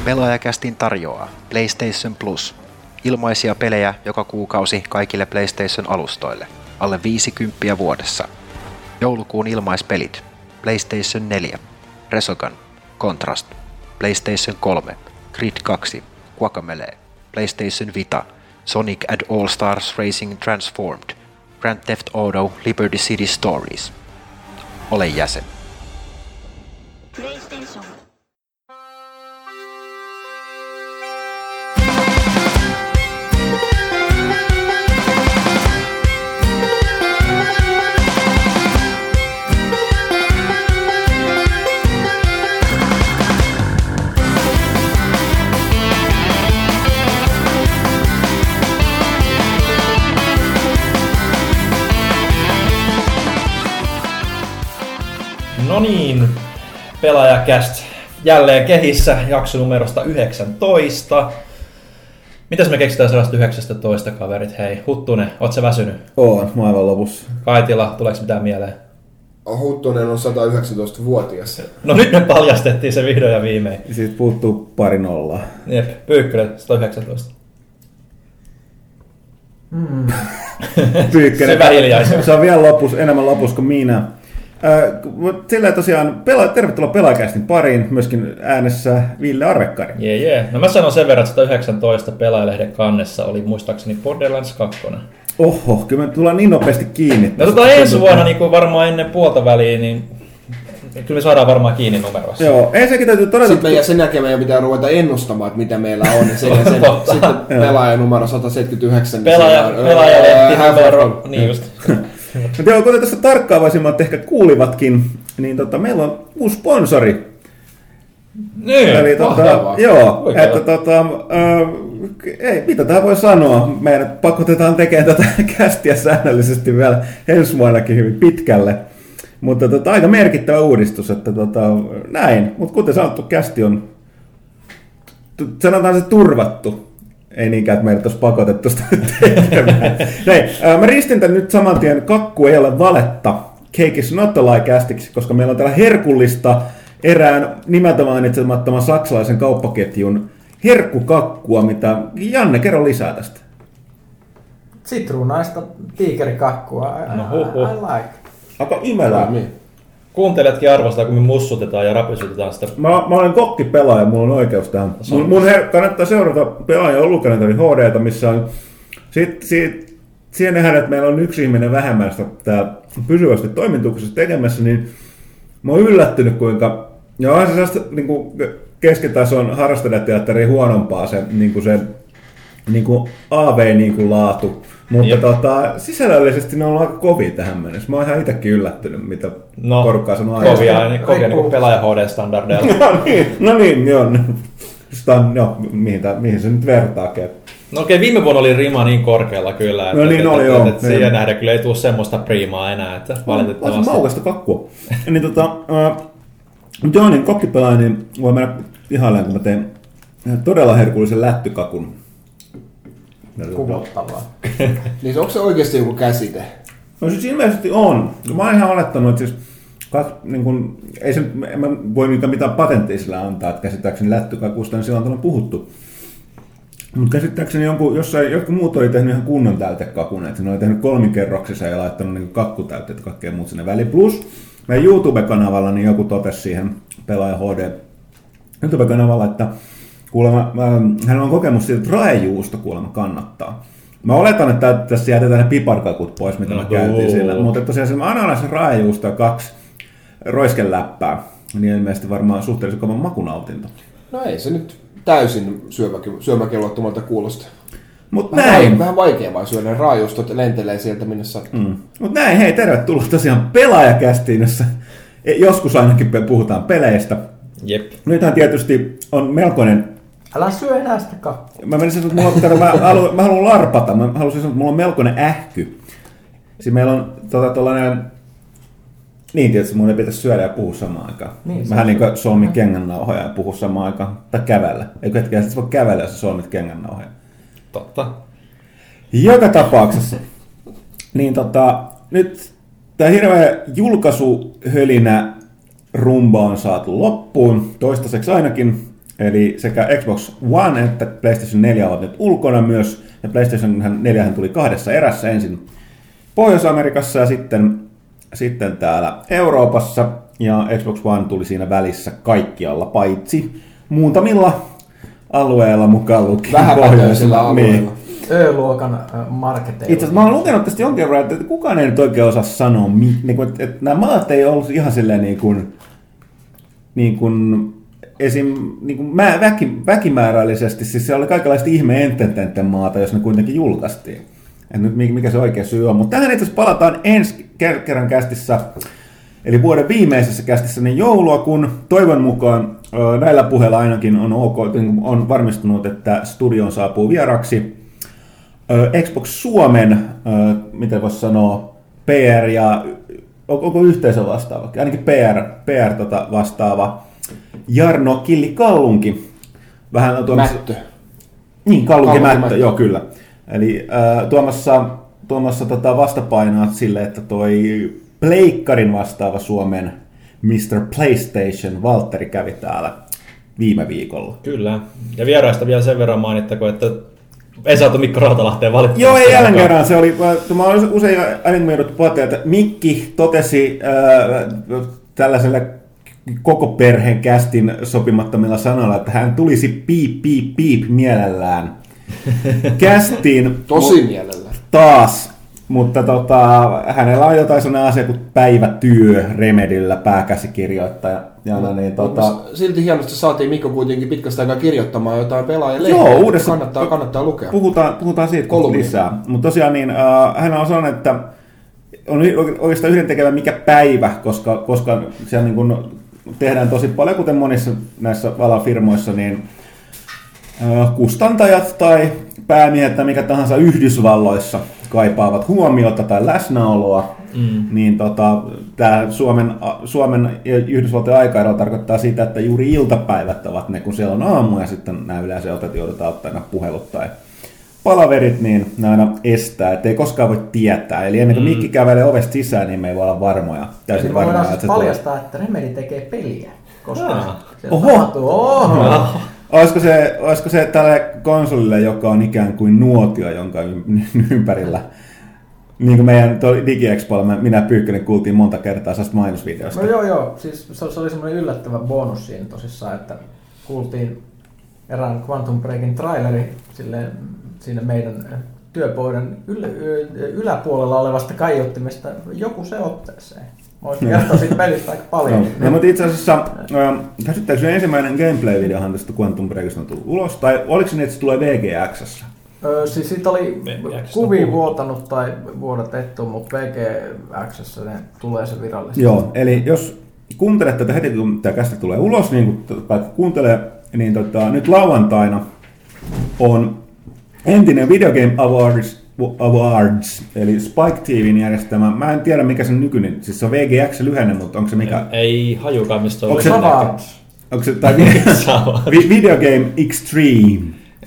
Pelaajakästin tarjoaa PlayStation Plus. Ilmaisia pelejä joka kuukausi kaikille PlayStation-alustoille. Alle 50 vuodessa. Joulukuun ilmaispelit. PlayStation 4, Resogun, Contrast, PlayStation 3, Grid 2, Guacamelee, PlayStation Vita, Sonic and All Stars Racing Transformed, Grand Theft Auto Liberty City Stories. Ole jäsen. PlayStation. No niin, Pelaajakäst jälleen kehissä jaksonumerosta 19. Mitäs me keksitään sellaista 19, kaverit? Hei, Huttunen, oot sä väsynyt? Oon, mä aivan lopussa. Kaitila, tuleeko mitään mieleen? Huttunen on 119-vuotias. No nyt me paljastettiin se vihdoin ja viimein. Siitä puuttuu pari nollaa. Jep, Pyykkönen, 119. Pyykkönen. Syvä hiljaisuus. Se on vielä enemmän lopussa kuin minä. Sillä tosiaan, tervetuloa Pelaajakästin pariin, myöskin äänessä Ville Arvekkari. Jee. No mä sanon sen verran, että 119 Pelaajalehden kannessa oli muistaakseni Borderlands 2. Oho, kyllä me tullaan niin nopeasti kiinni. No ensi vuonna niin kuin varmaan ennen puolta väliin, niin kyllä me saadaan varmaan kiinni numeroissa. Joo, ensinnäkin täytyy todeta... Sitten sen jälkeen meidän pitää ruveta ennustamaan, että mitä meillä on. Sitten pelaajanumero 179. Pelaajalehti numero, niin just. Mutta joo, kuten tässä tarkkaavaisimmat ehkä kuulivatkin, niin meillä on uusi sponsori. Niin, eli joo, että ei, mitä tähän voi sanoa? Meidät pakotetaan tekemään tätä kästiä säännöllisesti vielä ensi vuonnakin hyvin pitkälle. Mutta aika merkittävä uudistus, että näin. Mutta kuten sanottu, kästi on, sanotaan se turvattu. Ei niinkään, että meidät olisi pakotettu sitä tekemään. Mä ristin tän nyt saman tien kakku ei ole valetta. Cake is not a lie -kästiksi, koska meillä on täällä herkullista erään nimeltä mainitsemattoman saksalaisen kauppaketjun herkkukakkua, mitä Janne, kerro lisää tästä. Sitruunaista tiikerikakkua. I like. Aika imelää. Kuuntelijatkin arvostaa, kun me mussutetaan ja rapistutetaan sitä. Mä olen kokkipelaaja, mulla on oikeus tähän. Mun kannattaa seurata pelaajan Olukalenteri HD:tä, missä on... Siihen nähdään, että meillä on yksi ihminen vähemmän sitä täällä pysyvästi toimituksessa tekemässä, niin mä oon yllättynyt, kuinka... Ja on se sellaista niin keskitason harrastajateatteria huonompaa se, niin kuin AV-laatu. Mutta sisällöllisesti ne on ollut aika kovia tähän mennessä. Mä oon ihan itsekin yllättynyt, mitä porukkaa sanoo aiemmin. Kovia niin kuin pelaaja HD-standardeilla. no niin, joo. Mihin se nyt vertaakin. No okei, viime vuonna oli rima niin korkealla kyllä, että siihen nähdä kyllä ei tule semmoista priimaa enää, että valitettavasti. On se maukasta kakkua. Mutta joo, niin kokkipelaaja, niin voi mennä ihailemaan, kun mä teen todella herkullisen lättykakun. Kuvottavaa. Niin onko se oikeasti joku käsite? No siis ilmeisesti on. Mä oon ihan olettanut, että siis ei se, en mä voi mitään patenttia sillä antaa, että käsittääkseni lättykakusta, niin silloin on puhuttu. Mutta käsittääkseni jotkut muut oli tehnyt ihan kunnon täytekakun, että ne oli tehnyt 3 kerroksissa ja laittanut niin kakkutäytteet ja kaikkea muut sinne väliin. Plus meidän YouTube-kanavalla niin joku totesi siihen Pelaaja HD YouTube-kanavalla, että kuulemma, hän on kokemus siitä, että raejuusto kuulemma kannattaa. Mä oletan, että tässä jätetään ne piparkakut pois, mitä me käytiin sillä. Mutta tosiaan se ananas, raejuusto ja 2 roiskeläppää, niin ilmeisesti varmaan suhteellisen kovan makunautinto. No ei se nyt täysin syömäkelvottomalta kuulosta. Mut näin. Vähän vaikea vaan syödä, raajuustot lentelee sieltä minne sattuu. Mut näin, hei, tervetuloa tosiaan Pelaajakästiin, jossa joskus ainakin puhutaan peleistä. Jep. Nythän tietysti on melkoinen... Älä syö enää sitä kakkua. Mä haluan larpata. Mä haluaisin sanoa, että mulla on melkoinen ähky. Siis meillä on tollainen... Niin tietysti mun ei pitäisi syödä ja puhua samaan aikaan. Niin, vähän niin kuin solmit kengännauhoja ja puhua samaan aikaan. Tai kävellä. Eikö hetkeä, että voi kävellä, jos solmit kengännauhoja. Totta. Joka tapauksessa. Niin nyt tää hirveä julkaisuhölinä rumba on saatu loppuun. Toistaiseksi ainakin. Eli sekä Xbox One että PlayStation 4 ovat nyt ulkona myös, ja PlayStation 4 tuli 2 erässä ensin Pohjois-Amerikassa ja sitten täällä Euroopassa, ja Xbox One tuli siinä välissä kaikkialla, paitsi muutamilla alueilla mukaan lukien. Vähäpätöisillä alueilla. Ö-luokan marketeilla. Itse asiassa mä oon lukenut tästä jonkin verran, että kukaan ei nyt oikein osaa sanoa, että nämä maat ei ollut ihan silleen esim. Väkimäärällisesti, siis se oli kaikenlaista ihme entertainment maata, jos ne kuitenkin julkaistiin. En nyt mikä se oikea syy on, mutta tähän itse asiassa palataan ensi kerran kästissä, eli vuoden viimeisessä kästissä niin joulua, kun toivon mukaan näillä puheilla ainakin on varmistunut, että studioon saapuu vieraksi Xbox Suomen, miten voisi sanoa, PR ja onko yhteisö vastaava, ainakin PR vastaava Jarno Killi Kallunki. Vähän Mättö. Niin, Kallunki Mättö, joo kyllä. Eli tuomassa vastapainoa sille, että toi pleikkarin vastaava Suomen Mr. PlayStation Valtteri kävi täällä viime viikolla. Kyllä. Ja vieraista vielä sen verran mainittako, että ei saatu Mikko Rautalahteen valitettavasti. Joo, ei jälleen kerran. Se oli, mä olen usein aina jouduttu pohtia, että Mikki totesi tällaiselle koko perheen kästin sopimattomilla sanoilla, että hän tulisi piip mielellään kästiin. Tosi mielellään. Taas, mutta hänellä on jotain sellainen asia kuin päivätyö Remedyllä pääkäsikirjoittaja. Niin, silti hienosti saatiin Mikko kuitenkin pitkästä aikaa kirjoittamaan jotain pelaajalehtiä. Joo, uudessa kannattaa lukea. Puhutaan siitä lisää. Mutta tosiaan niin, hän on sanonut, että on oikeastaan yhdentekevä mikä päivä, koska siellä niin kun tehdään tosi paljon, kuten monissa näissä alafirmoissa, niin kustantajat tai päämiehet tai mikä tahansa Yhdysvalloissa kaipaavat huomiota tai läsnäoloa, niin tämä Suomen ja Yhdysvaltojen aikaero tarkoittaa sitä, että juuri iltapäivät ovat ne, kun siellä on aamu ja sitten nämä yleensä joudutaan ottaa nämä puhelut tai palaverit, niin ne aina estää, ettei koskaan voi tietää. Eli ennen kuin Mikki kävelee ovesta sisään, niin me ei voi olla varmoja. Täysin varmoja, että se paljastaa, että Remedy tekee peliä. Koska Olisiko se tälle konsolille, joka on ikään kuin nuotio, jonka ympärillä, niin kuin meidän DigiExpoilla minä Pyykkönen kuultiin monta kertaa sellaista mainosvideosta. No joo, siis se oli semmoinen yllättävä bonus siinä tosissaan, että kuultiin erään Quantum Breakin traileri siinä meidän työpöydän yläpuolella olevasta kaiuttimesta joku se otteeseen. Mä olisin kertoa siitä pelistä aika paljon. No, mutta itse asiassa, käsittääkseni ensimmäinen gameplay-videohan tästä Quantum Breakista on tullut ulos, tai oliko se niin, että se tulee VGX:ssä? Siis siitä oli kuvia vuotanut tai vuodatettu, mutta VGX:ssä ne tulee se virallisesti. Joo, eli jos kuuntelet tätä heti, kun tämä kästä tulee ulos, niin kun kuuntelee, niin nyt lauantaina on entinen Video Game Awards, eli Spike TV:n järjestämä. Mä en tiedä mikä sen nykyinen, siis se on VGX lyhenne, mutta onko se mikä? Ei hajukaan mistä on. Onko se tai Video Game Extreme?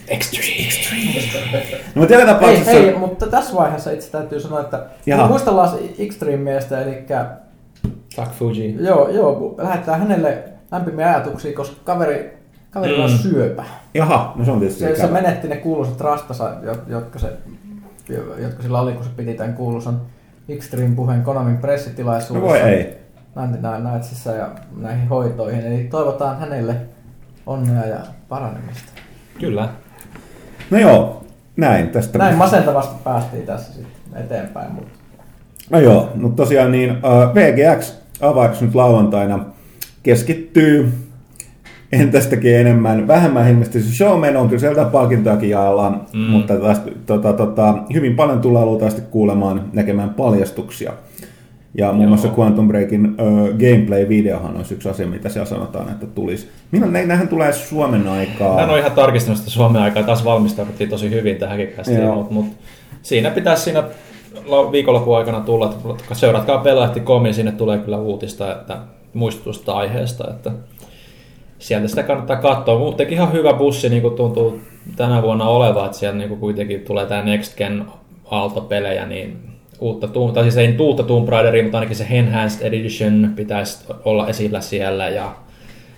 No, Hei, mutta tässä vaiheessa itse täytyy sanoa, että muistellaan Extreme-miestä, eli Fuck Fuji. Joo, lähetetään hänelle lämpimiä ajatuksia, koska kaveri on syöpä. Jaha, no se on tietysti se menetti ne kuuluisat rastansa, jotka sillä oli, kun se piti tämän kuuluisan Extreme-puheen Konamin pressitilaisuudessa. No voi ei. Nightsissa ja näihin hoitoihin. Eli toivotaan hänelle onnea ja paranemista. Kyllä. No joo, näin. Näin masentavasti päästiin tässä sitten eteenpäin. Mutta. No joo, mutta tosiaan niin VGX Awards nyt lauantaina keskittyy entistäkin enemmän. Vähemmän ilmeisesti se showman on kyllä sieltä palkintoakin jaellaan, mutta hyvin paljon tullaan luultavasti kuulemaan, näkemään paljastuksia. Ja muun muassa Quantum Breakin gameplay-videohan on yksi asia, mitä siellä sanotaan, että tulisi. Nämähän tulee Suomen aikaa. Mä en ole ihan tarkistanut sitä Suomen aikaa. Taas valmistauduttiin tosi hyvin tähänkin kästiin, mutta siinä pitäisi siinä viikonlopun aikana tulla. Seuratkaa Pelahti.comin, sinne tulee kyllä uutista, että muistutusta aiheesta. Että sieltä sitä kannattaa katsoa. Muutenkin ihan hyvä bussi niin kuin tuntuu tänä vuonna oleva, että siellä niin kuin kuitenkin tulee tämä Next Gen aaltopelejä, niin tai siis ei uutta Tomb Raideria, mutta ainakin se Enhanced Edition pitäisi olla esillä siellä ja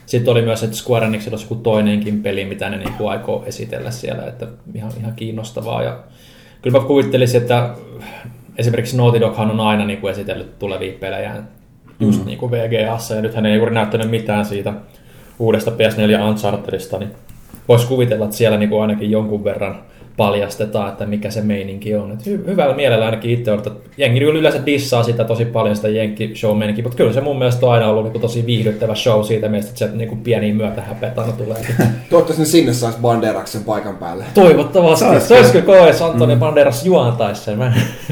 Sitten oli myös, että Square Enixillä olisi joku toinenkin peli, mitä ne niin kuin aikoo esitellä siellä, että ihan kiinnostavaa. Ja kyllä mä kuvittelisin, että esimerkiksi Naughty Doghan on aina niin kuin esitellyt tulevia pelejä just niin kuin VGAssa, ja nythän ei juuri näyttänyt mitään siitä uudesta PS4 Unchartedista, niin voisi kuvitella, että siellä niin kuin ainakin jonkun verran paljastetaan, että mikä se meininki on. Et hyvällä mielellä ainakin itse odotan. Jengi yleensä dissaa sitä tosi paljon, sitä Jenkki-show-meininkiä, mutta kyllä se mun mielestä on aina ollut niin tosi viihdyttävä show siitä mielessä, että se niin pieniä myötähäpeitä aina tulee. Toivottavasti ne sinne saisi Banderaksen paikan päälle. Toivottavasti. Se olisi kyllä koe, että Antonio Banderas juontaisi sen.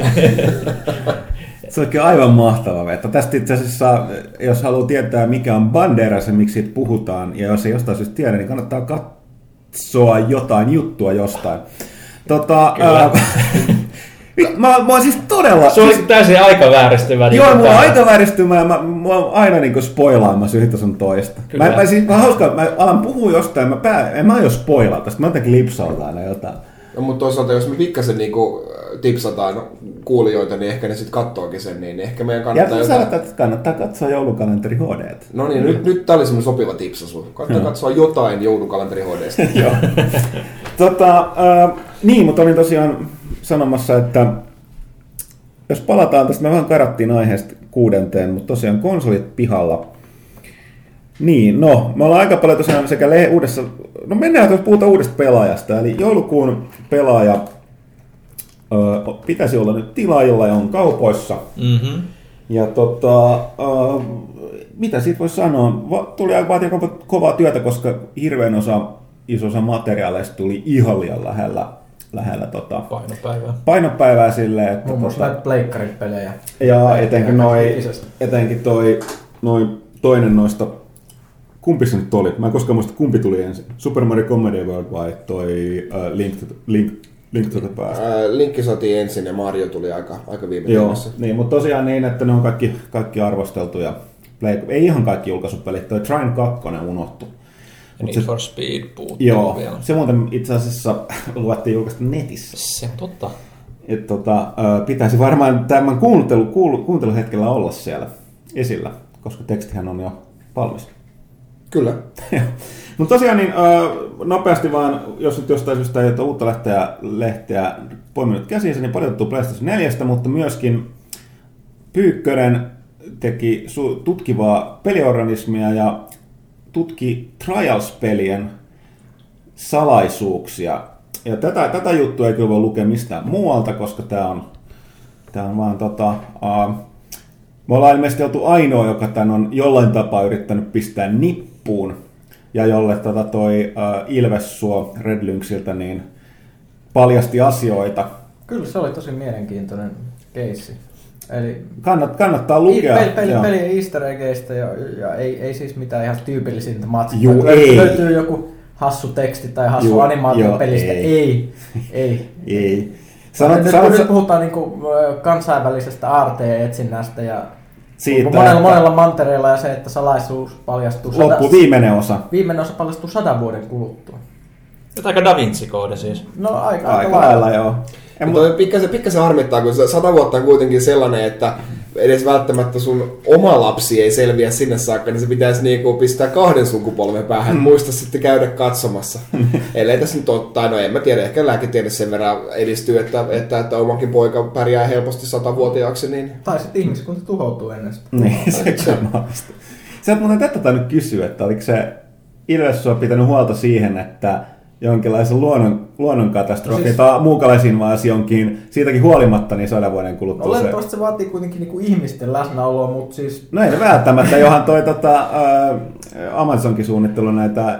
Se onkin aivan mahtava veto. Tästä itse asiassa, jos haluaa tietää mikä on Banderas ja miksi siitä puhutaan, ja jos ei jostain syystä tiedä, niin kannattaa katsoa jotain juttua jostain. Mä oon siis todella... Se oli täysin aika vääristymä. Joo, mulla on aika vääristymä ja mä oon aina niinku spoilaamassa yhtä sun toista. Mä hauskaa, mä alan puhua jostain, en mä aio spoilata, sitten mä jotenkin lipsauta aina jotain. No, mutta toisaalta, jos me pikkasen niinku tipsataan kuulijoita, niin ehkä ne sitten kattookin sen, niin ehkä meidän kannattaa... Ja kannattaa katsoa joulukalenteri HD. No niin, nyt tää oli semmoinen sopiva tipsasu. Kannattaa katsoa jotain joulukalenteri HD:stä. Joo. Niin, mutta olin tosiaan sanomassa, että jos palataan tästä, me vähän karattiin aiheesta 6, mutta tosiaan konsolit pihalla. Niin, no, me ollaan aika paljon tosiaan sekä uudessa, no mennään, jos puhutaan uudesta pelaajasta, eli joulukuun pelaaja pitäisi olla nyt tilaajilla ja on kaupoissa. Mm-hmm. Ja mitä siitä voisi sanoa? Vaatii kovaa työtä, koska hirveän iso osa materiaaleista tuli ihan liian lähellä painopäivää silleen, että... Muun muassa näitä pleikkaripelejä. Ja etenkin toi toinen noista, kumpi se nyt oli? Mä en koskaan muista, kumpi tuli ensin. Super Mario Comedy World vai toi Link to the Past? Linkki saatiin ensin ja Mario tuli aika viime tilassa. Niin, mutta tosiaan niin, että ne on kaikki arvosteltuja. Ei ihan kaikki julkaisupelit. Toi Trine 2 unohtui. Need for Speed puuttuu vielä. Se muuten itse asiassa luvattiin julkaista netissä. Se on totta. Pitäisi varmaan tämän kuunteluhetkellä olla siellä esillä, koska tekstihän on jo valmis. Kyllä. Mutta tosiaan niin, nopeasti vaan, jos nyt jostain syystä ei ole uutta lehteä poiminut käsiinsä, niin paljon tuttuu PlayStation 4, mutta myöskin Pyykkönen teki tutkivaa peliorganismia ja tutki Trials-pelien salaisuuksia. Ja tätä juttua ei kyllä voi lukea mistään muualta, koska tämä on vaan me ollaan ilmeisesti oltu ainoa, joka tämän on jollain tapaa yrittänyt pistää nippuun, ja jolle toi Ilvessuo Red Lynxiltä niin paljasti asioita. Kyllä se oli tosi mielenkiintoinen keissi. Eli kannattaa lukea. Pelien easter eggeistä ja ei siis mitään ihan tyypillisintä matsia. Löytyy joku hassu teksti tai hassu animaatio pelistä. Ei. Nyt puhutaan niinku kansainvälisestä RT-etsinnästä ja siitä, monella mantereella ja se, että salaisuus paljastuu. Viimeinen osa. Viimeinen osa paljastuu 100 vuoden kuluttua. Aika Da Vinci-koodi siis. No aika lailla joo. Pikkasen harmittaa, kun 100 vuotta on kuitenkin sellainen, että edes välttämättä sun oma lapsi ei selviä sinne saakka, niin se pitäisi niinku pistää 2 sukupolven päähän, muista sitten käydä katsomassa. Ellei tässä nyt ole, no en mä tiedä, ehkä lääketiede sen verran edistyy, että omakin poika pärjää helposti 100-vuotiaaksi. Niin... Tai sitten ihmiskunta tuhoutuu ennen sitä. Niin, se on mahdollista. Sä et muuten tätä tainnut kysyä, että oliko se Ilvessuo pitänyt huolta siihen, että jonkinlaisen luonnonkatastrofi tai muukalaisinvaasi onkin siitäkin huolimatta niin 100 vuoden kuluttua. No olettavasti se vaatii kuitenkin niinku ihmisten läsnäoloa, mutta siis... No ei ne välttämättä, johan toi Amazonkin suunnittelu näitä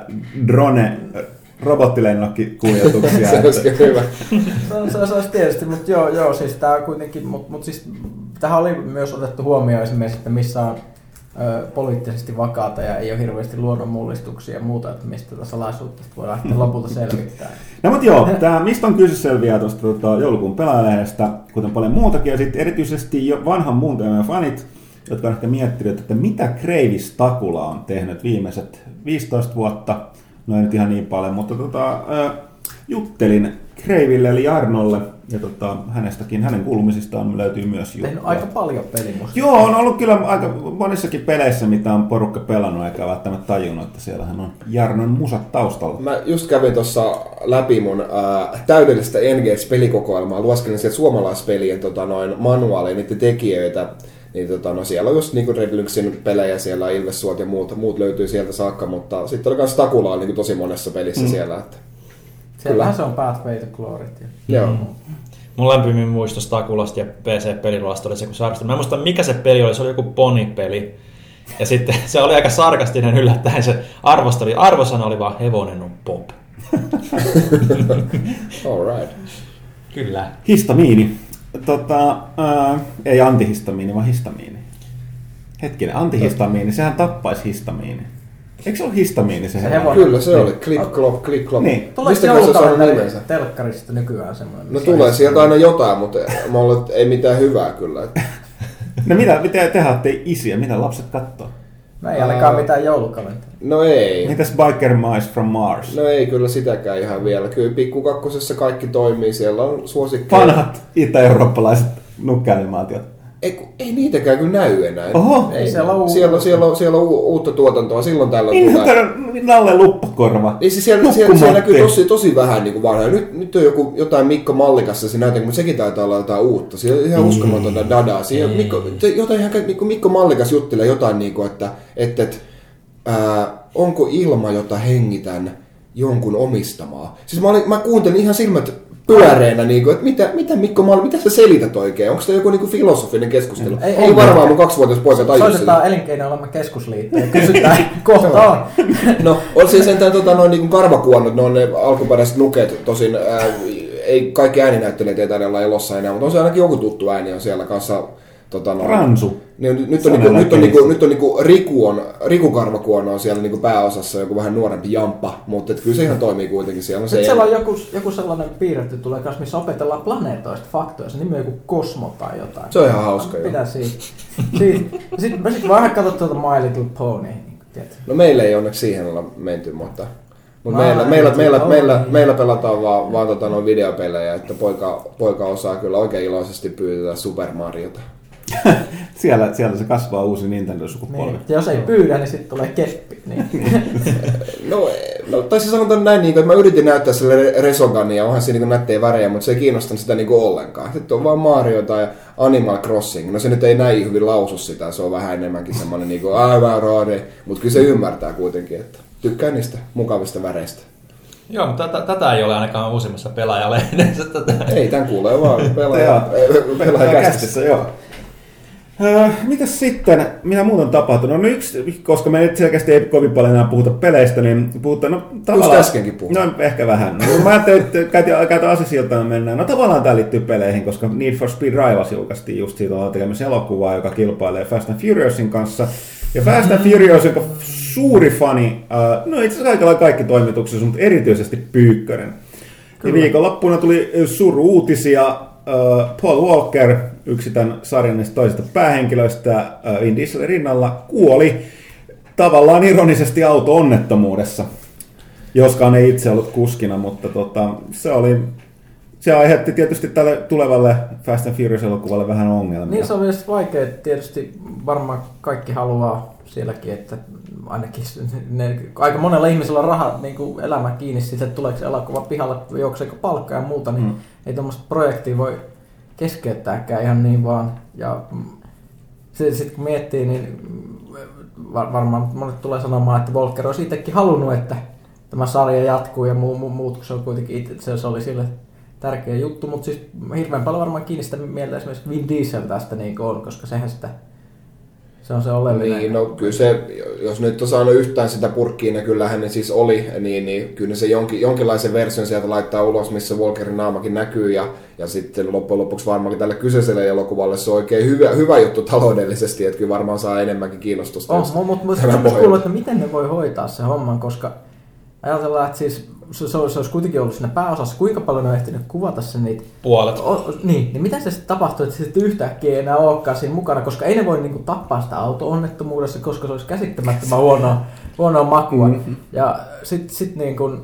robottilennokkikuljetuksia. Se olisikin hyvä. Se olisi tietysti, mutta joo siis tää kuitenkin, mutta siis tähän oli myös otettu huomioon esimerkiksi, että missä on poliittisesti vakaata ja ei ole hirveästi luonnonmullistuksia ja muuta, että mistä tätä salaisuutta voidaan sitten lopulta selvittää. No mutta joo, mistä on kyse selviää tuosta joulukuun pelaajalehdestä, kuten paljon muutakin, ja sitten erityisesti jo vanhan muuntelman fanit, jotka on ehkä miettineet, että mitä Kreivis Takula on tehnyt viimeiset 15 vuotta, no ei nyt ihan niin paljon, mutta juttelin Kreiville eli Jarnolle, ja hänen kuulumisistaan löytyy myös juttua. Tehnyt aika paljon pelimusta. Joo, on ollut kyllä aika monissakin peleissä, mitä on porukka pelannut, eikä välttämättä tajunnut, että siellähän on Jarnon musat taustalla. Mä just kävin tuossa läpi mun täydellistä Engage-pelikokoelmaa, lueskelin sieltä suomalaispelien manuaalia, niiden tekijöitä. Niin siellä on just niinku Red Lynxin pelejä, siellä Ilves Suot ja muut löytyy sieltä saakka, mutta sitten oli myös Takulaa niin tosi monessa pelissä siellä. Että siellähän se on Pathway to Glory. Joo. Mun lämpimin muistos Takulasta ja PC-peliluvasta oli se, kun saarasta. Mä en muista, mikä se peli oli, se oli joku Pony-peli. Ja sitten se oli aika sarkastinen yllättäen, se arvosana oli vaan hevonen on pop. Alright. Kyllä. Histamiini. Ei antihistamiini, vaan histamiini. Hetkinen, antihistamiini, sehän tappaisi histamiini. Eikö se ole histamiini se hevonen? Kyllä se oli, clip clop. Niin. Tuleeko joulukalenteri telkkarista nykyään semmoinen? No tulee sieltä aina jotain, mutta mä olen, ei mitään hyvää kyllä. No mitä te haatte isiä, mitä lapset katsoo? No ei ainakaan mitään joulukalenteria. No ei. Mitäs Biker Mice from Mars? No ei kyllä sitäkään ihan vielä. Kyllä Pikku Kakkosessa kaikki toimii, siellä on suosikkeja. Vanhat itä-eurooppalaiset nukkeanimaatiot. Ei niitäkään kyllä näy enää. Oho. Ei siellä on uutta tuotantoa, silloin tällöin Niin, tulee. Nalle Luppakorva. Niin siellä näkyy tosi vähän niin kuin vanhaa. Nyt on jotain Mikko Mallikassa siinä näytetään, mutta sekin taitaa olla jotain uutta. Siellä on ihan uskomatonta dadaa. Mikko Mallikas juttelee jotain, niin kuin, että onko ilma, jota hengitän, jonkun omistamaa. Siis mä kuuntelin ihan silmät pyöreänä, niin kuin, että mitä Mikko Malli, mitä sä selität oikein? Onko tämä joku niin kuin filosofinen keskustelu? Ei varmaan mun 2-vuotias poika tajus. Soitetaan Elinkeinoelämän keskusliittoon ja kysytään kohtaan. No, on siis sentään niin karvakuonnot, ne on ne alkuperäiset nuket, tosin ei kaikki ääninäyttelijät ei taida olla elossa enää, mutta on se ainakin joku tuttu ääni on siellä kanssa. Ransu. Niin, nyt on Riku Karvakuono on siellä niinku pääosassa, joku vähän nuorempi jamppa, mutta kyllä se ihan toimii kuitenkin siellä. Sitten siellä on joku sellainen piirretty tulee kanssa, missä opetellaan planeetoista faktoja, se nimi on joku Cosmo tai jotain. Se on ihan hauska. Pitää siitä. Sitten mä vähän katsoa tuota My Little Pony. No meillä ei onneksi siihen olla menty, mutta meillä pelataan vaan videopelejä, että poika osaa kyllä oikein iloisesti pyytää Super Mariota. siellä se kasvaa uusi Nintendo-sukupolvi. Niin. Ja jos ei pyydä, niin sitten tulee keppi. Niin. No, tai siis sanotaan näin, että mä yritin näyttää sille Resogania, ja onhan siinä niin nättejä värejä, mutta se ei kiinnostanut sitä niin ollenkaan. Sitten on vaan Mario tai Animal Crossing. No se nyt ei näin hyvin lausu sitä, se on vähän enemmänkin semmoinen niin kuin aivan roode, mutta kyllä se ymmärtää kuitenkin, että tykkää niistä mukavista väreistä. Joo, mutta tätä ei ole ainakaan uusimmassa Pelaajalehdessä. Ei, tämän kuulee vaan pelaajakästissä. Joo. Mitäs sitten, mitä muuta on tapahtunut? No yksi, koska me nyt selkeästi ei kovin paljon enää puhuta peleistä, niin puhutaan, no tavallaan... Just äskenkin puhutaan. No ehkä vähän. No, mä ajattelin, että käytä asiasiltaan mennään. No tavallaan tämä liittyy peleihin, koska Need for Speed Rivals julkaistiin just siitä ollaan tekemässä elokuvaa, joka kilpailee Fast and Furiousin kanssa. Ja Fast and Furious, joka suuri fani, no itse asiassa kaikki toimituksessa, mutta erityisesti Pyykkönen. Ja viikonloppuna tuli suru-uutisia. Paul Walker, yksi tämän sarjan toisesta päähenkilöistä Vin Dieselin rinnalla, kuoli tavallaan ironisesti auto-onnettomuudessa. Joskaan ei itse ollut kuskina, mutta se aiheutti tietysti tälle tulevalle Fast and Furious-elokuvalle vähän ongelmia. Niin se on myös vaikea. Tietysti varmaan kaikki haluaa sielläkin, että ainakin aika monella ihmisellä on rahat niin kuin elämä kiinni siitä, että tuleeko elokuva pihalle, juokseeko palkkaa ja muuta, niin ei tuommoista projektia voi keskeyttääkään ihan niin vaan. Ja sitten kun miettii, niin varmaan monet tulee sanomaan, että Volker olisi itsekin halunnut, että tämä sarja jatkuu ja muut, kun se on kuitenkin se oli sille tärkeä juttu, mutta siis hirveän paljon varmaan kiinni sitä mieltä esimerkiksi Vin Diesel tästä niin on, koska sehän sitä se on se oleellinen. Niin, no kyllä se, jos nyt on saanut yhtään sitä purkkiin, ja kyllähän ne siis oli, niin kyllä se jonkinlaisen version sieltä laittaa ulos, missä Walkerin naamakin näkyy, ja sitten loppujen lopuksi varmaankin tälle kyseiselle elokuvalle se on oikein hyvä juttu taloudellisesti, että kyllä varmaan saa enemmänkin kiinnostusta. Mutta mä kuullut, että miten ne voi hoitaa se homman, koska ajatellaan, että siis se olisi kuitenkin ollut siinä pääosassa, kuinka paljon on ehtinyt kuvata sen niitä. Puolet. Niin miten se sitten tapahtuu, että se sitten yhtäkkiä ei enää olekaan siinä mukana, koska ei ne voi niinku tappaa sitä auto-onnettomuudessa, koska se olisi käsittämättömän huonoa makua. Ja sitten niin kuin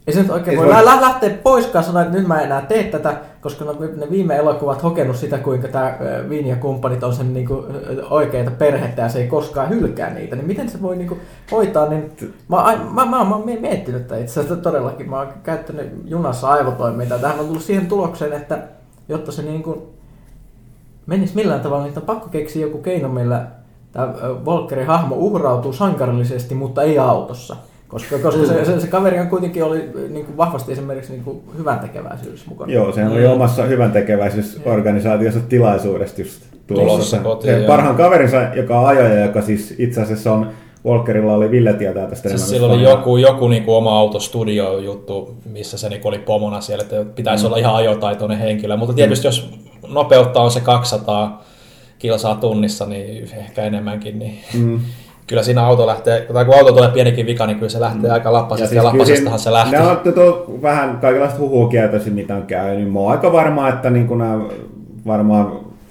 Ei se nyt oikein voi lähteä poiskaan sanoa, että nyt mä en enää tee tätä, koska ne viime elokuvat hokenut sitä, kuinka tämä Vin ja kumppanit on sen niinku oikeita perhettä ja se ei koskaan hylkää niitä. Niin miten se voi niinku hoitaa? Niin mä oon miettinyt tätä itse asiassa todellakin. Mä oon käyttänyt junassa aivotoimintaa. Tähän on tullut siihen tulokseen, että jotta se niinku menisi millään tavalla, niin on pakko keksiä joku keino, millä tämä Walkerin hahmo uhrautuu sankarillisesti, mutta ei autossa. Koska se kaveri on kuitenkin oli niin kuin vahvasti esimerkiksi niin kuin hyväntekeväisyydessä mukana. Joo, sehän oli omassa hyväntekeväisyysorganisaatiossa tilaisuudesta just tulossa. Parhaan kaverinsa, joka on ajoja, joka siis itse asiassa on, Walkerilla oli Ville tietää tästä siis sillä oli joku niin kuin oma autostudio-juttu, missä se niin kuin oli pomona siellä, että pitäisi olla ihan ajotaitoinen henkilö. Mutta tietysti jos nopeutta on se 200 kilsaa tunnissa, niin ehkä enemmänkin, niin kyllä siinä auto lähtee, tai kun auto tulee pienikin vika, niin kyllä se lähtee aika lappasesta, ja lappasestahan se lähtee. Ne on vähän kaikenlaista huhua kiertoisin, mitä on käynyt. Mä oon aika varma, että niin kun nämä varmaan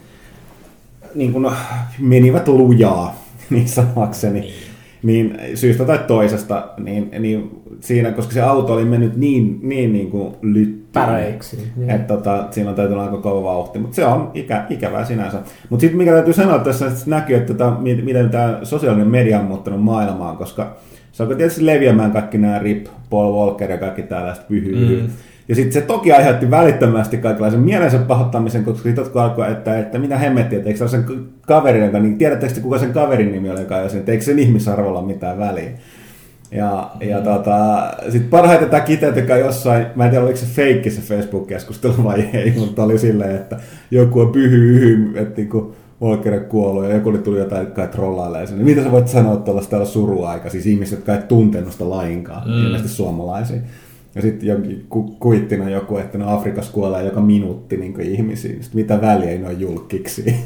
niin kun menivät lujaa, niin sanakseni. Niin syystä tai toisesta, niin siinä, koska se auto oli mennyt niin kuin päreiksi, että siinä on täytynyt aika kova vauhti, mutta se on ikävää sinänsä. Mutta sitten mikä täytyy sanoa tässä, että näkyy, että miten tämä sosiaalinen media on muuttanut maailmaan, koska se alkoi tietysti leviämään kaikki nämä RIP, Paul Walker ja kaikki tällaiset pyhyy. Ja sitten se toki aiheutti välittömästi kaikenlaisen mielensä pahoittamisen, koska sitten alkoi, että mitä hemmettiä, että eikö se ole sen kaverin, joka, niin tiedättekö kuka sen kaverin nimi oli, joka että eikö sen ihmisarvolla mitään väliä. Ja sitten parhaiten tämä kiteytykään jossain, mä en tiedä oliko se feikki se Facebook-keskustelu vai ei, mutta oli silleen, että joku on että niinku Walker kuollut ja joku tuli jotain trollailemaan sen. Mitä sä voit sanoa tuollaista suruaika, siis ihmiset, jotka ei tuntenut sitä lainkaan, ilmeisesti suomalaisia. Ja sitten jonkin kuittina joku, että no Afrikassa kuolee joka minuutti niin ihmisiä. Sitten mitä väliä ei ole julkiksi.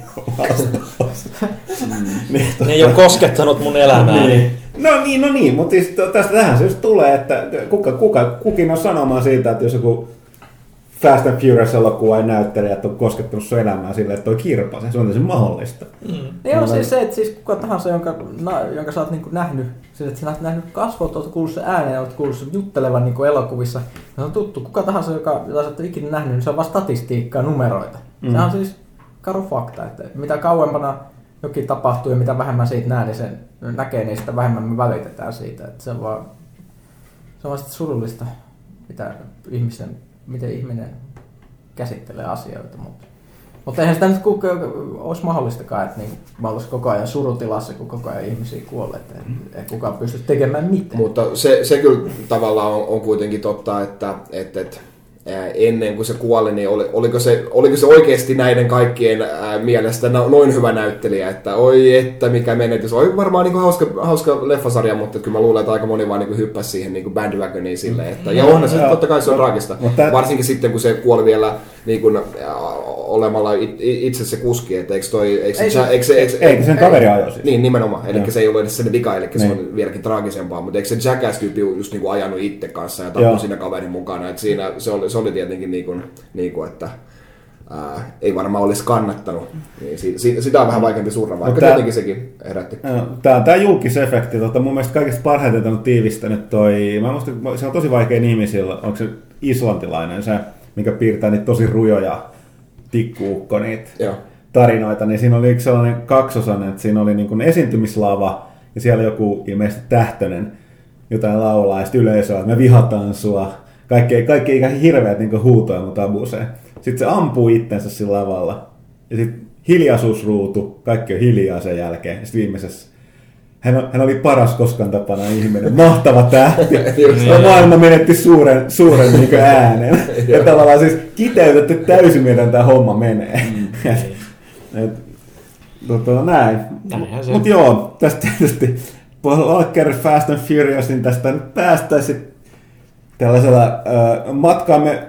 Ne ei ole koskettanut mun elämääni. No niin, mutta siis tähän se just tulee, että kukin on sanomaan siitä, että jos joku Fast and Furious-elokuva ei näyttelijät on koskettanut sun elämää silleen, että toi kirpaa, se on täysin mahdollista. Joo, siis se, että siis kuka tahansa, jonka sä oot niinku nähnyt, sille, että sä oot nähnyt kasvot, oot kuullut sen ääneen, oot kuullut sen juttelevan niinku elokuvissa, se on tuttu. Kuka tahansa, jota sä oot ikinä nähnyt, niin se on vaan statistiikkaa, numeroita. Se on siis karu fakta, että mitä kauempana jokin tapahtuu ja mitä vähemmän siitä näkee, niin sitä vähemmän me välitetään siitä. Että se on vaan sitten surullista, miten ihminen käsittelee asioita, mutta eihän sitä nyt olisi mahdollistakaan, että niin, mä olisin koko ajan surutilassa, kun koko ajan ihmisiä kuolee, että ei kukaan pysty tekemään mitään. Mutta se kyllä tavallaan on kuitenkin totta, että ennen kuin se kuoli, niin oliko se oikeasti näiden kaikkien mielestä noin hyvä näyttelijä, että oi että mikä menetys. Oli varmaan niin hauska leffasarja, mutta kyllä mä luulen, että aika moni vaan niin hyppäsi siihen niin bandwagoniin silleen. Ja onhan se totta kai se on traagista. Varsinkin sitten, kun se kuoli vielä niin kuin, olemalla itse se kuski, että eikö sen kaveri ajoi siis. Niin, nimenomaan. Eli se ei ollut edes sen vika, eli se on vieläkin traagisempaa. Mutta eikö se Jackass-tyyppi just niin kuin ajanut itse kanssa ja tappoi siinä kaverin mukana. Että siinä se oli tietenkin niin kuin että ei varmaan olisi kannattanut. Niin sitä on vähän vaikeampi surra, vaikka tietenkin sekin herätti. Tämä julkisefekti, mun mielestä kaikista parhaiten on tiivistänyt toi, mä muistan, se on tosi vaikea nimi sillä, onko se islantilainen se, mikä piirtää niitä tosi rujoja tikkuukko niitä tarinoita, niin siinä oli yksi sellainen kaksosainen, että siinä oli niin kuin esiintymislava ja siellä joku ilmeisesti Tähtönen jotain laulaa ja sitten yleisöä, että me vihataan sua. Kaikki ikään hirveät niin huutoja mun tabuseen. Sitten se ampuu itsensä sillä lavalla. Ja sitten hiljaisuusruutu, kaikki on hiljaa sen jälkeen. Ja sitten viimeisessä, hän oli paras koskaan tapana ihminen, mahtava tähti. Ja maailma menetti suuren niin äänen. Ja tavallaan siis kiteytetty täysin, miten tämä homma menee. Näin. Mutta joo, tästä tietysti Walker Fast and Furious, niin tästä nyt päästäisiin tällaisella matkaamme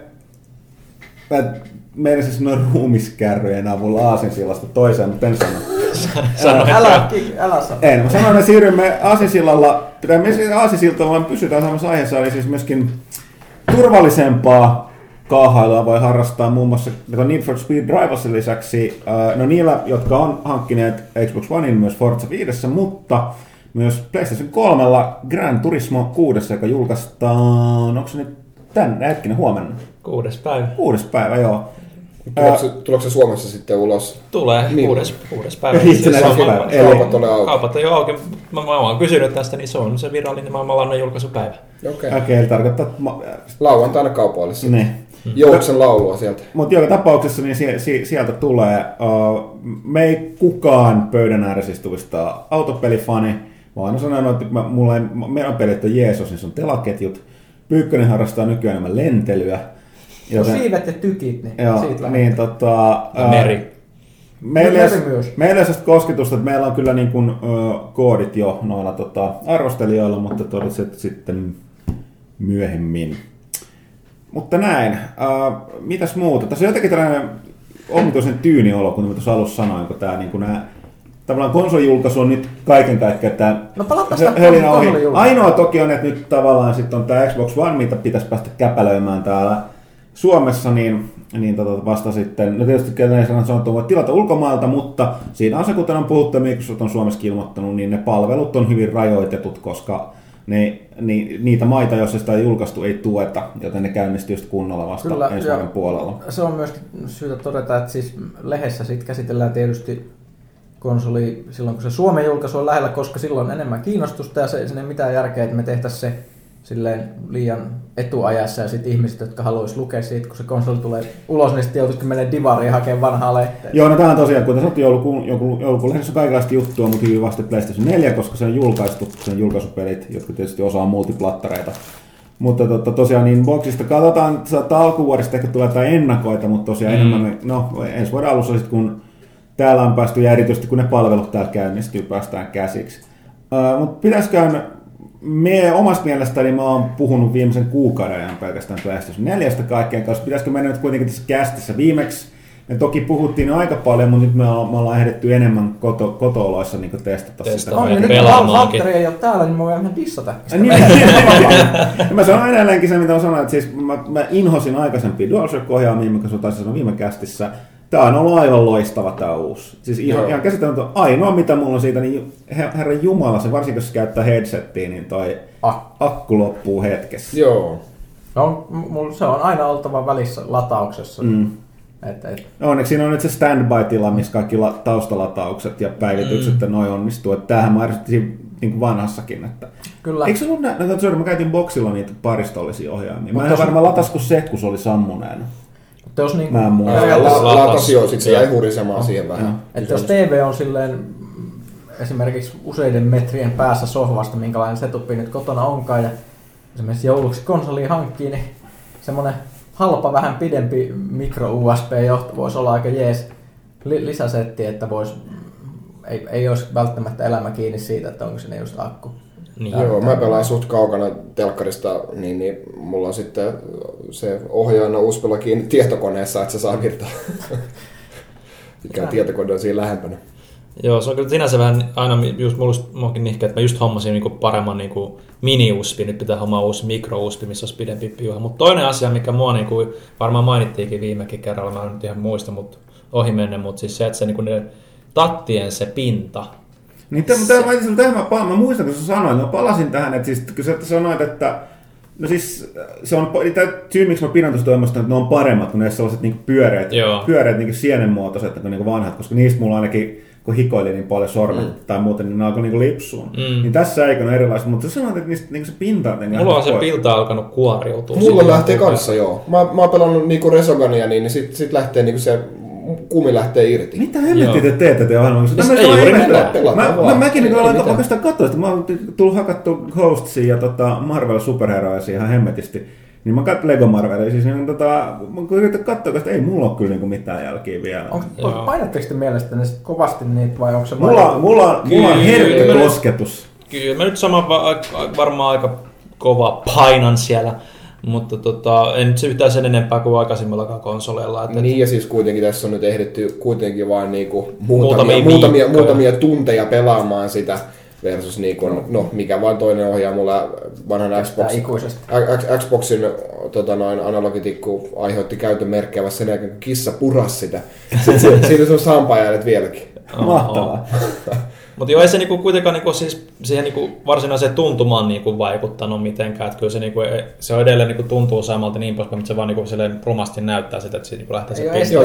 meidän siis noin ruumiskärryjen avulla aasinsillasta toiseen, mutta en sano. Älä sano. En, mä sanon, että siirrymme aasinsillalla, aasinsillalla vaan pysytään samassa aiheessa, eli siis myöskin turvallisempaa kaahailua voi harrastaa muun muassa Need for Speed Driversin lisäksi niillä, jotka on hankkineet Xbox Onein myös Forza 5, mutta myös PlayStation 3 Gran Turismo 6, joka julkaistaan, onko se nyt huomenna. 6. päivä. 6. päivä, joo. Tuleeko se Suomessa sitten ulos? Tulee 6. päivä. Kaupat ole auki. Kaupat on jo auki. Mä oon kysynyt tästä, niin se on se virallinen maailmanlaajuinen julkaisupäivä. Okei, tarkoittaa... Lauantaina kaupoille sitten. Ne. Jouksen laulua sieltä. Mutta joka tapauksessa niin sieltä tulee. Me ei kukaan pöydän ääressä istuvista autopelifani. Mä oon sanonut, että meidän pelit on Jeesus, niin se on telaketjut. Pyykkönen harrastaa nykyään enemmän lentelyä. Siivet ja tykit, niin joo, siitä niin meri. Meillä ei ole kosketusta, että meillä on kyllä niin kuin, koodit jo noilla arvostelijoilla, mutta todennäköisesti sitten myöhemmin. Mutta näin. Mitäs muuta? Tässä on jotenkin tällainen omituisen tyyni olo, kun tuossa alussa sanoin, kun tämä niin kuin tavallaan konsolijulkaisu on nyt kaiken kaikkiaan tämä hölinä ohi. Ainoa toki on, että nyt tavallaan sitten on tämä Xbox One, mitä pitäisi päästä käpälöimään täällä Suomessa, niin vasta sitten, no tietysti keneen sanottu, voi tilata ulkomailta, mutta siinä on se, kuten on puhuttu ja Microsoft on Suomessa ilmoittanut, niin ne palvelut on hyvin rajoitetut, koska niitä maita, joissa sitä ei julkaistu, ei tueta, joten ne käynnistyy just kunnolla vasta ensi vuoden puolella. Se on myöskin syytä todeta, että siis lehdessä sit käsitellään tietysti konsoli silloin, kun se Suomen julkaisu on lähellä, koska silloin on enemmän kiinnostusta ja se ei mitään järkeä, että me tehtäisiin se silleen liian etuajassa ja sitten ihmiset, jotka haluaisi lukea siitä, kun se konsoli tulee ulos, niin sitten joutuisikin menemään divariin hakemaan vanhaa lehteä. Joo, no tämä on tosiaan, kun sanottiin joulukuun lehdessä on kaikenlaista juttua, mutta hyvin vasta PlayStation 4, koska se on julkaistu, sen julkaisupelit, jotka tietysti osaa multiplattareita. Mutta tosiaan niin boxista katsotaan, saattaa alkuvuodesta ehkä tulee jotain ennakoita, mutta tosiaan enemmän, ensi vuoden alussa sitten kun täällä on päästy ja erityisesti kun ne palvelut täällä käynnistyy, päästään käsiksi. Mutta pitäisikö omasta mielestäni mä oon puhunut viimeisen kuukauden ajan pelkästään PlayStation 4 kaikkeen kanssa. Pitäisikö mennä nyt kuitenkin tässä kästissä viimeksi? Me toki puhuttiin aika paljon, mutta nyt me ollaan ehditty enemmän koto-oloissa niin testata sitä. On, niin nyt kun Valtteri ei ole täällä, niin mä voin ihan dissata. Mä sanon edelleenkin se, mitä mä sanoin, että siis mä inhosin aikaisempia DualShock-ohjaamia, mikä sun taisi sanoa viime kästissä. Tää on ollut aivan loistava tää uusi. Siis ihan käsittämättä ainoa mitä mulla on siitä, niin herran jumala, se varsinkin jos käyttää headsettiä, niin toi akku loppuu hetkessä. Joo. No, se on aina oltava välissä latauksessa. Onneksi siinä on nyt se standby-tila, missä kaikki taustalataukset ja päivitykset ja noi onnistuu. Tämähän mä arvostin niin vanhassakin. Että... Kyllä. Eikö se ollut näin? Mä käytin boksilla niitä paristollisia ohjaamia. Mä en varmaan latas kuin se, kun se oli sammuneena. Mutta jos niin latasi jo, sit se jäi hurisemaan siihen vähän. Että jos TV on silleen esimerkiksi useiden metrien päässä sohvasta, minkälainen setupi nyt kotona onkaan, ja esimerkiksi jouluksi konsoliin hankkii, niin semmoinen halpa, vähän pidempi micro USB-johto voisi olla aika jees lisäsetti, että ei olisi välttämättä elämä kiinni siitä, että onko sinne just akku. Niin. Joo, mä pelaan suht kaukana telkkarista, niin mulla on sitten se ohjaajana uspella kiinni tietokoneessa, että se saa virtaa. Mikä tietokone on siinä lähempänä. Joo, se on kyllä sinänsä vähän aina just mullakin nihkeä, että mä just hommasin niinku paremman niinku mini-USB, nyt pitää hommaa uusi mikro-USB, missä olisi pidempi piuha. Mutta toinen asia, mikä mua niinku, varmaan mainittiinkin viimekin kerralla, mä en nyt ihan muista, mutta ohi mennä, mutta siis se, että se niinku ne tattien se pinta. Niin, mä muistan, kun sä sanoit, mä palasin tähän, että siis, kun sä sanoit, että no siis se on syy, miksi mä pidän tuosta toimesta, että ne on paremmat kuin ne sellaiset niinku pyöreät niinku sienenmuotoiset niinku vanhat, koska niistä mulla ainakin kun hikoili niin paljon sormet tai muuten, niin ne alkoi niinku lipsuun. Niin tässä ei ole erilaiset, mutta sä sanoit, että niistä niinku se pinta on... Mulla on se pinta alkanut kuoriutua. Mulla lähtee kanssa, joo. Mä oon pelannut niinku Resogania, niin sit lähtee niinku se kumi lähtee irti. Mitä hemmettiä te teette te ohjelmassa? Mäkin oikeastaan katsoin, että mä oon tullut hakattu Ghostsia ja Marvel superheroisia ihan hemmetisti. Niin mä katson Lego Marvelia, siis niin, mä yritän katsoa, että ei mulla ole kyllä niinku mitään jälkiä vielä. Painatteko te mielestä ne sit kovasti niitä vai onko se... Mulla on herkkä kosketus. Kyllä, mä nyt varmaan aika kova painan siellä. Mutta en nyt se yhtään sen enempää kuin aikaisemmillakaan konsoleilla. Niin ja siis kuitenkin tässä on nyt ehditty kuitenkin vain niinku muutamia tunteja pelaamaan sitä versus niinku, no mikä vaan toinen ohjaa mulla vanhan Xboxin analogitikku aiheutti käytön merkkejä vasta sen jälkeen kun kissa purasi sitä. Siitä on hampaajäänet vieläkin. Mahtavaa. Mutta joo, ei se niinku kuitenkaan niinku siis siihen niinku varsinaiseen tuntumaan niinku vaikuttanut mitenkään. Että kyllä se, niinku, se on edelleen niinku tuntuu samalta niin poispäin, mutta se vaan niinku rumasti näyttää sitä, että se niinku lähtee se Joo,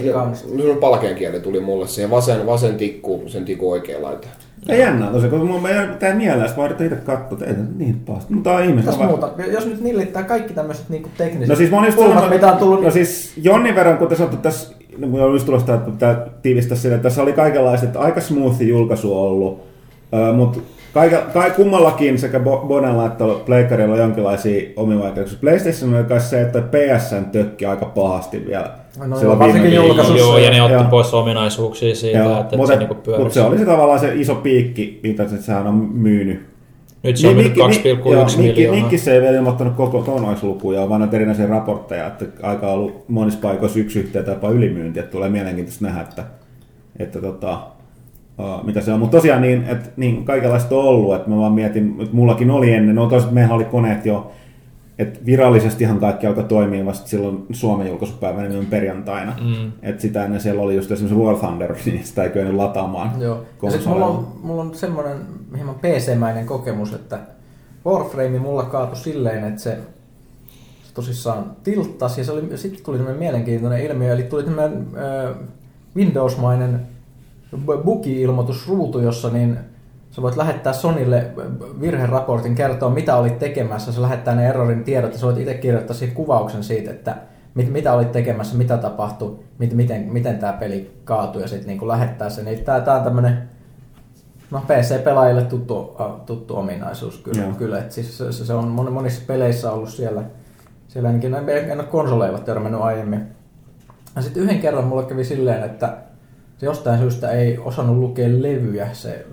se palkean kieli tuli mulle siihen vasen tikku, sen tikku oikea laita. Ei jännää tosiaan, kun mun pitää mieleen, että voidaan itse katsoa, että ei niin pahasti. Mutta on ihmiset. Muuta? Jos nyt nillittää kaikki tämmöiset niinku tekniset no siis pulmat, mitä on tullut. No siis Jonnin verran, kun te sanotte tässä, mun on just tulosta, että pitää tiivistää sille, että tässä oli kaikenlaista, että aika smoothi julkaisu on ollut, mutta kummallakin sekä Bonella että Pleikkarilla on jonkinlaisia omivaikeuksia. PlayStation on se, että PSN tökki aika pahasti vielä. No varsinkin julkaisussa. Joo, ja ne otti pois ominaisuuksia siitä, että se niinku pyörisi. Mutta se oli se tavallaan se iso piikki, mitä sehän on myynyt. Nyt se on myynyt 2,1 miljoonaa. Mikkissä ei vielä ilmoittanut koko kokonaislukuja, vaan on erinäisiä raportteja, että aika on ollut monissa paikoissa yksi yhteen tai jopa ylimyynti, että tulee mielenkiintoista nähdä, että mitä se on. Mutta tosiaan niin kaikenlaista on ollut, että mä vaan mietin, että mullakin oli ennen, no toisaalta meillä oli koneet jo, että virallisestihan kaikki alkoi toimia vasta silloin Suomen julkaisupäivänä, niin perjantaina. Että sitä ennen siellä oli just esimerkiksi War Thunder, niin sitä ei kyennyt lataamaan. Joo. Ja sitten mulla on semmoinen hieman PC-mäinen kokemus, että Warframe mulla kaatui silleen, että se tosissaan tilttasi, ja sitten tuli semmoinen mielenkiintoinen ilmiö, eli tuli tämmöinen Windows-mainen bugi-ilmoitusruutu, jossa niin sä voit lähettää Sonylle virheraportin, kertoa mitä olit tekemässä, se lähettää ne errorin tiedot, ja sä voit itse kirjoittaa siihen kuvauksen siitä, että mitä olit tekemässä, mitä tapahtui, miten tämä peli kaatui, ja sitten niin lähettää sen. Niin tää on tämmönen PC-pelaajille tuttu ominaisuus kyllä. Et siis se on monissa peleissä ollut siellä ainakin en ole konsoleilla törmännyt aiemmin. Ja sitten yhden kerran mulle kävi silleen, että se jostain syystä ei osannut lukea levyjä, se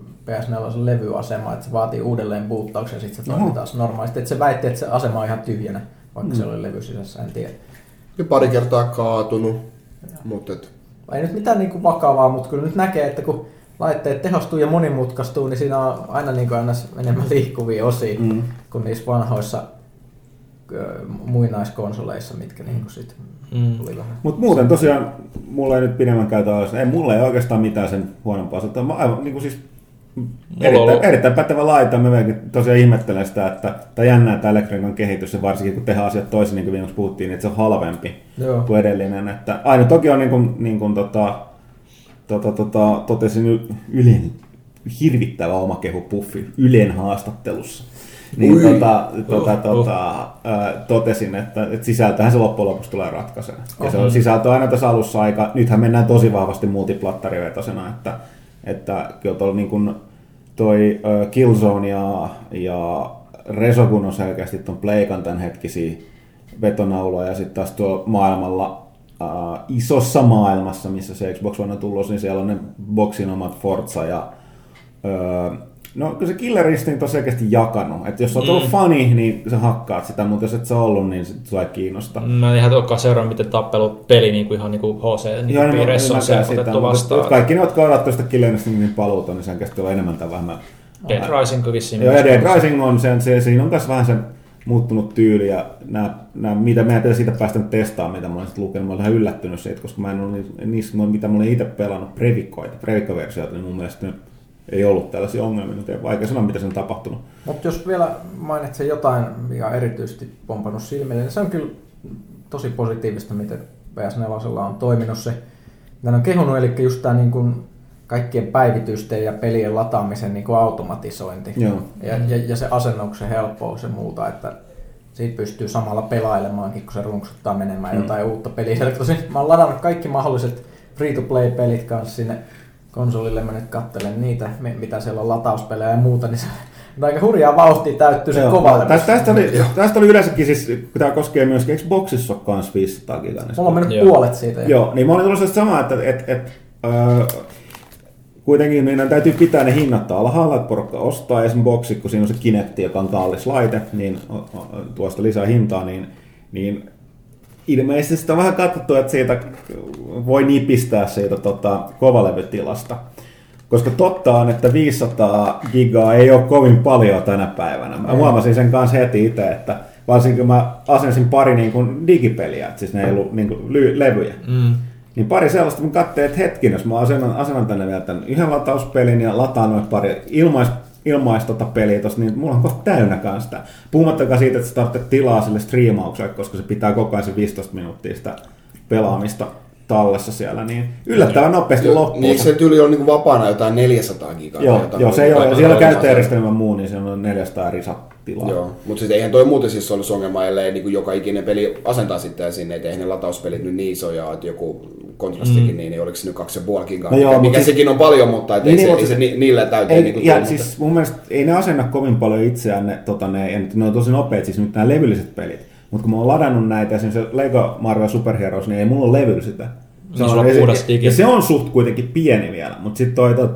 PS4 levyasema, että se vaatii uudelleen boottauksen ja sitten se toimii taas normaalisti. Että se väitti, että se asema on ihan tyhjänä, vaikka se oli levy sisässä, en tiedä. Ja pari kertaa kaatunut. Ei nyt mitään niinku vakavaa, mutta kyllä nyt näkee, että kun laitteet tehostuu ja monimutkaistuu, niin siinä on aina niinku enemmän liikkuvia osia kuin niissä vanhoissa muinaiskonsoleissa, mitkä niinku sit tuli vähän. Mutta muuten tosiaan, mulla ei nyt pidemmän käytä olisi. Ei, mulla ei oikeastaan mitään sen huonompaa. Mä aivan niin kuin siis erittäin pätevä laita. Mä tosiaan ihmettelen sitä, että jännää tämä elektroniikan kehitys, ja varsinkin kun tehdään asiat toisin, niin kuin viimeksi puhuttiin, niin että se on halvempi kuin edellinen. Että aina toki on totesin Ylen hirvittävä omakehu Puffi Ylen haastattelussa. Niin totesin, että sisältöhän se loppujen lopuksi tulee ratkaisemaan. Ja se on sisältö aina tässä alussa aika, nythän mennään tosi vahvasti multiplattarivetoisena, että kyllä tuolla niin kuin toi Killzone ja Resogun on selkeästi ton Pleikan tämänhetkisiä vetonauloja, ja sitten taas tuolla maailmalla, isossa maailmassa, missä se Xbox One on tullut, niin siellä on ne boxin omat Forza ja no kyllä se Killer Instinct on selkeästi jakanut. Että jos olet ollut fani, niin sä hakkaat sitä, mutta jos et sä ollut, niin se tulee kiinnostaa. Mä en ihan olekaan seurannut, miten tappelupeli niin ihan niin HC-piireissä on se otettu vastaan. Kaikki ne, jotka odottaa sitä Killer Instinctin paluuta, niin sen käsittely on enemmän tai vähemmän. Dead Rising vissiin. Joo, ja Dead Rising on siinä on myös vähän se muuttunut tyyli, ja mitä meidän pitäisi siitä päästä testaamaan, mitä mä olen lukenut. Mä olen vähän yllättynyt siitä, koska mä en ole niistä, mitä mä olen itse pelannut, previkkoversioita, niin mun mielestä ei ollut tällaisia ongelmia, mutta ei vaikea sanoa, mitä sen on tapahtunut. Mutta jos vielä mainitsen jotain, mikä on erityisesti pompannut silmille, niin se on kyllä tosi positiivista, miten PS4 on toiminut se. Mitä on kehunut, eli just tämä niin kuin kaikkien päivitysten ja pelien lataamisen niin kuin automatisointi. Ja se asennuksen helppous ja muuta, että siitä pystyy samalla pelailemaankin, kun se runksuttaa menemään jotain uutta peliä. Eli tosin mä oon ladannut kaikki mahdolliset free-to-play-pelit kanssa sinne konsolille, mä nyt katselen niitä, mitä siellä on latauspelejä ja muuta, niin se aika hurjaa vauhtia täyttyy se kovalla. Tästä oli yleensäkin, siis, kun tämä koskee myös Xboxissa on myös 500 gigaa. Mulla on mennyt puolet siitä. Joo, niin mä olin tullut samaa, että kuitenkin meidän täytyy pitää ne hinnat alhaalla, että porukka ostaa esimerkiksi boksi, kun siinä on se Kinecti, joka on kallis laite, niin tuosta lisää hintaa, niin ilmeisesti sitä on vähän katsottu, että siitä voi nipistää siitä kovalevytilasta. Koska totta on, että 500 gigaa ei ole kovin paljon tänä päivänä. Mä huomasin sen kanssa heti itse, että varsinkin kun mä asensin pari niin kuin digipeliä, että siis ne ei ollut niin kuin levyjä. Niin pari sellaista, kun katsoo, että hetkinen, jos mä asennan tänne vielä tämän yhden latauspelin ja lataan noin pari peliä tossa, niin mulla on kohta täynnä kanssa sitä. Puhumattakaan siitä, että sä tarvitset tilaa sille striimaukselle, koska se pitää koko ajan se 15 minuuttia sitä pelaamista tallessa siellä, niin yllättävän nopeasti loppuu. Niin se tyyli on niin vapaana jotain 400 gigaa. Joo, se ei ole. Siellä on käyttöjärjestelmä muu, niin se on 400 risatilaa. Joo, mutta siis eihän toi muuten siis olisi ongelma, ellei niin joka ikinen peli asentaa sitten sinne, että eihän ne latauspelit nyt niin isoja, että joku kontrastikin, niin oliko se nyt 2,5 gigaa, mikä siis, sekin on paljon, mutta ei se niillä täyteen. Niin ja siis mun mielestä ei ne asenna kovin paljon itseään, ne on tosi nopeat, siis nyt nämä levylliset pelit. Mutta kun mä oon ladannut näitä, esimerkiksi Lego Marvel Super Heroes, niin ei mulla ole levyllä sitä. Se on suht kuitenkin pieni vielä, mutta sitten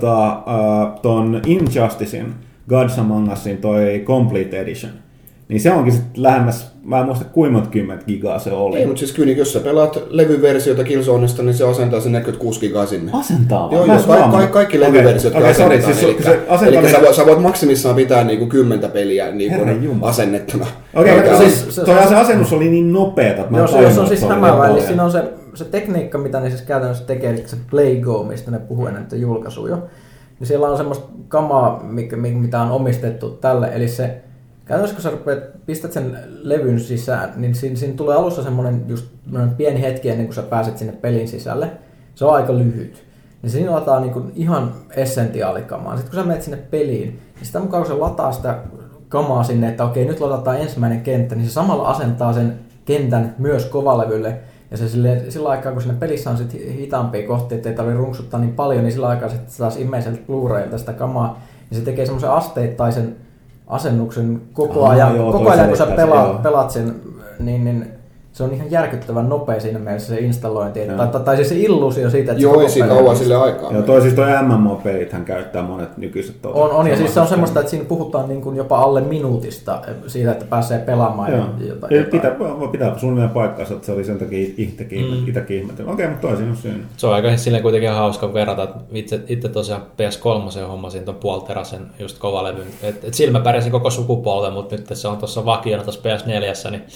ton Injusticein, Gods Among Usin toi Complete Edition, niin se onkin sitten lähemmäs, mä en muista kuinka monta 10 gigaa se oli. Ei, mutta siis kyllä, jos sä pelaat levyversiota Killzoneista, niin se asentaa sen 46 gigaa sinne. Asentaa? Joo, kaikki levyversiot asennetaan. Eli sä voit maksimissaan pitää niinku 10 peliä niinku asennettuna. Se asennus oli niin nopeeta, että mä joo, se on siis hämäävää, eli siinä on se tekniikka, mitä ne siis käytännössä tekee, eli se Play Go, mistä ne puhuu ennen julkaisua jo. Niin siellä on semmoista kamaa, mitä on omistettu tälle, eli se käytännössä kun sä pistät sen levyn sisään, niin siinä tulee alussa semmoinen just pieni hetki ennen kuin sä pääset sinne pelin sisälle. Se on aika lyhyt. Niin siinä lataa niinku ihan essentiaalikamaa. Sitten kun sä menet sinne peliin, niin sitä mukaan kun se lataa sitä kamaa sinne, että okei nyt latataan ensimmäinen kenttä, niin se samalla asentaa sen kentän myös kovalevylle. Ja se sillä aikaa, kun siinä pelissä on sit hitaampia kohtia, ettei tarvitse runksuttaa niin paljon, niin sillä aikaa sitten taas imeiseltä Blu-raylta sitä kamaa. Ja se tekee semmoisen asteittaisen asennuksen koko ajan, kun sä pelaat sen, niin se on ihan järkyttävän nopea siinä mielessä se installointi. Tai siis se illuusio siitä, että joo, ei siinä kauan sille aikaa. Joo, siis toi MMO-pelithän käyttää monet nykyiset. On ja siis se on semmoista, että siinä puhutaan niin kuin jopa alle minuutista siitä, että pääsee pelaamaan. Pitää suunnilleen paikkaansa, että se oli sen takia itsekin ihmetellyt. Okei, mutta toisin on syyn. Se on aika silleen kuitenkin hauska verrata, että itse tosiaan PS3 hommasin ton puolterasen just kovalevyn. Et sillä mä pärjäsin koko sukupolven, mutta nyt se on tuossa vakiona tuossa PS4, niin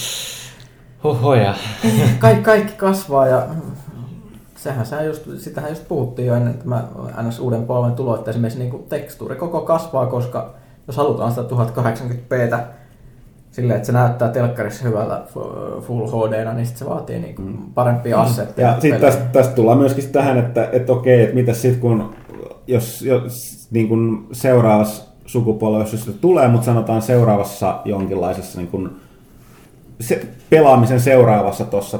Kaikki kasvaa ja sitähän just puhuttiin jo ennen tämä NS uuden polven tulo, että esimerkiksi niin tekstuuri koko kasvaa, koska jos halutaan sitä 1080p:tä silleen, että se näyttää telkkarissa hyvältä Full HD:na, niin sitten se vaatii niin parempia assetteja. Ja sitten tästä tullaan myöskin tähän, että okei, että mitä sitten kun jos niin kun seuraavassa sukupolvessa jos se tulee, mutta sanotaan seuraavassa jonkinlaisessa niin kun pelaamisen seuraavassa tuossa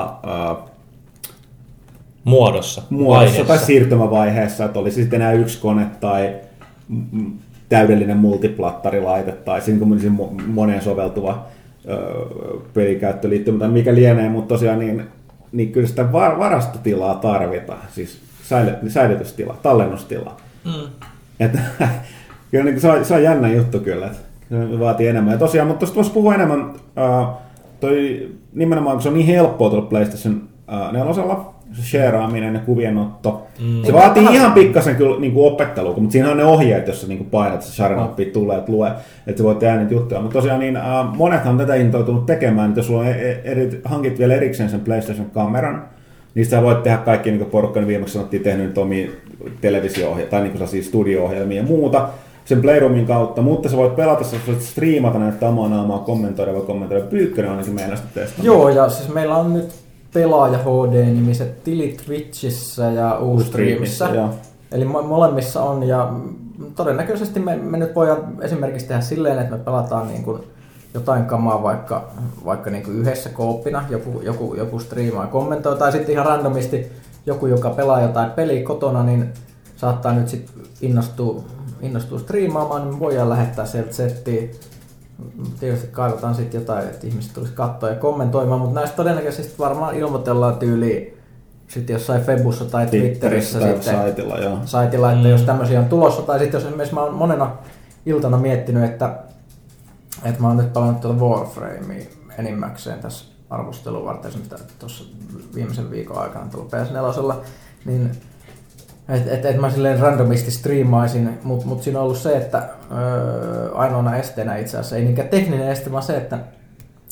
muodossa tai siirtymävaiheessa, että olisi sitten enää yksi kone tai täydellinen multiplattarilaite tai moneen soveltuva pelikäyttöliittymä tai mikä lienee, mutta tosiaan niin kyllä sitä varastotilaa tarvitaan, siis säilytystilaa, tallennustilaa. Että kyllä niin se on jännä juttu kyllä, että se vaatii enemmän. Ja tosiaan, mutta tuossa puhuu enemmän, toi nimenomaan, kun se on niin helppoa tuolla PlayStation 4, se shareaaminen ja kuvienotto. Se vaatii ihan pikkasen kyllä niin kuin opettelua, mutta siinä on ne ohjeet, jossa niin kuin painat, että se share-nappi tulee, että lue, että se voi tehdä niitä juttuja. Mutta tosiaan niin, monethan on tätä intoutunut tekemään, että jos sulla on hankit vielä erikseen sen PlayStation-kameran, niin sä voit tehdä kaikki, niin kuin porukka niin viimeksi sanottiin, tehnyt nyt omia televisio-ohjelmia tai niin kuin studio-ohjelmia ja muuta sen Playroomin kautta, mutta sä voit pelata, sä voit striimata näitä omaa naamaa, kommentoida Pyykkönen ainakin meidän sitä testata. Joo, ja siis meillä on nyt Pelaaja HD-nimiset tilit Twitchissä ja Ustreamissa. Eli molemmissa on, ja todennäköisesti me nyt voidaan esimerkiksi tehdä silleen, että me pelataan niin kuin jotain kamaa vaikka niin kuin yhdessä kooppina, joku striimaa ja kommentoi, tai sitten ihan randomisti joku, joka pelaa jotain peliä kotona, niin saattaa nyt sitten innostua striimaamaan, niin me voidaan lähettää sieltä settiin. Tietysti kaivataan sitten jotain, että ihmiset tulisi katsoa ja kommentoimaan, mutta näistä todennäköisesti varmaan ilmoitellaan tyyliin sitten jossain Febussa tai Twitterissä tai sitten saitilla, että jos tämmöisiä on tulossa, tai sitten jos esimerkiksi mä oon monena iltana miettinyt, että mä oon nyt palannut tuota Warframea enimmäkseen tässä arvostelun varten, mitä tuossa viimeisen viikon aikana tuolla PS4, niin että mä silleen randomisti striimaisin, mutta siinä on ollut se, että ainoana esteenä itse asiassa, ei niinkään tekninen este, vaan se, että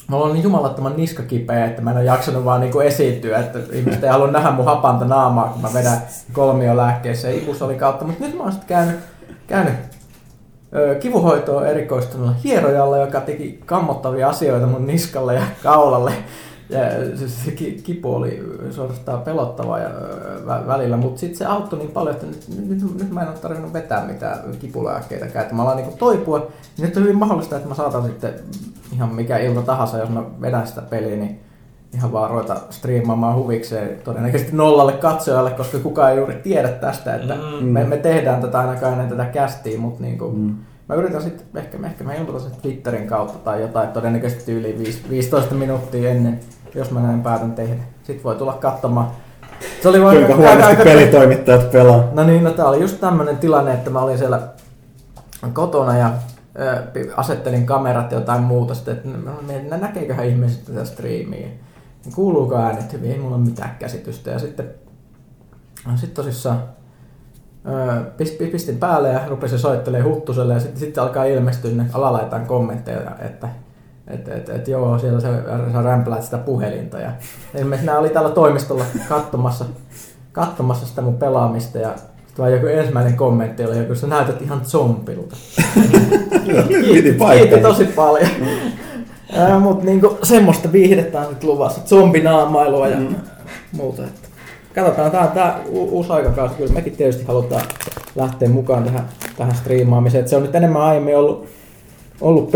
Mulla on niin jumalattoman niskakipeä, että mä en ole jaksanut vaan niinku esiintyä, että ihmiset ei halua nähdä mun hapanta naamaa, kun mä vedän kolmiolääkkeissä ja ibusolin kautta. Mutta nyt mä oon sitten käynyt kivuhoitoon erikoistuneella hierojalla, joka teki kammottavia asioita mun niskalle ja kaulalle. Ja se kipu oli suorastaan pelottava välillä, mutta sitten se auttoi niin paljon, että nyt mä en ole tarvinnut vetää mitään kipulääkkeitäkään. Että mä alan niin toipua. Nyt on hyvin mahdollista, että mä saatan sitten ihan mikä ilta tahansa, jos mä vedän sitä peliä, niin ihan vaan ruveta striimaamaan huvikseen todennäköisesti 0 katsojalle, koska kukaan ei juuri tiedä tästä, että me tehdään tätä ainakaan ennen tätä castia, mutta niinku, mä yritän sitten, ehkä mä ilmoitan sen Twitterin kautta tai jotain, todennäköisesti yli 15 minuuttia ennen, jos mä näin päätän tehdä. Sitten voi tulla katsomaan. Se oli kuinka huonosti pelitoimittajat pelaa. No niin, tää oli just tämmönen tilanne, että mä olin siellä kotona ja asettelin kamerat ja jotain muuta sitten, että näkeeköhän ihmiset tätä striimiä. Kuuluuko äänet hyvin, ei mulla ole mitään käsitystä. Ja sitten tosissaan pistin päälle ja rupesin soittelemaan Huttuselle ja sitten alkaa ilmestyä ne alalaitaan kommentteja, että joo, siellä sä rämpläät sitä puhelinta. Ja ilmeisesti nämä oli täällä toimistolla katsomassa sitä mun pelaamista ja sitten joku ensimmäinen kommentti oli joku, sä näytät ihan zompilta. Kiitti tosi paljon. Mutta niinku semmoista viihdettä on nyt luvassa, zombinaamailua ja muuta. Että katsotaan, tää uusi aikakausi, kyllä mekin tietysti halutaan lähteä mukaan tähän striimaamiseen. Et se on nyt enemmän aiemmin ollut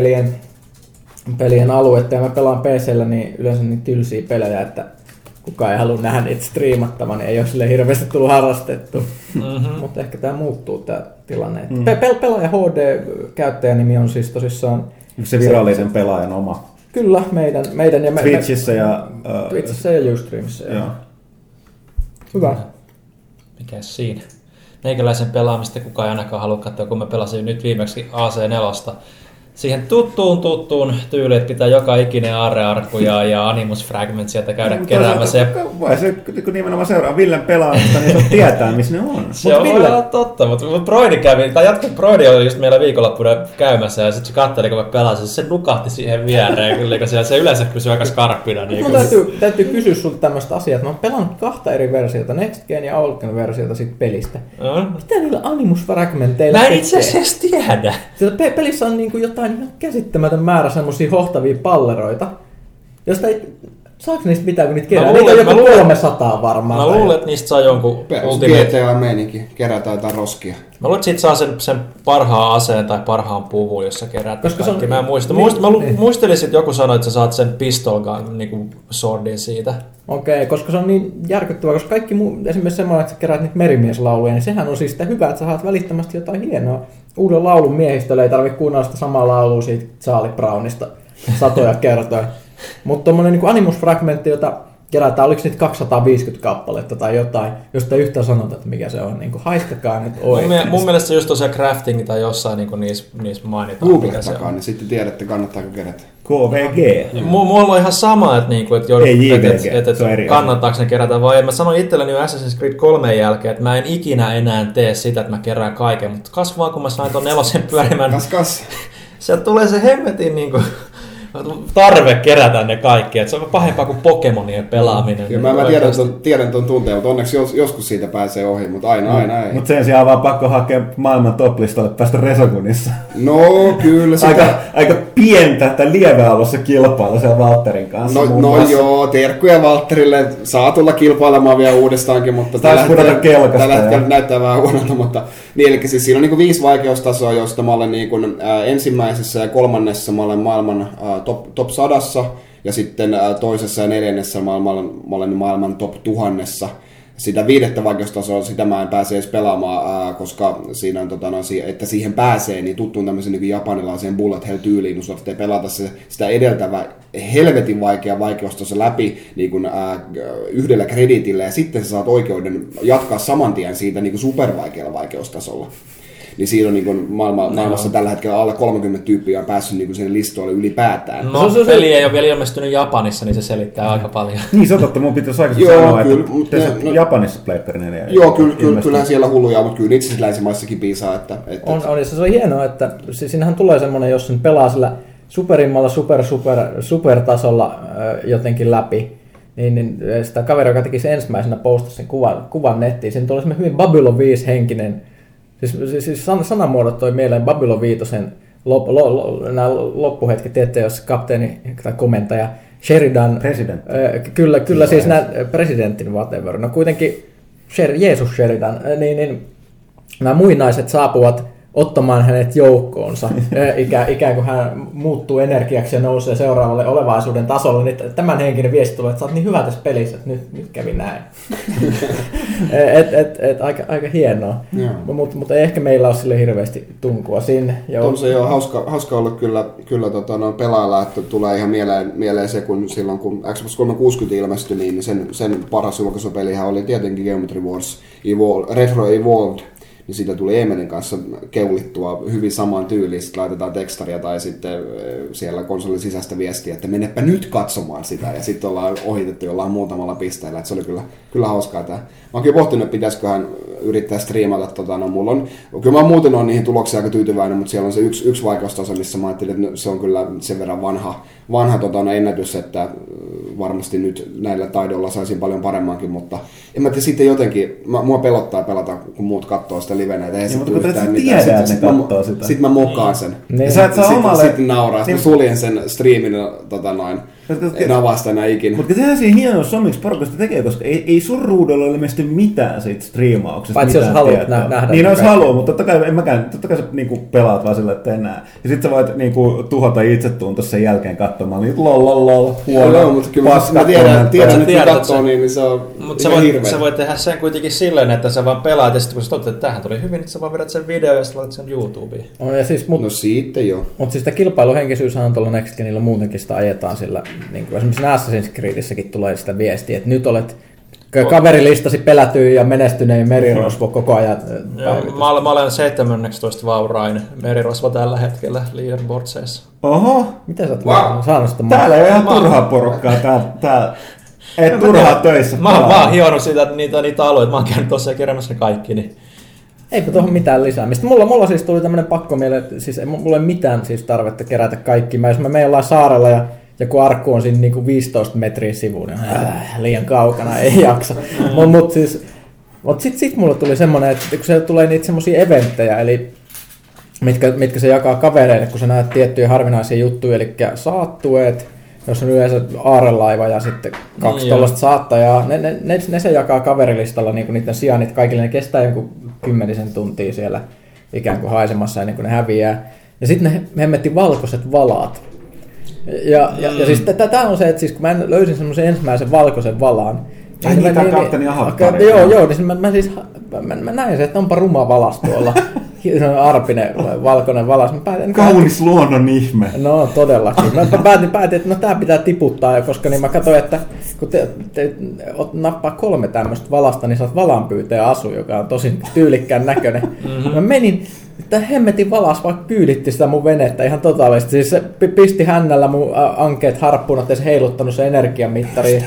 PC-pelien aluetta ja mä pelaan PC:llä niin yleensä niin tylsiä pelejä, että kukaan ei halua nähdä niitä striimattavan, niin ei ole sille hirveästi tullut harrastettu. Mutta ehkä tää muuttuu tää tilanne. Pelaaja HD-käyttäjänimi on siis tosissaan se virallisen pelaajan oma. Kyllä, meidän ja Twitchissä ja Twitchissä ja Ustreamissa. Hyvä. Mikäs siinä? Meikäläisen pelaamista kukaan ei ainakaan halua katsoa, kun mä pelasin nyt viimeksi AC4. Siihen tuttuun tyyliin, että pitää joka ikinen aarrearkkuja ja Animus Fragment sieltä käydä keräämässä. Vai se, kun nimenomaan seuraa Villen pelaamista, niin se tietää, missä ne on. Se on ihan totta, mutta Broidi oli just meillä viikonloppuna käymässä ja sitten se katseli, kun mä pelasin, se nukahti siihen viereen kyllä, kun se yleensä pysyy aika skarppina. Niin täytyy kysyä sulta tämmöistä asiaa, että mä oon pelannut 2 eri versiota, Next Gen ja Old Gen versiota siitä pelistä. Mitä niillä Animus Fragmenteilla tekee? Mä en itse asiassa tiedä. Siellä pelissä on niinku jotain ihan käsittämätön määrä semmosia hohtavia palleroita, josta ei... Saako niistä mitään, kun niitä kerää? Niitä on joku 300 varmaan. Mä luulen, että niistä saa jonkun GTA-meininki, kerätään jotain roskia. Mä luulen, että siitä saa sen parhaan aseen tai parhaan puvun, jossa keräät kaikki. Mä en muista. Muistelin, että joku sanoi, että sä saat sen pistol gun, niin swordin siitä. Okei, koska se on niin järkyttävää, koska kaikki muu, esimerkiksi semmoinen, että sä keräät niitä merimieslauluja, niin sehän on siis sitä hyvää, että sä saat välittömästi jotain hienoa. Uuden laulun miehistölle ei tarvitse kuunnella sitä samaa laulua siitä Charlie Brownista satoja kertoja. Mutta tommonen niin Animus Fragmentti, jota kerätään, oliko niitä 250 kappaletta tai jotain, josta ei yhtään sanota, että mikä se on. Niin haistakaa nyt oikeasti. Mun mielestä just tosiaan crafting tai jossain niin niissä mainitaan. Googlettakaa, niin sitten tiedätte, kannattaako kerätä. KVG. Mulla on ihan sama, että kannattaako ne kerätä vai en. Mä sanoin itselleni jo Assassin's Creed 3 jälkeen, että mä en ikinä enää tee sitä, että mä kerään kaiken, mutta kasvaa kun mä sain ton 4 pyörimään. Kas. Sieltä tulee se hemmetin niinku tarve kerätä ne kaikki, että se on pahempaa kuin Pokemonien pelaaminen. Ja mä tiedän ton tunteen, mutta onneksi joskus siitä pääsee ohi, mutta aina ei. Mutta sen sijaan vaan pakko hakea maailman top-listalle päästä Resogunissa. No kyllä. Aika pientä, että lievealossa kilpailla siellä Valtterin kanssa. No joo, terkkuja Valtterille. Saa tulla kilpailemaan vielä uudestaankin, mutta tällä hetkellä näyttää vähän huonolta. Mutta, niin, eli siis siinä on niin 5 vaikeustasoa, joista mä olen niin ensimmäisessä ja 3. mä olen maailman top 100, ja sitten 2. ja 4. mä olen maailman top 1000. Sitä 5. vaikeustasoa, sitä mä en pääse edes pelaamaan, koska siinä on, että siihen pääsee, niin tuttuun tämmöisen niin japanilaiseen bullet hell tyyliin, kun suotte pelata sitä edeltävä helvetin vaikea vaikeustaso läpi niin kuin, yhdellä krediitillä, ja sitten sä saat oikeuden jatkaa saman tien siitä niin kuin supervaikealla vaikeustasolla. Niin siinä on niin maailmassa tällä hetkellä alle 30 tyyppiä on päässyt niin sinne listoille ylipäätään. No, peli ei ole vielä ilmestynyt Japanissa, niin se selittää aika paljon. Niin, se on totta. Mun pitäisi aikaisemmin sanoa, että Japanissa Pleikkari 4. Joo, kyllähän siellä hulluja, mutta kyllä itse länsimaissakin piisaa. On, se on hienoa, että siinähän tulee semmoinen, jos sen pelaa sillä superimmalla supertasolla jotenkin läpi, niin sitä kaveri, joka teki sen ensimmäisenä postasi sen kuvan nettiin, siinä tuli semmoinen hyvin Babylon 5 henkinen, siis sanamuodot toi mieleen Babylon 5 nämä loppuhetki, tiedätte, jos kapteeni tai komentaja Sheridan, kyllä siis nämä presidentin whatever, no kuitenkin Jeesus Sheridan, niin nämä muinaiset saapuvat ottamaan hänet joukkoonsa, ikään kuin hän muuttuu energiaksi ja nousee seuraavalle olevaisuuden tasolle, niin tämän henkinen viesti tulee, että sä oot niin hyvä tässä pelissä, että nyt kävi näin. Aika hienoa, mutta ei ehkä meillä ole sille hirveästi tunkua sinne. Se on hauska olla kyllä pelailla, että tulee ihan mieleen se, kun silloin kun Xbox 360 ilmestyi, niin sen paras julkaisupelihän oli tietenkin Geometry Wars Retro Evolved, niin siitä tuli Emelin kanssa keulittua hyvin samaan tyyliin, sitten laitetaan tekstaria tai sitten siellä konsolin sisäistä viestiä, että menepä nyt katsomaan sitä, ja sitten ollaan ohitettu jollain muutamalla pisteellä, että se oli kyllä hauskaa tämä. Mä oon kyllä pohtinut, että pitäisiköhän yrittää striimata, kyllä mä muuten on niihin tuloksiin aika tyytyväinen, mutta siellä on se yksi vaikeustaso, missä mä ajattelin, että se on kyllä sen verran vanha ennätys, että varmasti nyt näillä taidoilla saisin paljon paremmankin, mutta en mä tiedä, sitten jotenkin, mua pelottaa pelata, kun muut katsoo sitä livenä, että ei sitten yhtään mitään. Sitten mä mokaan sen. Sitten nauraa, sitten suljen sen striimin, en avaa sitä enää ikinä. Mutta sehän siinä hienossa miksi porukasta tekee, koska ei sun ruudulla ole ilmeisesti mitään siitä striimauksesta. Paitsi jos haluat nähdä. Niin jos haluaa, mutta totta kai sä niinku pelaat vaan sillä, että enää. Ja sit sä voit niinku tuhota itsetuntoa sen jälkeen katsomaan, niin lol, huono, mutta kyllä mä tiedän, että katsoo, niin se on mutta sä voit tehdä sen kuitenkin silleen, että sä vaan pelaat, ja sitten kun sä toteat, että tähän tuli hyvin, että sä vaan vedät sen video ja sitten laitat sen YouTubeen. No siitä joo. Mutta siis sitä kilpailuhenkisyyshän on tuolla Next Genillä muutenkin sitä ajetaan sillä, niin kuin esimerkiksi Assassin's Creedissäkin tulee sitä viestiä, että nyt olet kaverilistasi pelätyy ja menestynein merirosvo koko ajan. Mä olen 17 vaurain merirosvo tällä hetkellä leaderboardseissa. Oho! Mitä sä oot saanut sitä? Täällä ei ole ihan turhaa porukkaa. Tää ei turhaa töissä. Mä oon hionnut siitä, että niitä alueita. Mä oon käynyt tosiaan keräämässä ne kaikki. Niin. Eipä tuohon mitään lisäämistä. Mulla siis tuli tämmönen pakkomiele, siis ei mulla ole mitään siis tarvetta kerätä kaikki. Jos mä menen jollain saarella ja joku arkku on siinä niinku 15 metriä sivuun, niin liian kaukana, ei jaksa. Mutta sit mulle tuli semmonen, että kun se tulee niitä semmosia eventtejä, eli mitkä se jakaa kavereille, kun sä näet tiettyjä harvinaisia juttuja, eli saattueet, jos on yleensä aarelaiva ja sitten 2 tollaista saattajaa, ne se jakaa kaverilistalla niinku niiden sijaan, kaikille ne kestää jonkun 10 tuntia siellä ikään kuin haisemassa ennen kuin ne häviää. Ja sitten ne hemmetti valkoiset valaat. Ja siis tää on se, että siis kun mä löysin semmoisen ensimmäisen valkoisen valaan. Mä näin se, että onpa ruma valas tuolla. Arpinen valkoinen valas. Kaunis luonnon ihme. No todellakin. Mä päätin, että tää pitää tiputtaa, koska niin mä katsoin, että kun te nappaa 3 tämmöistä valasta, niin saat valanpyytäjä asu, joka on tosi tyylikkään näköinen. Mä menin, että hemmetin valas vaan kyyditti sitä mun venettä ihan totaalisesti. Siis se pisti hännällä mun ankeet harppuunat ja se heiluttanut se energiamittari.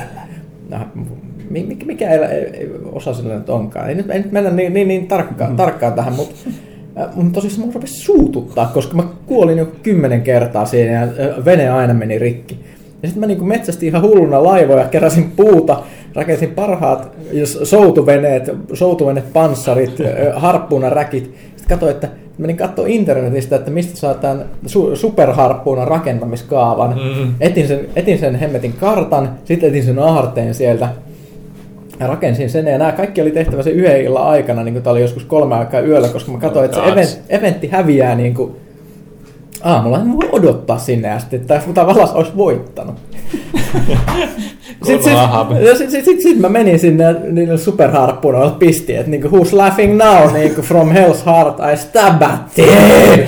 Mikä ei osa sillä nyt onkaan. Ei nyt mennä niin tarkkaan tähän, mutta tosissaan mun rupesi suututtaa, koska mä kuolin jo 10 kertaa siinä ja vene aina meni rikki. Ja sitten mä niin metsästin ihan hulluna laivoja, keräsin puuta, rakensin parhaat soutuveneet, panssarit, harppuunaräkit. Sitten katsoin, että menin katsoa internetistä, että mistä saa tämän superharppuunan rakentamiskaavan. Etin sen hemmetin kartan, sitten etin sen aarteen sieltä. Ja rakensin sen, ja nämä kaikki oli tehtävä se 1 illan aikana, niin kuin tämä oli joskus 3 aikaa yöllä, koska mä katsoin, että se eventti häviää niin kuin aamulla. En voi odottaa sinne asti, että tämä valas olisi voittanut. Sitten mä menin sinne niille superharppuunoille pistiin, että niinku, who's laughing now, niinku, from hell's heart I stab at it.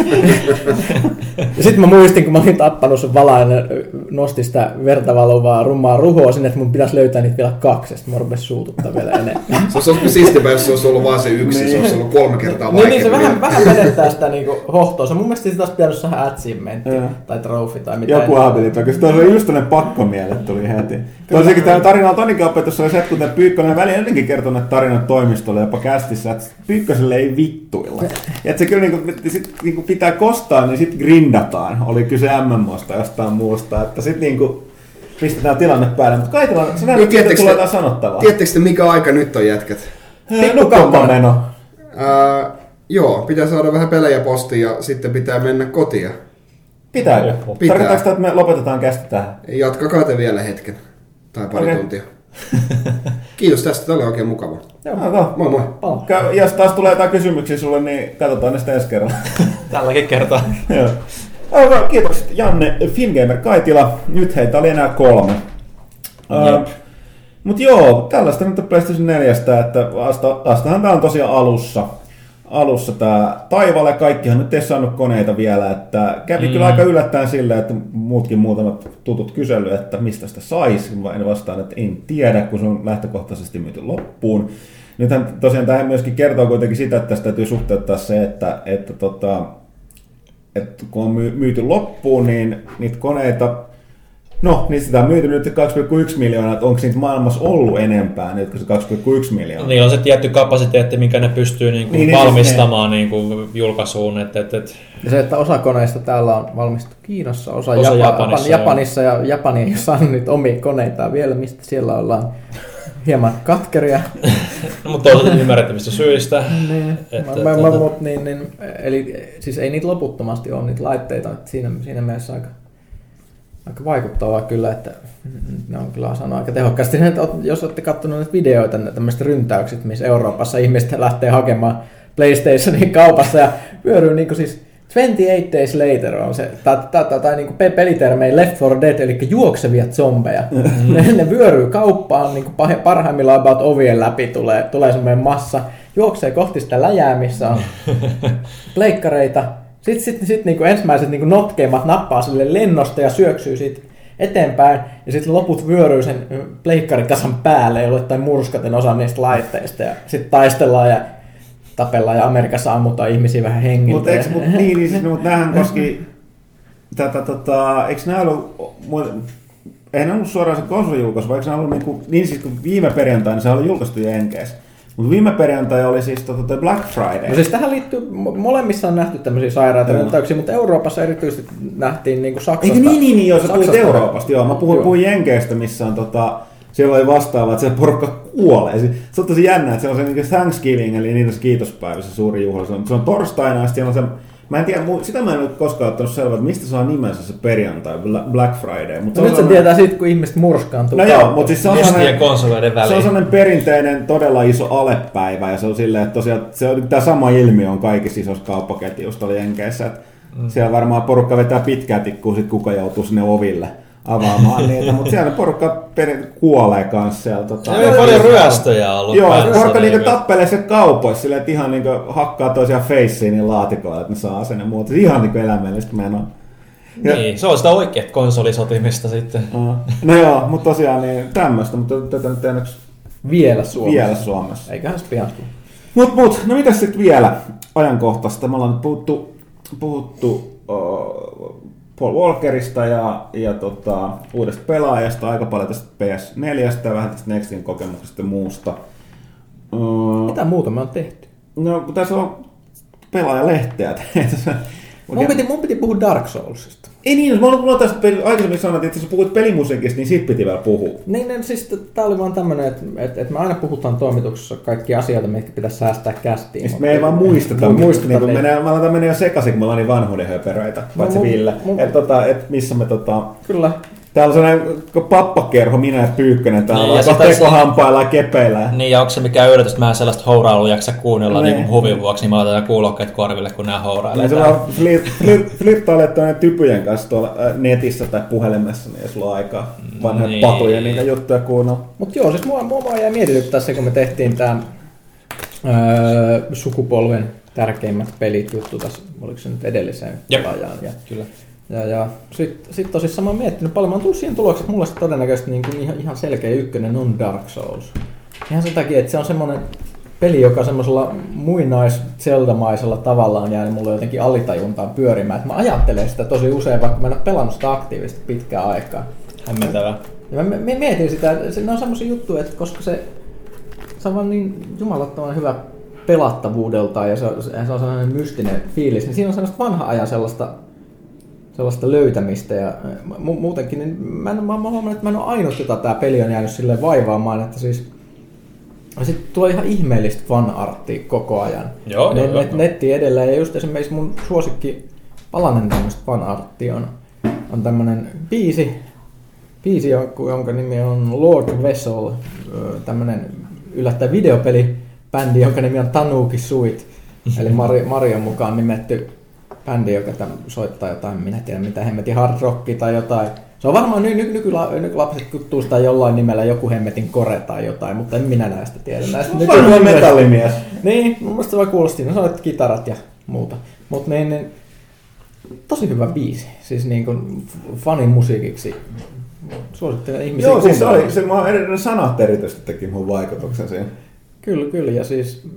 Ja sitten mä muistin, kun mä olin tappanut sen valaan ja nostin sitä verta valuvaa rummaa ruhoa sinne, että mun pitäisi löytää niitä vielä 2, ja sitten mä rupesin suututtaa vielä enemmän. Se olisi siistipä, jos se olisi ollut vaan se 1, se olisi ollut 3 kertaa vaikeampi. Niin se vähän menettää sitä niinku hohtoa. Mun mielestä sitä olisi pitänyt saada achievementti tai trophy tai mitään. Joku habilit oikein. Se oli just tämmöinen pakkomiele tuli heti. Tosiaankin tämä tarina on Tonikin opetus, oli se, että kun Pyykkönen väliin ennenkin kertoi näitä tarinat toimistolle jopa kästissä, että Pyykköselle ei vittu vittuilla. Että se kyllä niinku pitää kostaa, niin sitten grindataan. Oli kyse MMOsta jostain muusta. Että sitten niinku pistetään tilanne päälle. Mutta Kaitila, se näin, että tulee jotain sanottavaa. Tiedättekö te, mikä aika nyt on, jätkät? Nukkumaan meno. Joo, pitää saada vähän pelejä postiin ja sitten pitää mennä kotiin. Pitääkö? Pitää. Tarkoittaako sitä, että me lopetetaan kästi tähän? Jatkakaa te vielä hetken. Tai pari tuntia. Kiitos tästä, tämä oli oikein mukava. Joo. Moi moi. Jos taas tulee jotain kysymyksiä sulle, niin katsotaan ne sitten ensi kerralla. Tälläkin kertaa. Joo. Kiitos Janne Fingamer Kaitila. Nyt heitä oli enää 3. Mutta joo, tällaista nyt on PlayStation 4, että vastahan tämä on tosiaan alussa tämä taivaalla ja kaikkihan nyt ei saanut koneita vielä, että kävi kyllä aika yllättäen silleen, että muutkin muutamat tutut kysely, että mistä sitä saisi, en vastaan, että en tiedä, kun se on lähtökohtaisesti myyty loppuun. Nythän tosiaan tämä myöskin kertoo kuitenkin sitä, että tästä täytyy suhteuttaa se, että kun on myyty loppuun, niin niitä koneita, niistä sitä on myyty nyt 2,1 miljoonaa, että onko niitä maailmassa ollut enempää nyt kuin se 2,1 miljoonaa? Niillä on se tietty kapasiteetti, minkä ne pystyy valmistamaan julkaisuun. Ja se, että osa koneista täällä on valmistettu Kiinassa, osa Japanissa ja Japani ei saanut nyt omia koneitaan vielä, mistä siellä ollaan hieman katkeria. Mutta toisaalta ymmärrettävistä syistä. Eli siis ei niitä loputtomasti ole niitä laitteita, että siinä mielessä aika vaikuttavaa kyllä, että ne on kyllä saanut aika tehokkaasti. Jos olette katsoneet näitä videoita, tämmöiset ryntäykset, missä Euroopassa ihmiset lähtee hakemaan PlayStationin kaupassa ja vyöryy niin kuin siis 28 Days Later on se, tai niin kuin pelitermein Left 4 Dead, eli juoksevia zombeja. Ne vyöryy kauppaan, niin kuin parhaimmillaan about ovien läpi tulee semmoinen massa, juoksee kohti sitä läjää, missä on pleikkareita. Sitten niin kuin ensimmäiset niin kuin notkeimmat nappaa sille lennosta ja syöksyy siitä eteenpäin, ja sitten loput vyöryy sen pleikkarikasan päälle, jolle murskaten osa niistä laitteista, ja sitten taistellaan ja tapellaan, ja Amerikassa ammutaan ihmisiä vähän hengiltä. Mutta näähän koski eikö nämä ollut, eihän ollut suoraan se konsolijulkaisu, vai eikö nämä ollut niin siis kuin viime perjantaina, se oli julkaistu Jenkeissä. Mutta viime perjantai oli siis Black Friday. No siis tähän liittyy, molemmissa on nähty tämmöisiä sairaita ryntäyksiä, mutta Euroopassa erityisesti nähtiin niin kuin Saksasta. Eikö niin, jos sä puhuit Euroopasta, joo. Mä puhuin Jenkeistä, missä on siellä oli vastaava, että se porukka kuolee. Se on tosi jännä, että se on se niin Thanksgiving, eli niitä kiitospäivä, se suuri juhla. Se on torstaina, ja siellä on se, mä en tiedä, sitä mä en ole koskaan ottanut selvää, että mistä saa nimensä se perjantai, Black Friday. Mutta nyt se tietää siitä, kun ihmiset murskaantuu. No joo, mutta siis se on sellainen perinteinen, todella iso alepäivä, ja se on silleen, että tosiaan tämä sama ilmiö on kaikissa isoissa kauppaketjuissa Jenkeissä. Siellä varmaan porukka vetää pitkää tikkua, sit kuka joutuu sinne oville avaamaan niitä, mutta siellä porukka kuolee kanssa siellä. Ei paljon ryöstöjä ollut. Joo, porukka niinku tappelee se kaupoissa silleen, että ihan niinku hakkaa toisiaan feissiin niin laatikoilla, että ne saa sen ja muuta. Ihan niinku eläimellistä menoa. Niin, se on sitä oikeat konsolisotimista sitten. No joo, mutta tosiaan niin tämmöistä, mutta tätä nyt ennäks vielä Suomessa. Eiköhän se pian. No mitäs sitten vielä ajankohtaista? Me ollaan nyt puhuttu Paul Walkerista ja uudesta pelaajasta, aika paljon tästä PS4 ja vähän tästä Nextin kokemuksesta ja muusta. Mitä muuta me on tehty? No, tässä on pelaajalehteä. Mun piti puhua Dark Soulsista. Ei niin, mulla tästä aikaisemmin sanoin, että jos puhuit pelimusiikista, niin sit piti vielä puhua. Niin, siis tää oli vaan tämmönen, että me aina puhutaan toimituksessa kaikki asioita, mitkä pitäisi säästää kästiin. Me ei vaan muisteta. Me aletaan mennä jo sekaisin, kun me ollaan niin vanhuudenhöperöitä, paitsi Ville. Missä me Kyllä. Täällä on sellainen pappakerho, minä ja Pyykkönen täällä, niin, tekohampailla ja kepeillä. Niin, ja onko se mikään yllätys, että mä en sellaista hourailua jaksa kuunnella niin huvin vuoksi, niin mä laitan kuulokkeet korville, kun nää hourailee. Niin, sulla flirttailet typyjen kanssa tuolla netissä tai puhelimessa, niin ei sulla ole aikaa vanhoja patuja niitä juttuja kuunnella. Mut joo, siis mua jäi mietityttää se, kun me tehtiin tää sukupolven tärkeimmät pelit juttu tässä, oliko se nyt edelliseen pelaajaan. Kyllä. Ja sit tosissaan mä oon miettinyt paljon. Mä oon tullut siihen tulokseen, että mulle se todennäköisesti niin kuin ihan selkeä ykkönen on Dark Souls. Ihan sen takia, että se on semmonen peli, joka semmoisella muinais-Zelda-maisella tavallaan jäänyt mulle jotenkin alitajuntaan pyörimään. Että mä ajattelen sitä tosi usein, vaikka mä en ole pelannut sitä aktiivisesti pitkään aikaa. Hämmentävää. Ja mä mietin sitä, että ne on semmosia juttuja, että koska se on vaan niin jumalattoman hyvä pelattavuudeltaan ja se on sellainen mystinen fiilis, niin siinä on sellaista vanha ajan sellaista löytämistä ja muutenkin, niin mä huomannut, että mä en ole ainut, jota tää peli on jäänyt silleen vaivaamaan, että siis sitten tulee ihan ihmeellistä fanarttia koko ajan. Joo. Netti edelleen ja just esimerkiksi mun suosikki palanen tämmöistä fanarttia on tämmönen biisi, jonka nimi on Lord Vessel, tämmönen yllättäen videopelibändi, jonka nimi on Tanuki Suit, eli Marion mukaan nimetty bändi, joka soittaa jotain, minä tiedän mitä hemmetin hard rockia tai jotain. Se on varmaan nykylapset kuttuu sitä jollain nimellä joku hemmetin kore tai jotain, mutta en minä näistä tiedä. Varmaan metallimies. Niin, mun mielestä se voi kuulostaa, siinä on kitarat ja muuta. Mutta niin, tosi hyvä biisi, siis niin kuin fanin musiikiksi. Suosittelen ihmisiä. Joo, siis mä sanat erityisesti teki mun vaikutuksen siihen. Kyllä, ja siis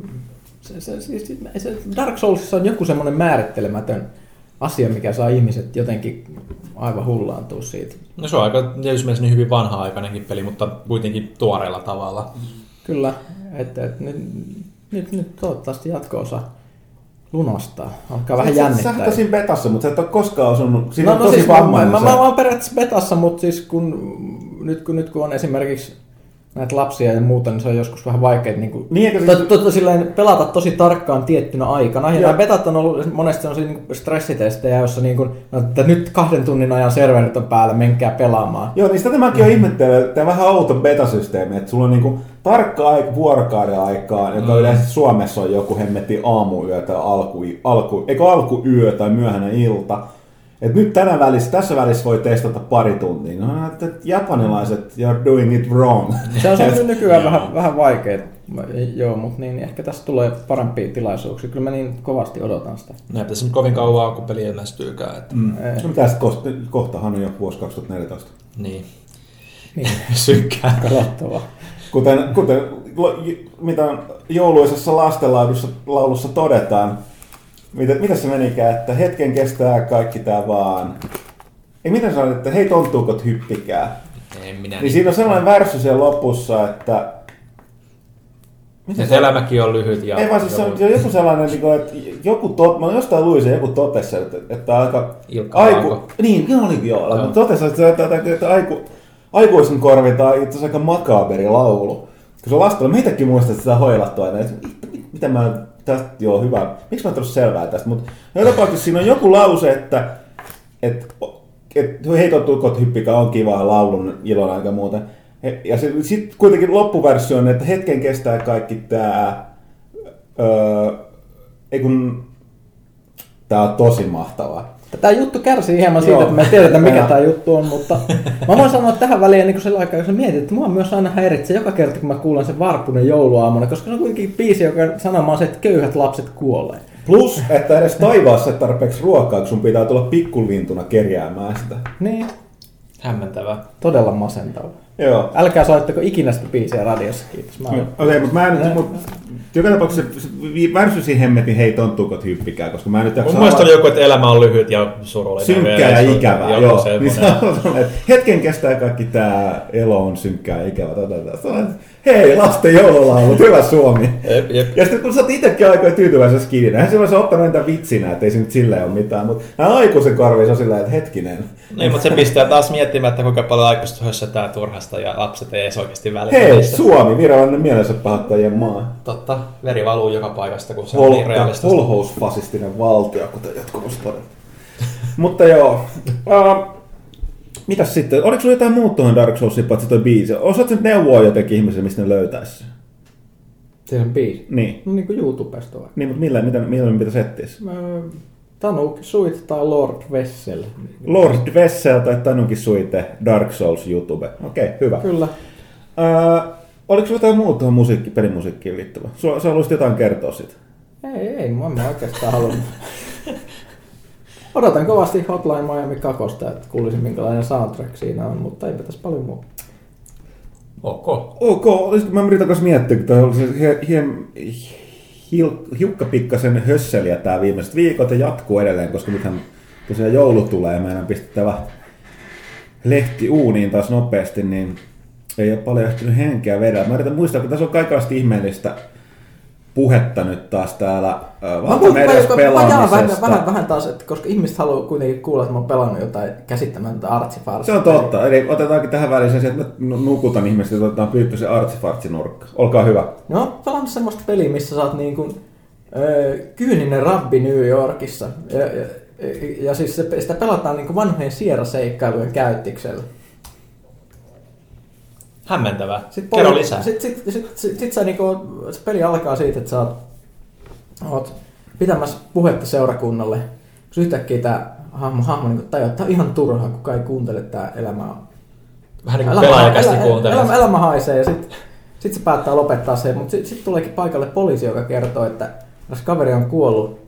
se Dark Soulsissa on joku semmoinen määrittelemätön asia, mikä saa ihmiset jotenkin aivan hullaantua siitä. No se on aika tietysti niin hyvin vanha-aikainenkin peli, mutta kuitenkin tuoreella tavalla. Kyllä, että nyt toivottavasti jatko-osa lunastaa. Alkaa vähän jännittää. Sä tosin betassa, mutta sä et ole koskaan osunut. Siinä no, on tosi siis vammainen. Mä oon periaatteessa betassa, mutta siis nyt kun on esimerkiksi näitä lapsia ja muuta, niin se on joskus vähän vaikea niin pelata tosi tarkkaan tiettynä aikana. Ja nämä betat on ollut monesti sellaisia niin stressitestejä, joissa niin kuin, että nyt 2 tunnin ajan serverit on päällä, menkää pelaamaan. Joo, niin sitä tämäkin on ihmettelyä, että vähän outo betasysteemi, että sulla on niin kuin tarkka aika vuorokauden aikaa, joka yleensä Suomessa on joku hemmetti aamuyö tai alkuyö tai myöhäinen ilta. Et nyt tässä välissä voi testata pari tuntia. No, että japanilaiset, you're doing it wrong. Se on nykyään vähän vaikea. Joo, mutta niin, ehkä tässä tulee parempia tilaisuuksia. Kyllä mä niin kovasti odotan sitä. No ei pitäisi nyt kovin kauan, kun peli ilmestyykään. Että... No mitäs kohtahan on jo vuosi 2014. Niin. Synkkää. Kalattavaa. Kuten mitä jouluisessa lastenlaulussa todetaan, mitä se menikään, että hetken kestää kaikki tää vaan. Ei miten sanoit, että hei tonttuukot hyppikää. Niin siinä on sellainen värsy siellä lopussa, että... Elämäkin on lyhyt ja... Ei vaan siis se on joku sellainen, että mä jostain luin sen, joku totesi, että aika... Niin, olikin joo. Totesi, että aikuisen korvitaan itse asiassa aika makaaberi laulu. Kun se on lastella, meitäkin muistaa, että sitä on hoilattu aina. Mitä mä... Tästä, joo, hyvä. Miksi mä en tullut selvää tästä? Mutta tapauksessa siinä on joku lause, että hei tonttuukot hyppikää on kiva laulun ilon aika muuta. Ja sitten kuitenkin loppuversio on, että hetken kestää kaikki tää... Tää on tosi mahtavaa. Tämä juttu kärsii hieman siitä, että me tiedetään mikä tämä juttu on, mutta mä voin sanoa tähän väliin niin sillä aikaa, kun sä mietit, että mua myös aina häiritsee joka kerta, kun mä kuulen sen Varpunen jouluaamuna, koska se on kuitenkin biisi, joka sanomaan se, että köyhät lapset kuolee. Plus, että edes taivaassa tarpeeksi ruokaa, kun sun pitää tulla pikkulintuna kerjäämään sitä. Niin. Hämmentävää. Todella masentavaa. Joo. Älkää soittako ikinä sitä biisiä radiossa, kiitos. Okei, mutta mä en nyt... Joka tapauksessa värsysi hemmetin hei tonttuukot hyppikää, koska mä en nyt jaksa... Mun mielestä on joku, että elämä on lyhyt ja surullinen. Synkkää ja ikävää, joo. Niin hetken kestää kaikki tää elo on synkkää ja ikävää. Hei, lasten joululaulut, hyvä Suomi. Jep. Ja sitten kun sä oot itsekin aika tyytyväisen skidinä, eihän se voisi ottanut niitä vitsinä, ettei se nyt silleen ole mitään, mutta nämä aikuisen korviin on silleen, että hetkinen. Niin, mutta se pistää taas miettimään, että kuinka paljon aikuista hössätään turhasta ja lapset ei edes oikeasti välitä. Hei, Suomi, virallinen mielensä pahoittajien maa. Totta, veri valuu joka paikasta, kun se on niin realistista. Holhousfasistinen valtio, kuten jatkuvasti todetaan. Mutta joo. Mitäs sitten? Oliko sulla jotain muut tuohon Dark Soulsiin, paitsi toi biisi? Osaatko nyt neuvoa jotenkin ihmisille, mistä ne löytäisi? Se on biisi? Niin. No niin kuin YouTubesta vai? Niin, mutta millä pitäisi etsiä? Tanuki Suite tai Lord Vessel. Lord Vessel tai Tanuki Suite, Dark Souls YouTube. Okei, hyvä. Kyllä. Oliko sulla jotain muuta tuohon pelimusiikkiin liittyvää? Sä haluaisit jotain kertoa siitä? Ei, mä en oikeastaan halunnut. Odotan kovasti Hotline Miami 2, että kuulisin minkälainen soundtrack siinä on, mutta eipä tässä paljon muuta. Ok. Mä yritän kanssa miettiä, kun tämä oli hiukka pikkasen hösseliä tää viimeiset viikot ja jatkuu edelleen, koska nythän tosiaan joulu tulee ja meidän pistettävä lehti uuniin taas nopeasti, niin ei ole paljon ehtinyt henkeä vedellä. Mä yritän muistaa, kun tässä on kaikenlaista ihmeellistä puhetta nyt taas täällä valtamediassa pelaamisesta. Vähän taas, että koska ihmiset haluaa kuitenkin kuulla, että mä oon pelannut jotain käsittämätöntä artsifarsia. Se on totta. Eli otetaankin tähän väliin sen, että mä nukutan ihmiset, että otetaan pyytty se artsifartsinurkka. Olkaa hyvä. No, pelannut semmoista peliä, missä sä oot niin kuin kyyninen rabbi New Yorkissa. Ja siis sitä pelataan niin kuin vanhojen Sierra-seikkailujen käyttiksellä. Hämmentävää. Kerro lisää. Sitten se peli alkaa siitä, että sä oot pitämässä puhetta seurakunnalle. Kun yhtäkkiä tää hahmo niin tajuaa, että tää on ihan turhaa, kukaan ei kuuntele, tää elämä on... Vähän niin kuin pelaajakästi kuuntelee. Elämä haisee ja sit se päättää lopettaa sen, mutta sit tuleekin paikalle poliisi, joka kertoo, että jos kaveri on kuollut,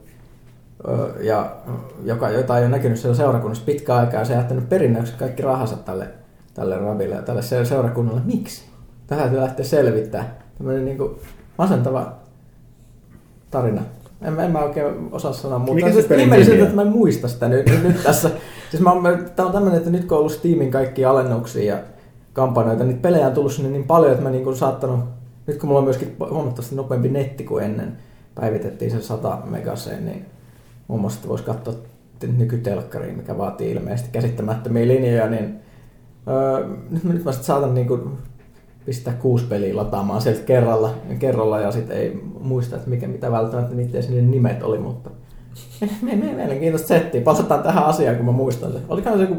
jota ei ole näkynyt siellä seurakunnassa pitkään aikaa, ja se on jättänyt perinnöksi kaikki rahansa tälle rabille ja tälle seurakunnalle. Miksi? Tähän täytyy lähteä selvittämään. Tämmöinen niin kuin masentava tarina. En mä oikein osaa sanoa, mutta ihmeellisesti, että mä en muista sitä nyt tässä. Siis tää on tämmöinen, että nyt kun on ollut Steamin kaikkia alennuksia ja kampanjoita, niitä pelejä on tullut sinne niin paljon, että mä niin kuin saattanut, nyt kun mulla on myöskin huomattavasti nopeampi netti kuin ennen, päivitettiin se 100 megaseen, niin muun muassa voisi katsoa nykytelkkariin, mikä vaatii ilmeisesti käsittämättömiä linjoja, niin nyt mä sitten saatan niin kuin pistää 6 peliä lataamaan sieltä kerralla ja sitten ei muista, että mitä välttämättä niiden nimet oli, mutta mielenkiintoista settiä. Palataan tähän asiaan, kun mä muistan sen. Olikohan se joku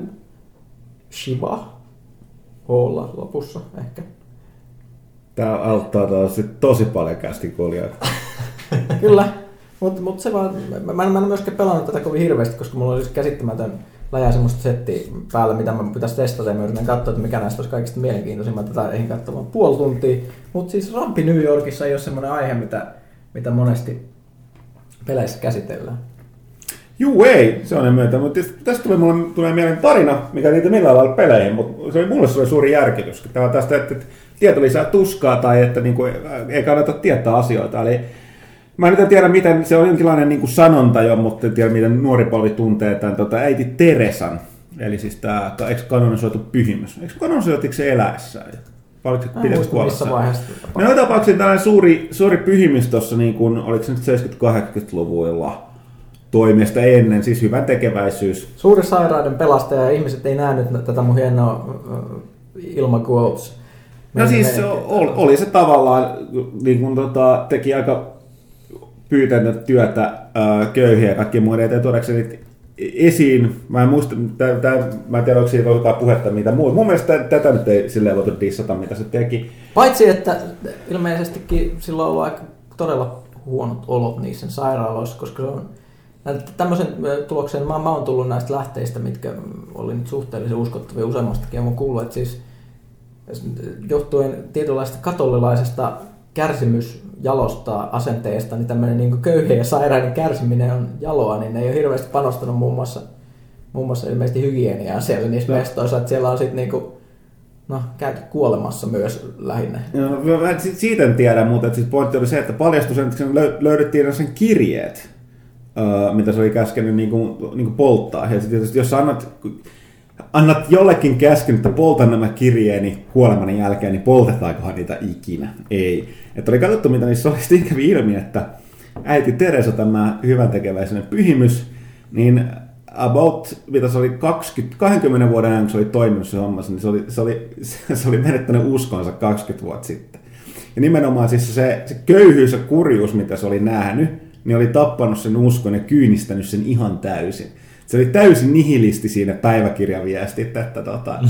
Shiva H:lla lopussa ehkä? Tää auttaa taas tosi paljon kästikuljaita. Kyllä, mutta se vaan, mä en myöskään pelannut tätä kovin hirveästi, koska mulla oli käsittämätön läjää semmoista settiä päällä, mitä mä pitäisi testata ja mä yritän katsoa, että mikä näistä olisi kaikista mielenkiintoisimmat. Tätä eihin katsomaan puoli tuntia, mutta siis Rabbi New Yorkissa ei ole semmoinen aihe, mitä monesti peleissä käsitellään. Juu, ei, se on myötä, mutta tästä tulee mieleen tarina, mikä niitä millään lailla peleihin, mutta mulle se oli suuri järkytys. Tämä on tästä, että tieto lisää tuskaa tai että niinku, ei kannata tietää asioita. Eli mä en tiedä, miten, se on jonkinlainen niinku sanonta jo, mutta en tiedä, miten nuori polvi tuntee tämän äiti Teresan. Eli siis tämä kanonisoitu pyhimys. Eikö kanonisoitiko se eläessään? Oliko se pitäisi kuollessaan? No joka tapauksessa tällainen suuri pyhimys tuossa, niin kuin, oliko se nyt 70-80-luvuilla toimista ennen, siis hyvän tekeväisyys. Suuri sairauden pelastaja ja ihmiset ei nähnyt tätä mun hienoa ilmaquotes. No siis oli se tavallaan, niin kuin teki aika pyytänyt työtä köyhiä ja kaikkien muiden eteen tuodakseni esiin. Mä en muista, mä en tiedä, onko siitä jotain puhetta mitä muuta. Mun mielestä tätä nyt ei silleen voitu dissata, mitä se teki. Paitsi, että ilmeisestikin silloin on ollut aika todella huonot olot niissä sairaaloissa, koska se on tämmöisen tuloksen, mä oon tullut näistä lähteistä, mitkä oli nyt suhteellisen uskottavia useammastakin, ja mä oon kuullut, että siis johtuen tietynlaista katolilaisesta kärsimysjalosta asenteesta, niin tämmöinen niin köyhien ja sairaiden kärsiminen on jaloa, niin ne ei ole hirveästi panostanut muun muassa ilmeisesti hygieniaan siellä niissä mestoissa, että siellä on sitten niinku, käyty kuolemassa myös lähinnä. No, siitä en tiedä, mutta siis pointti oli se, että paljastui sen, että löydettiin sen kirjeet, mitä se oli käskenyt niin polttaa. Ja tietysti jos annat jollekin käskyn, että polta nämä kirjeeni kuolemani jälkeen, niin poltetaankohan niitä ikinä? Ei. Että oli katsottu, mitä niissä oli. Sitten kävi ilmi, että äiti Teresa, tämä hyväntekeväisyyden pyhimys, niin about, mitä se oli 20 vuoden ajan, kun se oli toiminut se hommassa, niin se oli menettänyt uskonsa 20 vuotta sitten. Ja nimenomaan siis se köyhyys ja kurjuus, mitä se oli nähnyt, niin oli tappanut sen uskon ja kyynistänyt sen ihan täysin. Se oli täysin nihilisti siinä päiväkirjaviestit, että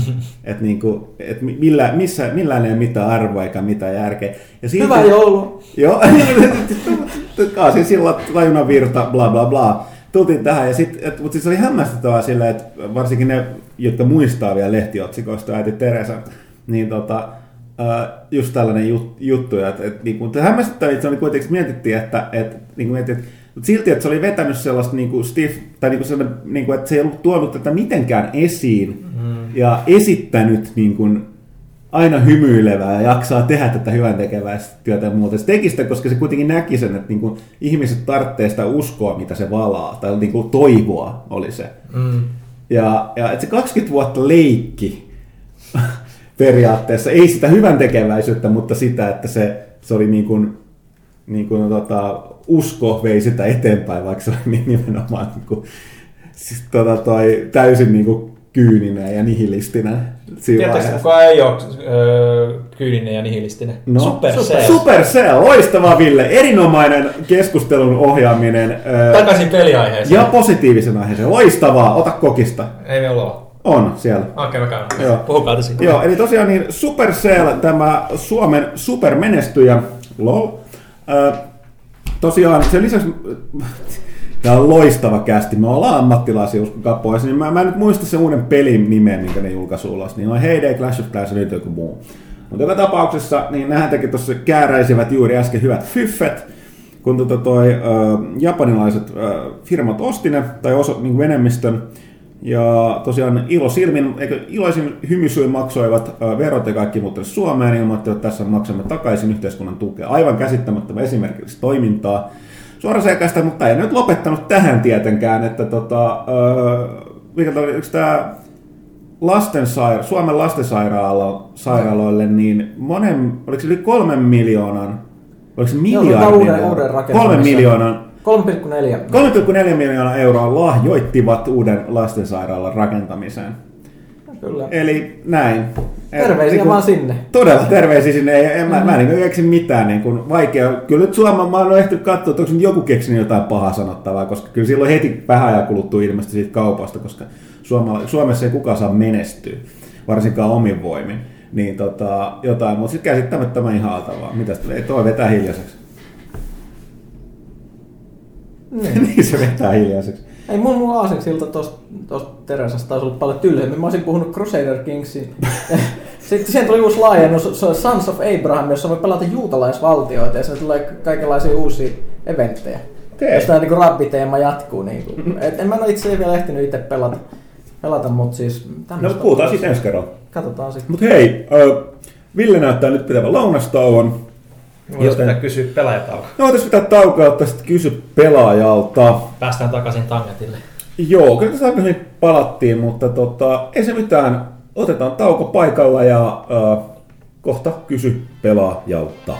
millään ei ole mitään arvoa eikä mitään järkeä. Ja hyvä joulu! Joo, kaasin sillä tajunnan virta, bla bla bla. Tultiin tähän, mutta siis oli hämmästyttävää silleen, että varsinkin ne, jotka muistaa vielä lehtiotsikoista äiti Teresa, niin just tällainen juttu. Että hämmästyttävää, että se oli kuitenkin mietittiin, että silti, että se oli vetänyt sellaista että se ei ollut tuonut tätä mitenkään esiin ja esittänyt aina hymyilevää ja jaksaa tehdä tätä hyväntekeväistä työtä ja muuta. Se teki sitä, koska se kuitenkin näki sen, että ihmiset tarvitsee sitä uskoa, mitä se valaa, tai toivoa oli se. Ja että se 20 vuotta leikki periaatteessa, ei sitä hyväntekeväisyyttä, mutta sitä, että se oli niin kuin, usko vei sitä eteenpäin, vaikka se oli nimenomaan niin kuin, siis, täysin niin kuin, kyyninen ja nihilistinen. Tiedätkö, kuka ei ole kyyninen ja nihilistinen? No, Supercell. Supercell, loistava Ville. Erinomainen keskustelun ohjaaminen. Takaisin peliaiheeseen. Ja positiivisen aiheeseen. Loistavaa, ota kokista. Ei me ole. On siellä. Okei, mä käyn. Puhukaa tässä. Joo, eli tosiaan niin Supercell, tämä Suomen supermenestyjä, lol. Tosiaan sen lisäksi, tämä on loistava kästi, me ollaan ammattilaisia, uskokaa pois, niin mä en nyt muista sen uuden pelin nimeä, minkä ne julkaisi ulos, niin on Heyday, Clash of Clans ja nyt joku muu. Mutta joka tapauksessa, niin nähän teki tuossa kääräisivät juuri äsken hyvät fyffet, kun japanilaiset firmat osti ne, tai niin enemmistön, ja tosiaan iloisin hymysyin maksoivat verot ja kaikki muut Suomeen, ilmoittivat, että tässä maksamme takaisin yhteiskunnan tukea. Aivan käsittämättömän esimerkillistä toimintaa. Suoraselkäistä, mutta ei nyt lopettanut tähän tietenkään, että oliko tämä Suomen lastensairaaloille, niin oliko se yli 3 miljoonan, oliko se miljardin? 3,4 miljoonaa euroa lahjoittivat uuden lastensairaalan rakentamiseen. Kyllä. Eli näin. Terveisiä vaan sinne. Todella terveisiä sinne. Mä en keksi mitään niin vaikea. Kyllä nyt mä oon ehtinyt katsoa, että onko joku keksinyt jotain pahaa sanottavaa, koska kyllä silloin heti vähän ajan kuluttua ilmeisesti siitä kaupasta, koska Suomessa ei kukaan saa menestyä, varsinkaan omin voimin. Niin jotain, mutta sitten käsittämättömän ihan altavaa. Mitäs tulee? Toi vetää hiljaiseksi. Niin se vetää hiljaiseksi. Ei mulla aasiksilta tosta Teresasta olisi ollut paljon tylhemmin. Mä olisin puhunut Crusader Kingsin. Sitten siihen tuli uusi laajennus, se on Sons of Abraham, jossa voi pelata juutalaisvaltioita ja se tulee kaikenlaisia uusia eventtejä. Jos tämä niinku rabbiteema jatkuu. Niinku. En mä ole itse vielä ehtinyt itse pelata, mutta siis... No puhutaan sitten ensi kerralla. Katsotaan sitten. Mut hei, Ville näyttää nyt pitävän lounastauon. Voisi pitää kysyä pelaajataukoa. No voitaisiin pitää taukoa, ottaa sitten kysy pelaajalta. Päästään takaisin tangetille. Joo, kyllä tässä aikaisemmin palattiin, mutta ei se mitään. Otetaan tauko paikalla ja kohta kysy pelaajalta.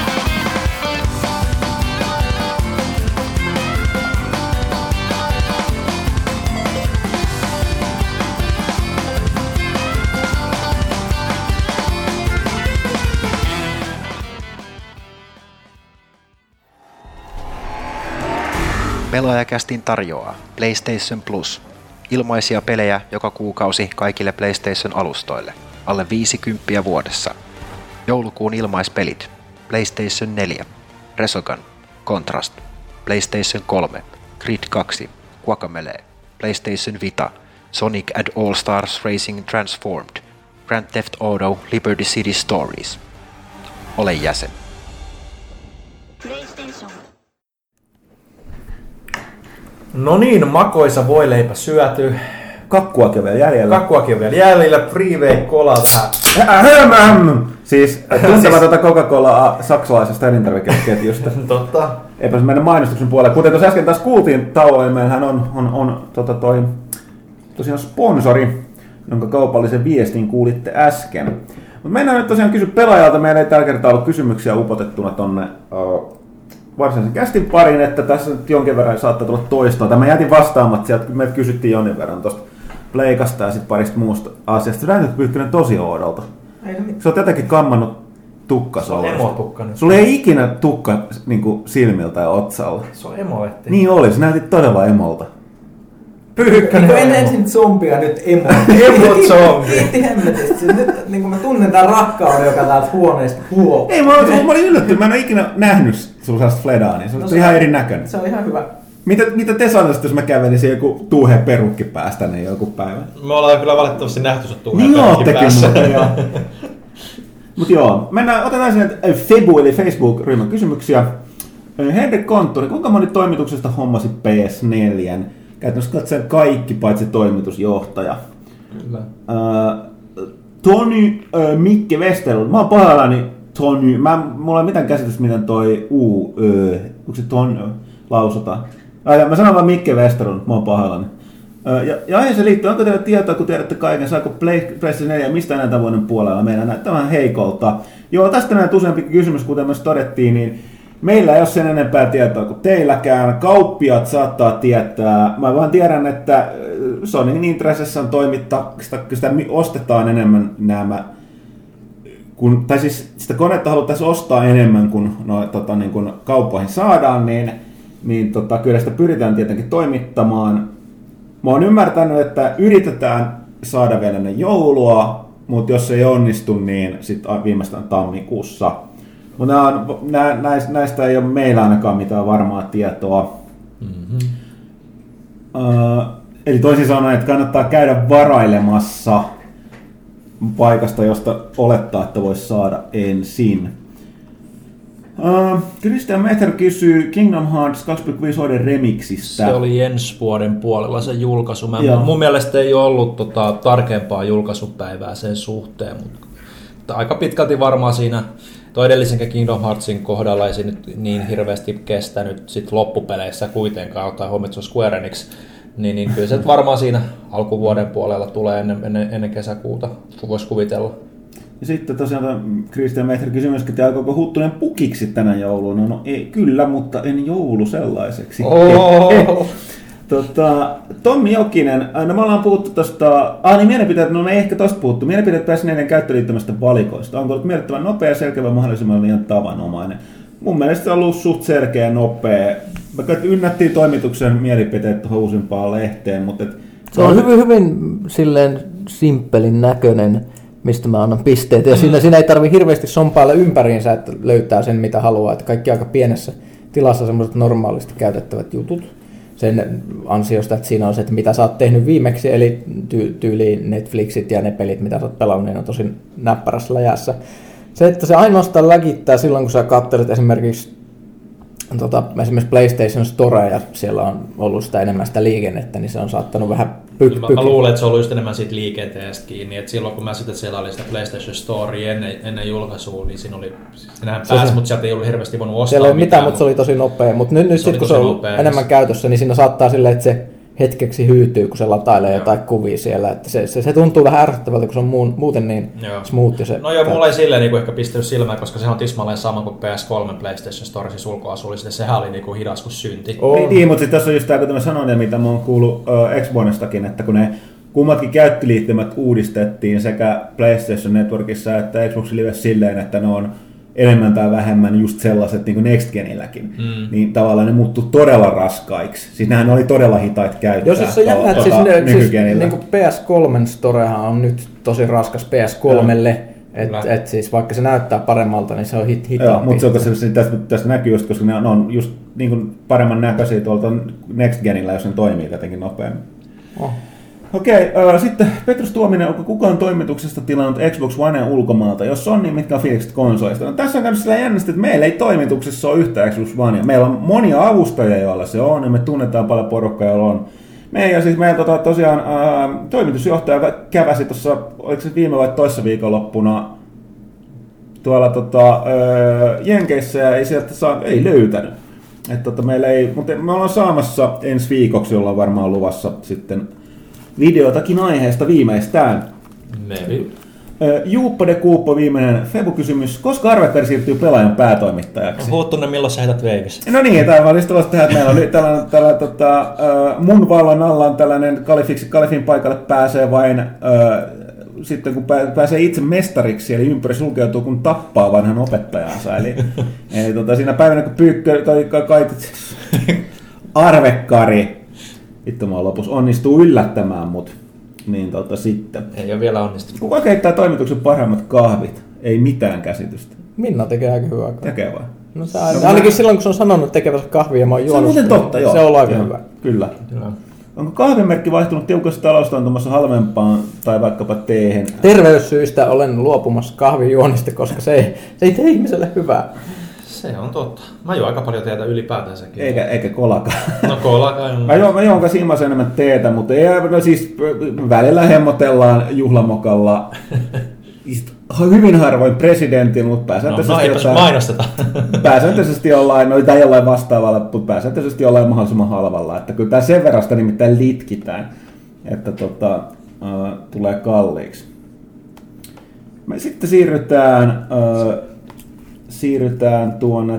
Pelaajakästin tarjoaa PlayStation Plus. Ilmaisia pelejä joka kuukausi kaikille PlayStation-alustoille. Alle 50 vuodessa. Joulukuun ilmaispelit. PlayStation 4, Resogun, Contrast, PlayStation 3, Grid 2, Guacamelee, PlayStation Vita, Sonic and All Stars Racing Transformed, Grand Theft Auto Liberty City Stories. Ole jäsen. PlayStation. No niin, makoisa voileipä syöty. Kakkuakin on vielä jäljellä. Freeway Cola vähän. Siis tunteva tuota Coca-Colaa saksalaisesta elintarvikeketjusta. Totta. Eipä se mennä mainostuksen puolelle. Kuten tuossa äsken taas kuultiin tauolla, niin meillähän on tosiaan sponsori, jonka kaupallisen viestin kuulitte äsken. Mutta mennään nyt tosiaan kysy pelaajalta. Meillä ei tällä kertaa ollut kysymyksiä upotettuna tonne varsinaisen kästin parin, että tässä nyt jonkin verran saattaa tulla toistoa. Tämä jätin vastaamatta sieltä, me kysyttiin jonkin verran tuosta Pleikasta ja sitten parista muusta asiasta. Se näyttää Pyykkönen tosi oudolta. Sä oot jotenkin kammannut tukkasolta. Se on emotukka nyt. Sulla ei ikinä tukka niin silmiltä ja otsalla. Se on emovetti. Niin oli, sä näytit todella emolta. Pyykkönen. Niin ensin zombia, nyt emo. Emo-zombi. Kiitti hemmetistä. Nyt niin mä tunnen tämän rakkauden, joka täältä huoneesta huo. Ei, mä olin yllättynyt. Mä en ole ikinä nähnyt sulla sellaista Fledaa, niin se on ihan erinäköinen. Se on ihan hyvä. Mitä te sanoisitte, jos mä kävelisin joku tuuhe perukki päästä niin joku päivä? Me ollaan kyllä valitettavasti nähty sut tuuhe niin perukki päässä. Mutta joo, otetaan sinne Febu eli Facebook-ryhmän kysymyksiä. Henrik Konttori, kuinka moni toimituksesta hommasi PS4? Käytännössä katsoen kaikki paitsi toimitusjohtaja. Kyllä. Tony Mikke Westerlund, mä oon pahoillani Tony, mulla ei ole mitään käsitystä miten toi onko se Tony lausutaan. Mä sanon vaan Mikke Westerlund, mä oon pahoillani. Ja aiheeseen liittyy, onko teillä tietoa, kun tiedätte kaiken, saako PlayStation 4 mistä näitä vuoden puolella meidän näyttää vähän heikolta. Joo, tästä näet useampi kysymys, kuten myös todettiin, niin Meillä ei ole sen enempää tietoa kuin teilläkään. Kauppiaat saattaa tietää. Mä vaan tiedän, että Sonyn intressessä on toimittaa, sitä ostetaan enemmän nämä, tai siis sitä konetta haluttaisiin ostaa enemmän kuin niin kun kauppoihin saadaan, niin kyllä sitä pyritään tietenkin toimittamaan. Mä oon ymmärtänyt, että yritetään saada vielä ennen joulua, mutta jos ei onnistu, niin sitten viimeistään tammikuussa. Mutta näistä ei ole meillä ainakaan mitään varmaa tietoa. Mm-hmm. Eli toisin sanoen, että kannattaa käydä varailemassa paikasta, josta olettaa, että voisi saada ensin. Christian Meter kysyy Kingdom Hearts 2.5 remixistä. Se oli ensi vuoden puolella se julkaisu. Mun mielestä ei ole ollut tarkempaa julkaisupäivää sen suhteen, mutta aika pitkälti varmaan siinä tuo edellisen Kingdom Heartsin kohdalla ei se nyt niin hirveästi kestänyt sit loppupeleissä kuitenkaan, ottaa huomioon, että se on Square Enix. Niin kyllä se varmaan siinä alkuvuoden puolella tulee ennen kesäkuuta, voisi kuvitella. Ja sitten tosiaan Christian Mechter kysyi myöskin, että alkoiko Huttunen pukiksi tänä jouluna? No ei, kyllä, mutta en joulu sellaiseksi. Oh. Tommi Jokinen, no me ollaan puhuttu tuosta, niin mielipiteet, no me ei ehkä tosta puhuttu, mielipiteet pääsi neiden käyttöliittymästä valikoista. Onko ollut miellyttävän nopea ja selkeä vai mahdollisimman liian tavanomainen? Mun mielestä se on ollut suht selkeä ja nopea. Vaikka ynnättiin toimituksen mielipiteet tuohon uusimpaan lehteen, mutta... Se on hyvin silleen simppelin näköinen, mistä mä annan pisteet. Ja siinä ei tarvitse hirveästi sompailla ympäriinsä, että löytää sen mitä haluaa. Että kaikki aika pienessä tilassa semmoiset normaalisti käytettävät jutut. Sen ansiosta, että siinä on se, että mitä sä oot tehnyt viimeksi, eli tyyliin Netflixit ja ne pelit, mitä sä oot pelannut, niin on tosi näppärässä läjässä. Se, että se ainoastaan läkittää silloin, kun sä katselet esimerkiksi PlayStation Storea ja siellä on ollut sitä enemmän sitä liikennettä, niin se on saattanut vähän Mä luulen, että se on ollut just enemmän siitä liikenteestä kiinni, että silloin kun mä sitten siellä oli sitä PlayStation Storea ennen julkaisua, niin siinä oli, sinähän pääsi, mutta sieltä ei ollut hirveästi voinut ostaa siellä ei mitään, mutta se oli tosi nopea, mutta nyt sitten kun se on enemmän käytössä, niin siinä saattaa silleen, että se hetkeksi hyytyy, kun se latailee jotain kuvia siellä, että se tuntuu vähän ärsyttävältä, kun se on muuten niin smooth. No joo, mulla ei silleen niin ehkä pistänyt silmään, koska se on tismalleen sama kuin PS3 PlayStation Store, siis ulkoasullisesti, sehän oli niin hidas kuin synti. Niin, mutta tässä on just tämä, kun mä sanoin, mitä mä oon kuullut Xboxestakin, että kun ne kummatkin käyttöliittymät uudistettiin sekä PlayStation Networkissa että Xbox Live silleen, että ne on enemmän tai vähemmän just sellaiset niin kuin Next Genilläkin, niin tavallaan ne muuttui todella raskaiksi. Siis nehän oli todella hitaita käyttää. Jos se on jännä, että siis niin kuin PS3 Storehan on nyt tosi raskas PS3:lle, että siis vaikka se näyttää paremmalta, niin se on hitaampi. Joo, mutta se on tästä näkyy just, koska ne on just niin kuin paremman näköisiä tuolta Next Genillä, jos ne toimii jotenkin nopeammin. Okei, sitten Petrus Tuominen, onko kukaan toimituksesta tilannut Xbox Onea ulkomaalta? Jos on, niin mitkä on fiilikset konsolista? No, tässä on käynyt sillä jännästi, että meillä ei toimituksessa ole yhtä Xbox Onea. Meillä on monia avustajia, joilla se on, ja me tunnetaan paljon porukkaa, joilla on. Meillä tosiaan toimitusjohtaja käväsi tuossa, oliko se viime vai toissa viikonloppuna tuolla Jenkeissä, ja ei sieltä ei löytänyt. Että meillä ei, mutta me ollaan saamassa ensi viikoksi, jolla on varmaan luvassa sitten videotakin aiheesta viimeistään. Maybe. Juuppo de Kuuppo, viimeinen Febu-kysymys. Koska Arvekkari siirtyy pelaajan päätoimittajaksi? Huuttunen, milloin sä heität veivissä? No niin, tämä oli just tähän, että meillä oli mun vallan alla on tällainen Kalifin paikalle pääsee vain sitten kun pääsee itse mestariksi, eli ympäri sulkeutuu, kun tappaa vanhan opettajansa. Eli siinä päivänä, kun Pyykkö tai Arvekkari vittu mä lopussa onnistuu yllättämään mut, niin sitten. Ei ole vielä onnistunut. Kuka keittää toimituksen parhaimmat kahvit? Ei mitään käsitystä. Minna tekee aika hyvää kahvia. Tekee vai? No ainakin silloin, kun se on sanonut tekevänsä kahvia ja mä oon juonut. Se on muuten totta, joo. Se on aika hyvä. Kyllä. Onko kahvimerkki vaihtunut tiukassa taloustantumassa halvempaan tai vaikkapa teehen? Terveyssyistä olen luopumassa kahvijuonista, koska se ei tee ihmiselle hyvää. Se on totta. Mä juon aika paljon teetä ylipäätänsäkin. Eikä kolakaan. No kolakaan. Mä juon kanssa ilmaisen enemmän teetä, mutta siis välillä hemmotellaan juhlamokalla. Hyvin harvoin presidentin, mutta pääsääntöisesti jollain, tai jollain vastaavalla, mutta pääsääntöisesti jollain mahdollisimman halvalla. Että kyllä tämä sen verran sitä nimittäin litkitään, että tulee kalliiksi. Me sitten siirrytään siirrytään tuonne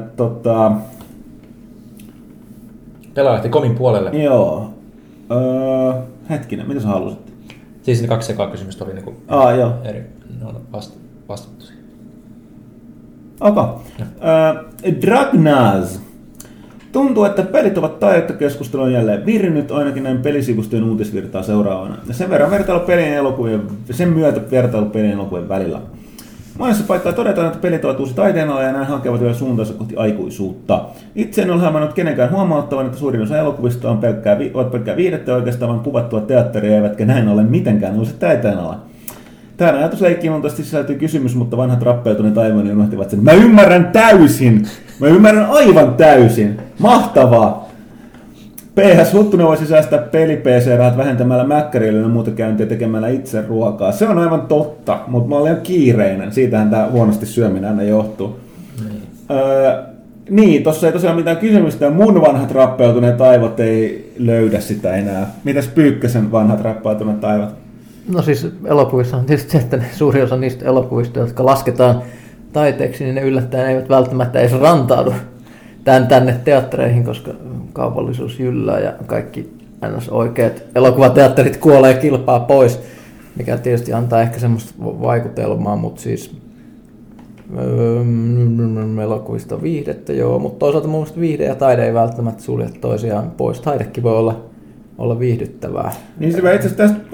Pelaajalehti Komin puolelle. Joo. Hetkinen, mitä sä halusit? Siis ne 2 sekaa kysymystä oli niinku joo. eri. Ne on vastattu siihen. Okay. Dragnaz. Tuntuu, että pelit ovat taidetta-keskustelun jälleen virnyt, ainakin näin pelisivustojen uutisvirtaa seuraavana. Ja sen myötä vertailu pelien elokuvien välillä. Monessa paikkaa todetaan, että pelit ovat uusi taiteenala ja näin hakevat vielä suuntaansa kohti aikuisuutta. Itse en ole havainnut kenenkään huomauttavan, että suurin osa elokuvista on pelkkää viihdettä ja oikeastaan vain kuvattua teatteria, eivätkä näin ole mitenkään uusi taiteenala. Tähän ajatusleikkiin luultavasti sisältyy kysymys, mutta vanhat rappeutuneet aivan unohtivat sen. Mä ymmärrän täysin! Mä ymmärrän aivan täysin! Mahtavaa! PS Huttunen voisi säästää peli-PC-rahat vähentämällä mäkkärillä ja muuta käyntiä tekemällä itse ruokaa. Se on aivan totta, mutta mä olen kiireinen. Siitähän tää huonosti syöminen aina johtuu. Niin, tossa ei tosiaan mitään kysymystä. Mun vanhat rappeutuneet aivot ei löydä sitä enää. Mitäs Pyykkösen vanhat rappeutuneet aivot? No siis elokuvissa on tietysti se, että suuri osa niistä elokuvista, jotka lasketaan taiteeksi, niin ne yllättäen eivät välttämättä edes rantaudu tänne teattereihin, koska kaupallisuus jyllää ja kaikki oikeat elokuvateatterit kuolee kilpaa pois, mikä tietysti antaa ehkä semmoista vaikutelmaa, mutta siis elokuvista viihdettä, joo, mutta toisaalta mun mielestä viihde ja taide ei välttämättä sulje toisiaan pois. Taidekin voi olla viihdyttävää. Niin se itse asiassa tästä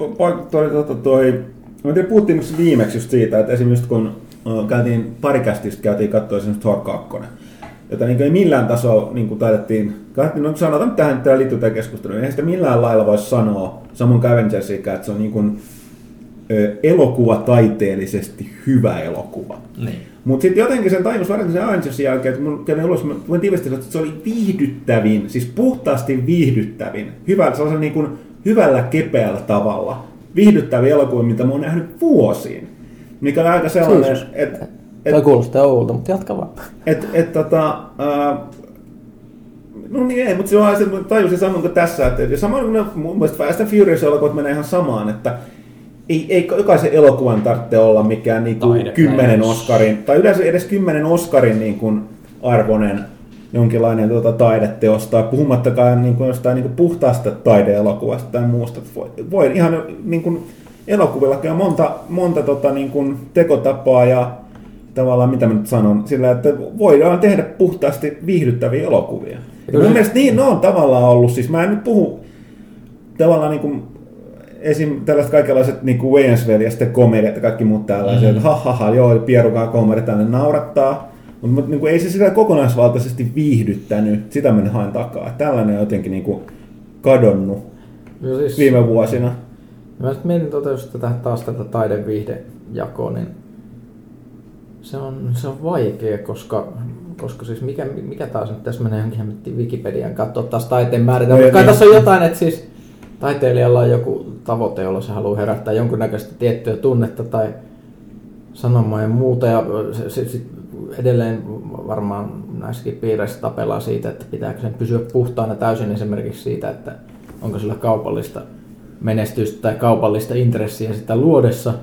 me puhuttiin viimeksi just siitä, että esimerkiksi kun parikästistä käytiin katsoa esimerkiksi Thor 2, jota niin ei millään tasolla niin taidettiin, no sanotaan nyt tähän liittyy tähän keskusteluun, eihän sitä millään lailla voisi sanoa samoin Avengersikä, että se on niin kuin, elokuvataiteellisesti hyvä elokuva. Niin. Mutta sitten jotenkin sen tajus varsinkin sen Avengersin jälkeen, että mun kävin ulos, mä voin tiivistää, että se oli viihdyttävin, siis puhtaasti viihdyttävin, sellaisen niin kuin hyvällä kepeällä tavalla, viihdyttävin elokuva, mitä mä oon nähnyt vuosiin. Mikä on aika sellainen, että toi kuulostaa oulta, mutta jatka vaan. No niin ei, mutta se on se tajusin samoin kuin tässä, että samoin kuin mun mielestä Fast and Furious-elokuvat menee ihan samaan, että ei jokaisen elokuvan tarvitse olla mikään niin kuin 10 Oscarin, tai yleensä edes 10 Oscarin niin kuin arvoinen jonkinlainen taideteos, tai puhumattakaan niin kuin jostain niin kuin puhtaasta taideelokuvasta tai muusta. Voi ihan niin kuin elokuvillakin on monta niin kuin tekotapaa ja tavallaan, mitä mä nyt sanon, sillä, että voidaan tehdä puhtaasti viihdyttäviä elokuvia. Ja mun mielestä niin ne on tavallaan ollut, siis mä en nyt puhu tavallaan niin kuin esim. Tällaiset kaikenlaiset niin kuin Wayans-veljet ja komediat ja kaikki muut tällaiset, että joo, pierukaa komedi tänne naurattaa, mutta niin kuin ei se sitä kokonaisvaltaisesti viihdyttänyt, sitä mä haen takaa. Tällainen on jotenkin niin kuin kadonnut siis viime vuosina. Mä sitten mietin just taas tätä taideviihdejakoa, niin se on vaikea, koska siis mikä taas nyt tässä menee johonkin Wikipediaan katsoa taas taiteen määritelmää. Kai tässä on jotain, että siis taiteilijalla on joku tavoite, jolla se haluaa herättää jonkunnäköistä tiettyä tunnetta tai sanomaa ja muuta. Ja se edelleen varmaan näissäkin piireissä tapellaan siitä, että pitääkö sen pysyä puhtaana täysin esimerkiksi siitä, että onko sillä kaupallista menestystä tai kaupallista intressiä sitä luodessa.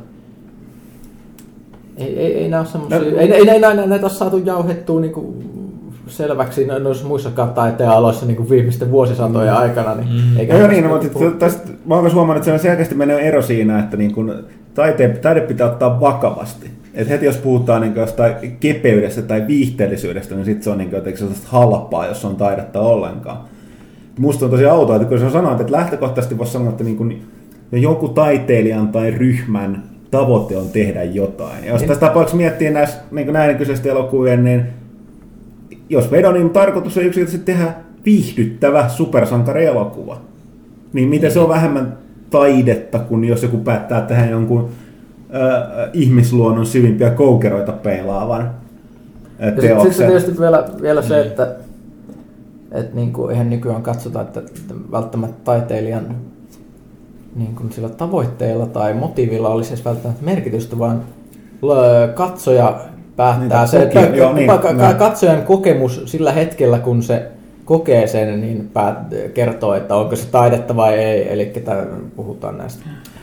Ei nämä ole semmoisia, ei näitä ole saatu jauhettua niinku selväksi noissa muissakaan taiteen aloissa niinku viimeisten vuosisatojen aikana. Mä oon myös huomannut, että se on selkeästi menee ero siinä, että niin kun taide pitää ottaa vakavasti. Et heti jos puhutaan niin jostain kepeydestä tai viihteellisyydestä, niin sitten se on niin jotenkin sellaista halpaa, jos on taidetta ollenkaan. Musta on tosi outoa, että kun sä sanoit, että lähtökohtaisesti voisi sanoa, että niin kun joku taiteilijan tai ryhmän tavoite on tehdä jotain. Ja jos tässä tapauksessa miettii näiden kyseisten elokuvien, niin jos Vedonin tarkoitus on yksinkertaisesti tehdä viihdyttävä supersankarielokuva, niin miten se on vähemmän taidetta, kuin jos joku päättää tehdä jonkun ihmisluonnon syvimpiä koukeroita peilaavan teoksen. Sitten tietysti vielä se, että niin kuin eihän nykyään katsota, että välttämättä taiteilijan niin kuin sillä tavoitteella tai motiivilla olisi edes välttämättä merkitystä, vaan katsoja päättää se, että katsojan kokemus sillä hetkellä, kun se kokee sen, niin kertoo, että onko se taidetta vai ei, eli puhutaan näistä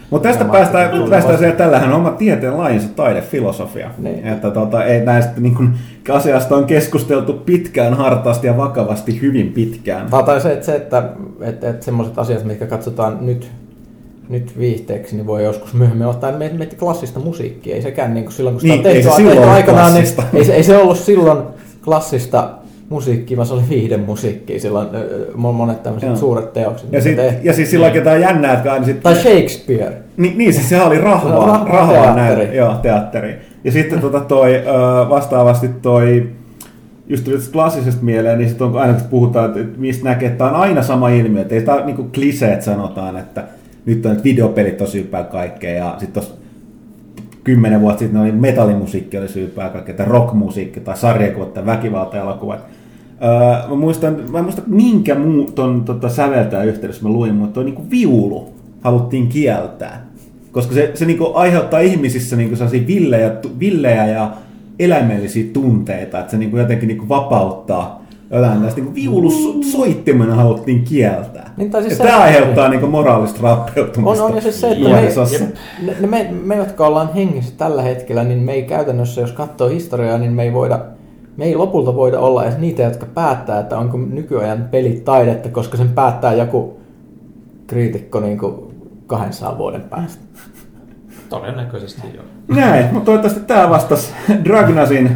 Mutta tästä päästään siihen, että tällähän on oma tieteen lajinsa taidefilosofia. Niin. Että ei näistä niin kuin, asiasta on keskusteltu pitkään, hartaasti ja vakavasti hyvin pitkään. Tai se, että semmoiset asiat, mitkä katsotaan nyt viihteeksi, niin voi joskus myöhemmin ottaa meitä klassista musiikkia. Ei sekään niin kuin silloin, kun sitä on tehty aikanaan, niin ei se ollut silloin klassista musiikkia, vaan se oli viihdemusiikkia, silloin monet tämmöiset suuret teokset. Ja siis silloin ketään jännää, että aina sitten... Tai Shakespeare. Niin siis sehän oli rahvaa teatteri. Ja sitten vastaavasti just klassisesta mieleen, niin sitten on aina, kun puhutaan, että mistä näkee, että tämä on aina sama ilmiö. Että ei tämä niin kuin kliseet sanotaan, että nyt on videopelit on syypää kaikkea, ja sitten 10 vuotta sitten oli metallimusiikki oli syypää kaikkea, tai rockmusiikki, tai sarjakuvat, tai väkivalta-elokuvat. Mä muistan minkä muun säveltäjä yhteydessä mä luin, mutta niin viulu haluttiin kieltää. Koska se niin aiheuttaa ihmisissä niin sellaisia villejä ja eläimellisiä tunteita, että se niin jotenkin niin vapauttaa jotain tästä. Niin viulusoittimena haluttiin kieltää. Niin, siis tämä aiheuttaa niin moraalista rappeutumista. On ja siis se, että me jotka ollaan hengissä tällä hetkellä, niin me ei käytännössä, jos katsoo historiaa, niin me ei lopulta voida olla edes niitä, jotka päättää, että onko nykyajan pelit taidetta, koska sen päättää joku kriitikko niin kuin 200 vuoden päästä. Todennäköisesti joo. Näin, mutta toivottavasti tämä vastasi Dragnasin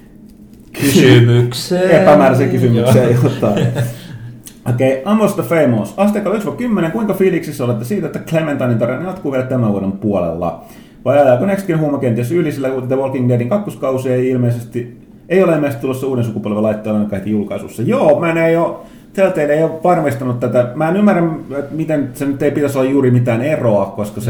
epämääräiseen kysymykseen jotain. Okei, Amos the Famous. Asteikolla 1-10, kuinka fiiliksissä olette siitä, että Clementinein tarina jatkuu vielä tämän vuoden puolella? Vai ajaako Next Gen huuma kenties yli, sillä The Walking Deadin kakkoskausi ei ole ilmeisesti tulossa uuden sukupolven laitteella ainakaan julkaisussa. Joo, Telltale ei ole varmistanut tätä. Mä en ymmärrä, että miten se nyt ei pitäisi olla juuri mitään eroa, koska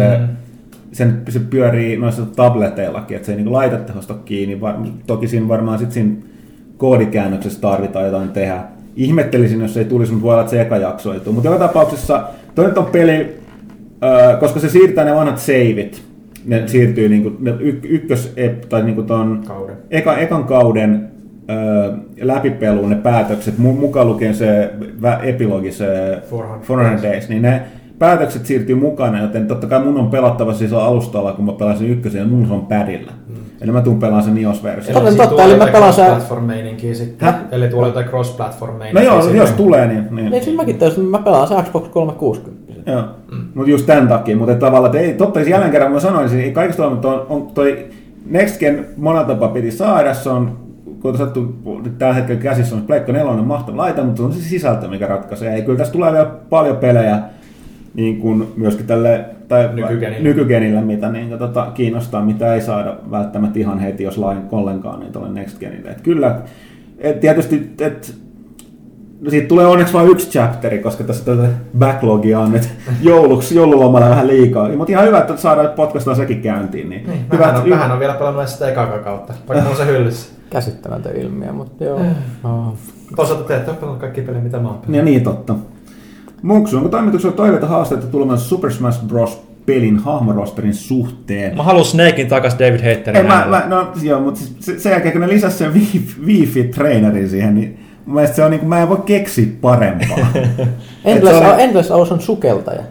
se pyörii noissa tableteillakin, että se ei niin laitetehosta kiinni. Toki siinä varmaan sitten siinä koodikäännöksessä tarvitaan jotain tehdä. Ihmettelisin, jos ei tulisi, mutta voi olla, että se eka jakso ei tule. Mutta joka tapauksessa toi nyt on peli, koska se siirtää ne vanhat saveit. Ne siirtyy niinku tai niinku ton ekan kauden läpipeluun ne päätökset, mukaan lukien se epilogi, se 400 Days, niin ne päätökset siirtyy mukana, joten totta kai mun on pelattava siis alustalla, kun mä pelasin ykkösen, ja mun on padilla. Eli mä tuun pelaan sen iOS-versio. Eli mä pelaan sen... Cross-platform-meininkiä sitten. Eli tulee jotain cross-platform-meininkiä. No joo, jos tulee, niin. Eikö mäkin täysin, mä pelaan sen Xbox 360. Joo, mutta just tämän takia. Mutta tavallaan, että ei, totta jälleen kerran mä sanoisin, että kaikista on toi Next Gen monella tapaa piti saada, se on, kun sattuu tällä hetkellä käsissä on Pleikka 4 mahtava laite, mutta se on se sisältö, mikä ratkaisee. Ja kyllä tässä tulee vielä paljon pelejä, niin kuin myöskin tälle nykygenillä, mitä niin, kiinnostaa, mitä ei saada välttämättä ihan heti, jos ollenkaan niin tuolle Next Genille. Et kyllä, tietysti, siitä tulee onneksi vain yksi chapteri, koska tässä tätä backlogia on nyt joululomalla vähän liikaa. Mutta ihan hyvä, että saadaan potkaistaan sekin käyntiin. Niin vähän on vielä pelannut sitä ekaa kautta, vaikka on se hyllyssä. Käsittämätön ilmiö, mutta joo. Toisaalta te ette ole pelannut kaikki pelejä, mitä mä oon pelannut. Ja niin, totta. Muksu, onko toimituksella toiveita haasteita tulemaan Super Smash Bros. Pelin hahmorosterin suhteen? Mä haluan Snakein takas David Hayterin. Joo, mutta sen jälkeen kun ne lisäsi sen Wii Fit-trainerin siihen, niin mun mielestä se on niin kuin, mä en voi keksiä parempaa. Endless Hours on sukeltaja.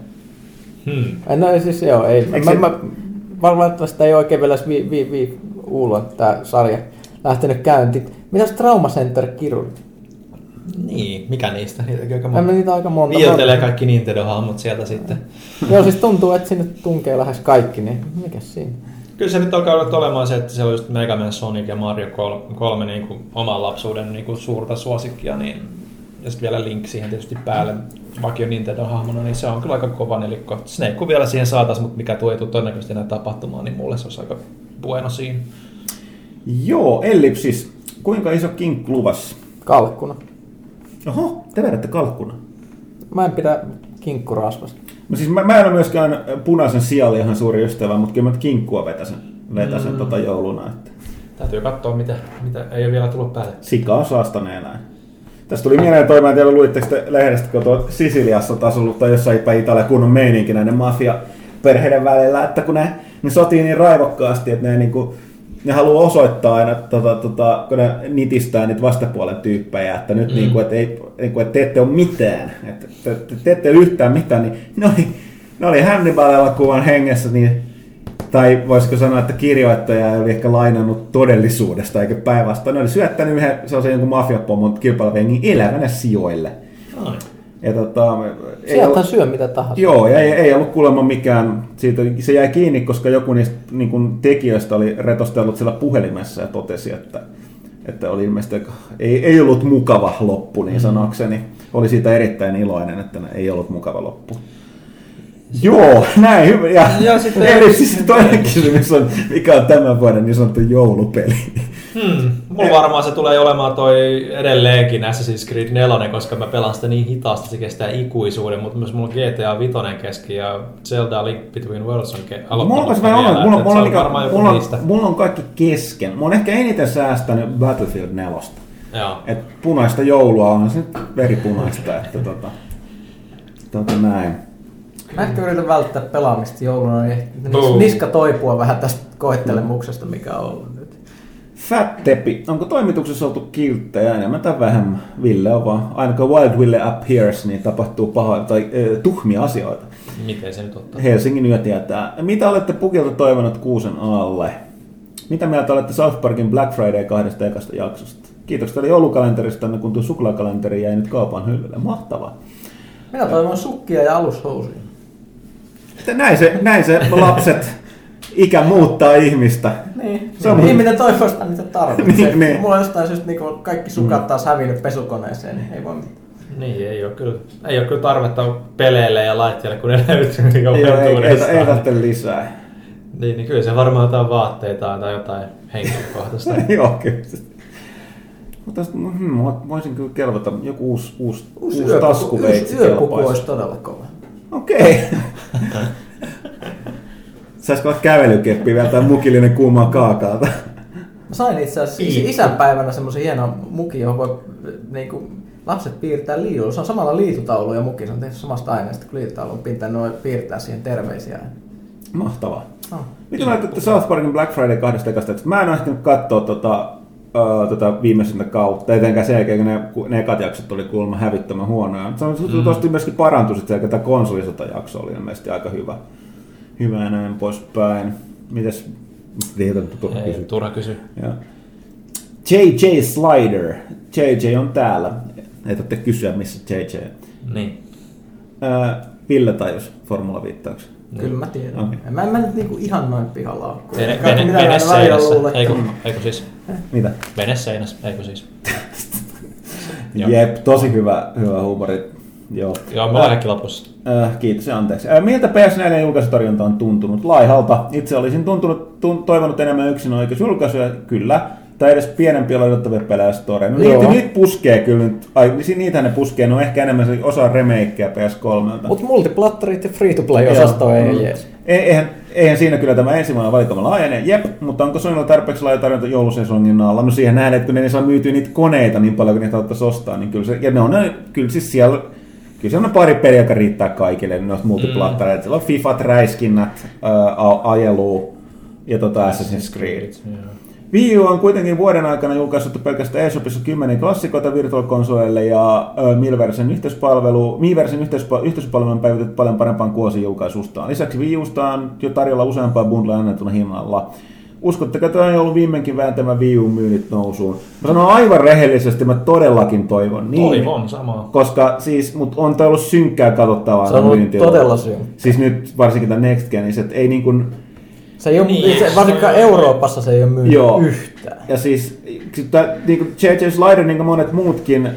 No siis joo, ei. Valitettavasti ei oikein vielä Uulon tää sarja lähtenyt käyntiin. Mitäs Trauma Center Kirurgi? Niin, mikä niistä? Niitä aika monta. Viiltelee kaikki Nintendo-hahmot sieltä sitten. Joo, siis tuntuu, että sinne tunkee lähes kaikki, niin mikäs siinä? Kyllä se nyt alkaa olemaan se, että se on just Mega Man, Sonic ja Mario 3 niin kuin oman lapsuuden niin kuin suurta suosikkia, niin ja sitten vielä Link siihen tietysti päälle vakio Nintendo-hahmona, niin se on kyllä aika kova nelikko. Snake kun vielä siihen saataisiin, mutta mikä ei tule todennäköisesti enää tapahtumaan, niin mulle se olisi aika bueno siinä. Joo, ellipsis. Kuinka iso kinkku luvassa? Kalkkuna. Oho, te vedätte kalkkuna. Mä en pidä kinkkurasvasta. No siis mä en ole myöskään punaisen sijalle ihan suuri ystävä, mutta kyllä mä kinkkua vetäsen jouluna. Että. Täytyy katsoa, mitä ei ole vielä tullut päälle. Sika on saastaneena. Tästä tuli mieleen mä en tiedä, luitteko te lehdestä, kun tuo Sisiliassa taas ollut tai jossain päin Italia kunnon meininki näiden mafia-perheiden välillä, että kun ne sotii niin raivokkaasti, että ne haluaa osoittaa aina, kun ne nitistää niitä vastapuolen tyyppejä, että nyt että te ette ole mitään, että te ette ole yhtään mitään, niin ne oli Hannibal-elokuvan hengessä, niin, tai voisiko sanoa, että kirjoittaja ei oli ehkä lainannut todellisuudesta, eikä päinvastoin. Ne oli syöttänyt yhden sellaisen jonkun mafiapomon kilpailevien elävänä sijoille. Ja sieltä syö mitä tahansa. Joo, ja ei ollut kuulemma mikään, siitä, se jäi kiinni, koska joku niistä niin kuin tekijöistä oli retostellut siellä puhelimessa ja totesi, että oli ilmeisesti, ei ollut mukava loppu, niin sanakseni. Oli siitä erittäin iloinen, että ei ollut mukava loppu. Joo, näin hyvä. Ja sitten eli siis toinen kysymys on, mikä on tämän vuoden niin sanottu joulupeli. Mulla varmaan se tulee olemaan toi edelleenkin Assassin's Creed 4, koska mä pelaan sitä niin hitaasti, se kestää ikuisuuden, mutta myös mulla on GTA 5 kesken ja Zelda Link Between Worlds on aloittanut vielä. Mulla on kaikki kesken. Mä oon ehkä eniten säästänyt Battlefield 4. Et punaista joulua on se veripunaista, että näin. Mä ehkä yritän välttää pelaamista jouluna, niin niska toipua vähän tästä koettelemuksesta, mikä on ollut nyt. Fat Tepi, onko toimituksessa oltu kilttejä enemmän tai vähemmän? Ville on vaan, ainakaan Wild Ville appears, niin tapahtuu tuhmia asioita. Miten se nyt ottaa? Helsingin yö tietää. Mitä olette Pukilta toivonut kuusen alle? Mitä mieltä olette South Parkin Black Friday 2 ekasta jaksosta? Kiitoksia teille joulukalenterista, kun tuo suklaakalenteri jäi nyt kaupan hyllylle. Mahtavaa. Minä toivon sukkia ja alushousuja. Näin se lapset ikä muuttaa ihmistä. Niin, ihminen toivoo sitä, mitä tarvitsee. Niin. Mulla on jostain syystä niin kaikki sukat taas hävinnyt pesukoneeseen, niin ei voi mitään. Niin, ei ole kyllä tarvetta peleille ja laitteille, kun ne löytyy ei tarvitse lisää. Niin kyllä se varmaan jotain vaatteita tai jotain henkilökohtaista. Joo, kyllä. Mutta voisin kyllä kelvata joku uusi taskuveitsi. Yöpuku olisi todella kova. Okei. Saisiko olla kävelykeppi vielä tai mukillinen kuumaa kaakaalta? Mä sain itse asiassa isänpäivänä semmoisen hienon mukin, johon voi lapset piirtää liidulla. Se on samalla liitutaulu ja muki. Se on tehty samasta aineesta kuin liitutaulun pinta. Ne piirtää siihen terveisiä. Mahtavaa. Mitä näytätte South Parkin Black Friday 2 ekasta? Mä en ole ehtinyt katsoa viimeisintä kautta, etenkään sen jälkeen, kun ne ekat jaksot oli kuulemma hävittömän huonoja. Se on tosti myöskin parantui sitten, että tämä konsolisota-jakso oli ilmeisesti aika hyvä ja näin poispäin. Mites? Turha kysy. JJ Slider. JJ on täällä. Ei tarvitse kysyä, missä JJ on. Niin. Ville tajus Formula-viittauksen. Kyllä mä tiedän. Okay. Mä en nyt niinku ihan noin pihalla ole. Vene seinässä, eikö siis? Mitä? Vene seinässä, eikö siis? Jep, tosi hyvä huumori. Joo, me ollaan kaikki lopussa. Kiitos ja anteeksi. Miltä PS4 julkaisutarjonta on tuntunut? Laihalta. Itse olisin toivonut enemmän yksinoikeusjulkaisuja, kyllä. Tai edes pienempiä laitettavia pelejä storeen. Niitä puskee kyllä nyt. Niitähän ne puskee. Ne on ehkä enemmän osa remakeja PS3. Mutta multiplattarit ja free-to-play-osasto ei jees. Eihän siinä kyllä tämä ensimmäinen valikoima laajene. Jep, mutta onko Sonylla tarpeeksi laaja tarjonta joulusesongin alla? No siihen nähdään, että kun ne ei saa myytyä niitä koneita niin paljon, kun niitä ottaisi ostaa, niin kyllä se, ja ne on kyllä siis siellä, kyllä siellä on pari peliä, joka riittää kaikille, noista multiplattareita. Siellä on Fifat, räiskinnät, ajelu ja Assassin's Creed. Wii U on kuitenkin vuoden aikana julkaissut pelkästään eShopissa 10 klassikoita Virtual-konsoleille ja Miiversin yhteispalvelun on päivitetty paljon parempaan kuosi-julkaisustaan. Lisäksi Wii Usta on jo tarjolla useampaa bundlea annettuna hinnalla. Uskotteko, että on ollut viimeinkin vääntämä Wii U-myynnit nousuun? Mä sanon aivan rehellisesti, mä todellakin toivon. Niin, toivon samaa. Koska siis, mut on toi ollut synkkää katsottavaa. Se on ollut todella synkkää. Siis nyt varsinkin tämän Next Gen, niin ei niin kuin... Se ei ole, varsinkaan Euroopassa se ei ole myynyt yhtään. Ja siis niin JJ Slider, niin kuin monet muutkin,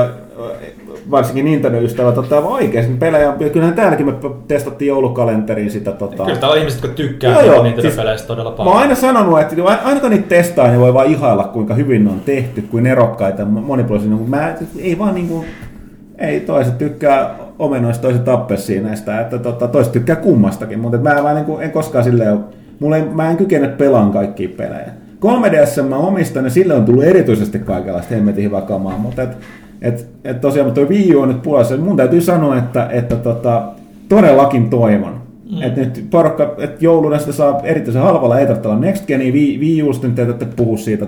varsinkin Nintendo-ystävät, ottaa oikeasti pelejä. Kyllähän täälläkin me testattiin joulukalenteriin sitä. Kyllä täällä on ihmiset, jotka tykkää Nintendo-peleistä todella paljon. Mä oon aina sanonut, että aina kun niitä testaa, niin voi vaan ihailla, kuinka hyvin ne on tehty, kuin erokkaita, monipuolisia. Mutta ei vaan niin kuin... Ei, toiset tykkää omenoista, toiset appelsiineista, että toiset tykkää kummastakin, mutta mä niin kuin, en koskaan silleen... Mä en kykene pelaan kaikkia pelejä. 3DS mä omistan ja sille on tullut erityisesti kaikenlaista hemmetin hyvää kamaa, mutta tosiaan mutta tuo Wii U on nyt pulassa. Mun täytyy sanoa, että todellakin toivon. Että nyt porukka, että jouluna sitä saa erityisen halvalla, ei tarvitse olla Next Genia, Wii Usta nyt ei tarvitse puhua siitä,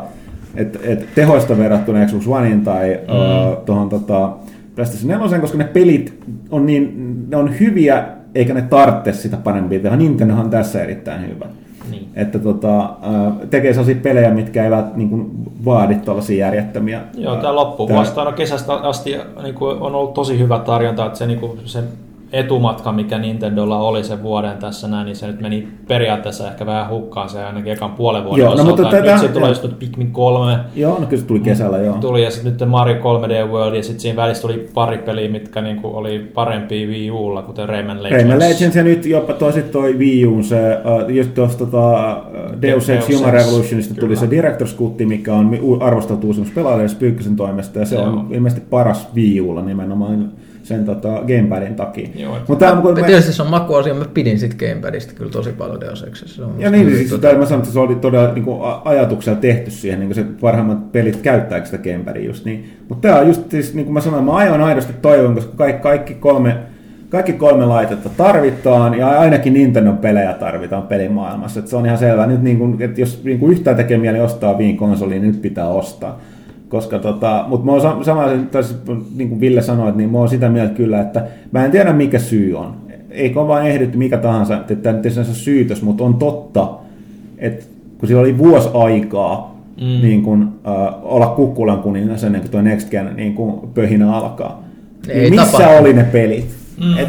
että tehoista verrattuna Xbox Oneen tai tuohon PlayStation 4, koska ne pelit on, ne on hyviä eikä ne tarvitse sitä parempia tehdä. Nintendohan on tässä erittäin hyvä. Niin. Että tekee sellaisia pelejä, mitkä eivät niin kuin, vaadi tuollaisia järjettömiä. Joo, tämä loppuvuosta aina kesästä asti niin kuin, on ollut tosi hyvä tarjonta, että se etumatka, mikä Nintendolla oli sen vuoden tässä näin, niin se nyt meni periaatteessa ehkä vähän hukkaan se ainakin ekan puolen vuoden osalta. Nyt se tulee just Pikmin 3. Joo, no kyllä se tuli kesällä, joo. Tuli ja sitten nyt Mario 3D World ja sitten siinä välissä tuli pari peliä, mitkä niinku oli parempia Wii Ulla, kuten Rayman Legends. Rayman Legends ja nyt jopa toi Wii Uun se, just tuosta Deus Ex Human Revolutionista tuli se Director's Cut, mikä on arvosteltu uusimmassa pelaajassa Pyykkösen toimesta ja se on ilmeisesti paras Wii Ulla nimenomaan sen Gamepadin takia. Tietysti se on makuasia, mä pidin sit Gamepadista kyllä tosi paljon Deus Exissa. Ja niin, siis mä sanon, että se oli todella niin ajatuksella tehty siihen, niin se parhaimmat pelit käyttääkö sitä Gamepadia just niin. Mutta tämä on just, siis, niin kuin mä sanoin, mä aivan aidosti toivon, koska kaikki kolme laitetta tarvitaan, ja ainakin Nintendo-pelejä tarvitaan pelimaailmassa. Että se on ihan selvää. Nyt, niin kuin, että jos niin kuin yhtään tekee mieli ostaa Wii-konsoli, niin nyt pitää ostaa. Koska mutta mä oon niin kuin Ville sanoi, että niin mä oon sitä mieltä kyllä, että mä en tiedä mikä syy on. Eikö ole vaan ehditty mikä tahansa, että tämä nyt ei ole syytös, mutta on totta, että kun sillä oli vuosi aikaa niin kuin, olla kukkulan kuningas ennen kuin tuo Next Gen niin kuin pöhinä alkaa. Niin missä oli ne pelit?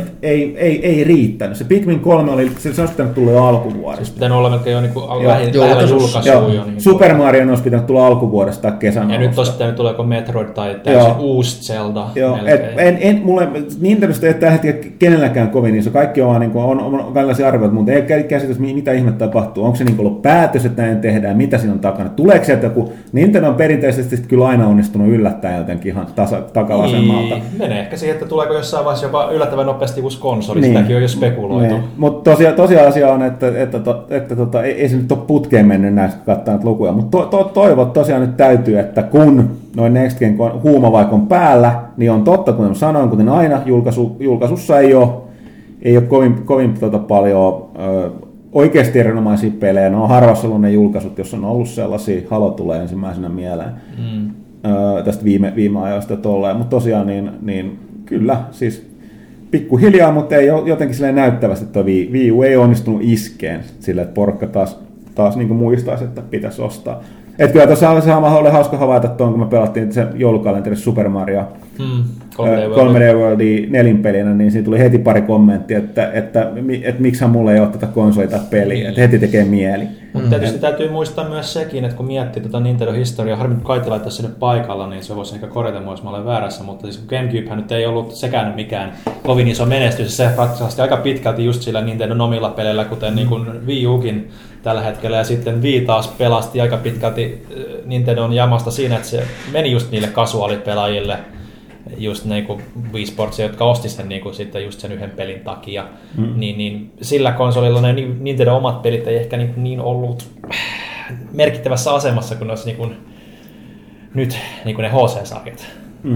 Ei riittänyt. Se Pikmin 3 oli, se olisi pitänyt tulla jo alkuvuodesta. Siis pitänyt olla melkein jo niin lähellä julkaisuun jo. Niin Super Mario olisi pitänyt tulla alkuvuodesta tai kesän ja nyt olisi pitänyt tulla joko Metroid tai täysin uusi Zelda. Joo, mulle Nintendosta ei tällä hetkellä kenelläkään kovin, niin se kaikki on, niin kuin, on tällaisia arvioita, mutta ei käsitys, mitä ihmettä tapahtuu. Onko se niin ollut päätös, että näin tehdään, mitä siinä on takana. Tuleeko sieltä joku, Nintendo on perinteisesti kyllä aina onnistunut yllättäen jotenkin ihan takavasemmalta. Menee ehkä siihen, että tuleeko jossain vaiheessa jopa yllättävän nopeasti uusi konsoli, niin. Sitäkin on jo spekuloitu. Niin. Mutta tosiasia on, että ei se nyt ole putkeen mennyt näistä katsotaan lukuja, mutta toivot tosiaan nyt täytyy, että kun noin Next Gen huuma vaikka on päällä, niin on totta, kuten sanoin, kuten aina, julkaisussa ei ole kovin paljon oikeasti erinomaisia pelejä. Ne on harvassa ollut ne julkaisut, jos on ollut sellaisia, Halo tulee ensimmäisenä mieleen tästä viime ajoista tolleen, mutta tosiaan niin kyllä, siis pikkuhiljaa, mutta ei jotenkin silleen näyttävästi tuo Wii U ei onnistunut iskeen silleen, että porukka taas niin kuin muistaisi, että pitäisi ostaa. Että kyllä tuossa oli hauska havaita tuon, kun me pelattiin sen joulukalenterissa Super Mario 3D Worldia nelinpelinä, niin siinä tuli heti pari kommenttia, että miksihän mulla ei ole tätä konsolia tai peliä, että heti tekee mieli. Mutta tietysti täytyy muistaa myös sekin, että kun miettii tuota Nintendo-historiaa, harmi nyt Kaiti laittaa sinne paikalla, niin se voisi ehkä korjata mua, jos mä olen väärässä, mutta siis GameCubehän nyt ei ollut sekään mikään kovin iso menestys, se ratkaisesti aika pitkälti just sillä Nintendon omilla peleillä, kuten niin kuin Wii Ukin tällä hetkellä, ja sitten Wii taas pelasti aika pitkälti Nintendon jamasta siinä, että se meni just niille kasuaalipelaajille, just niinku Wii Sportsia, jotka osti sen niinku sitten just sen yhden pelin takia, niin sillä konsolilla ne Nintendo omat pelit ei ehkä niin ollut merkittävässä asemassa, kun ne olisi niinku nyt niinku ne HC-sarjat.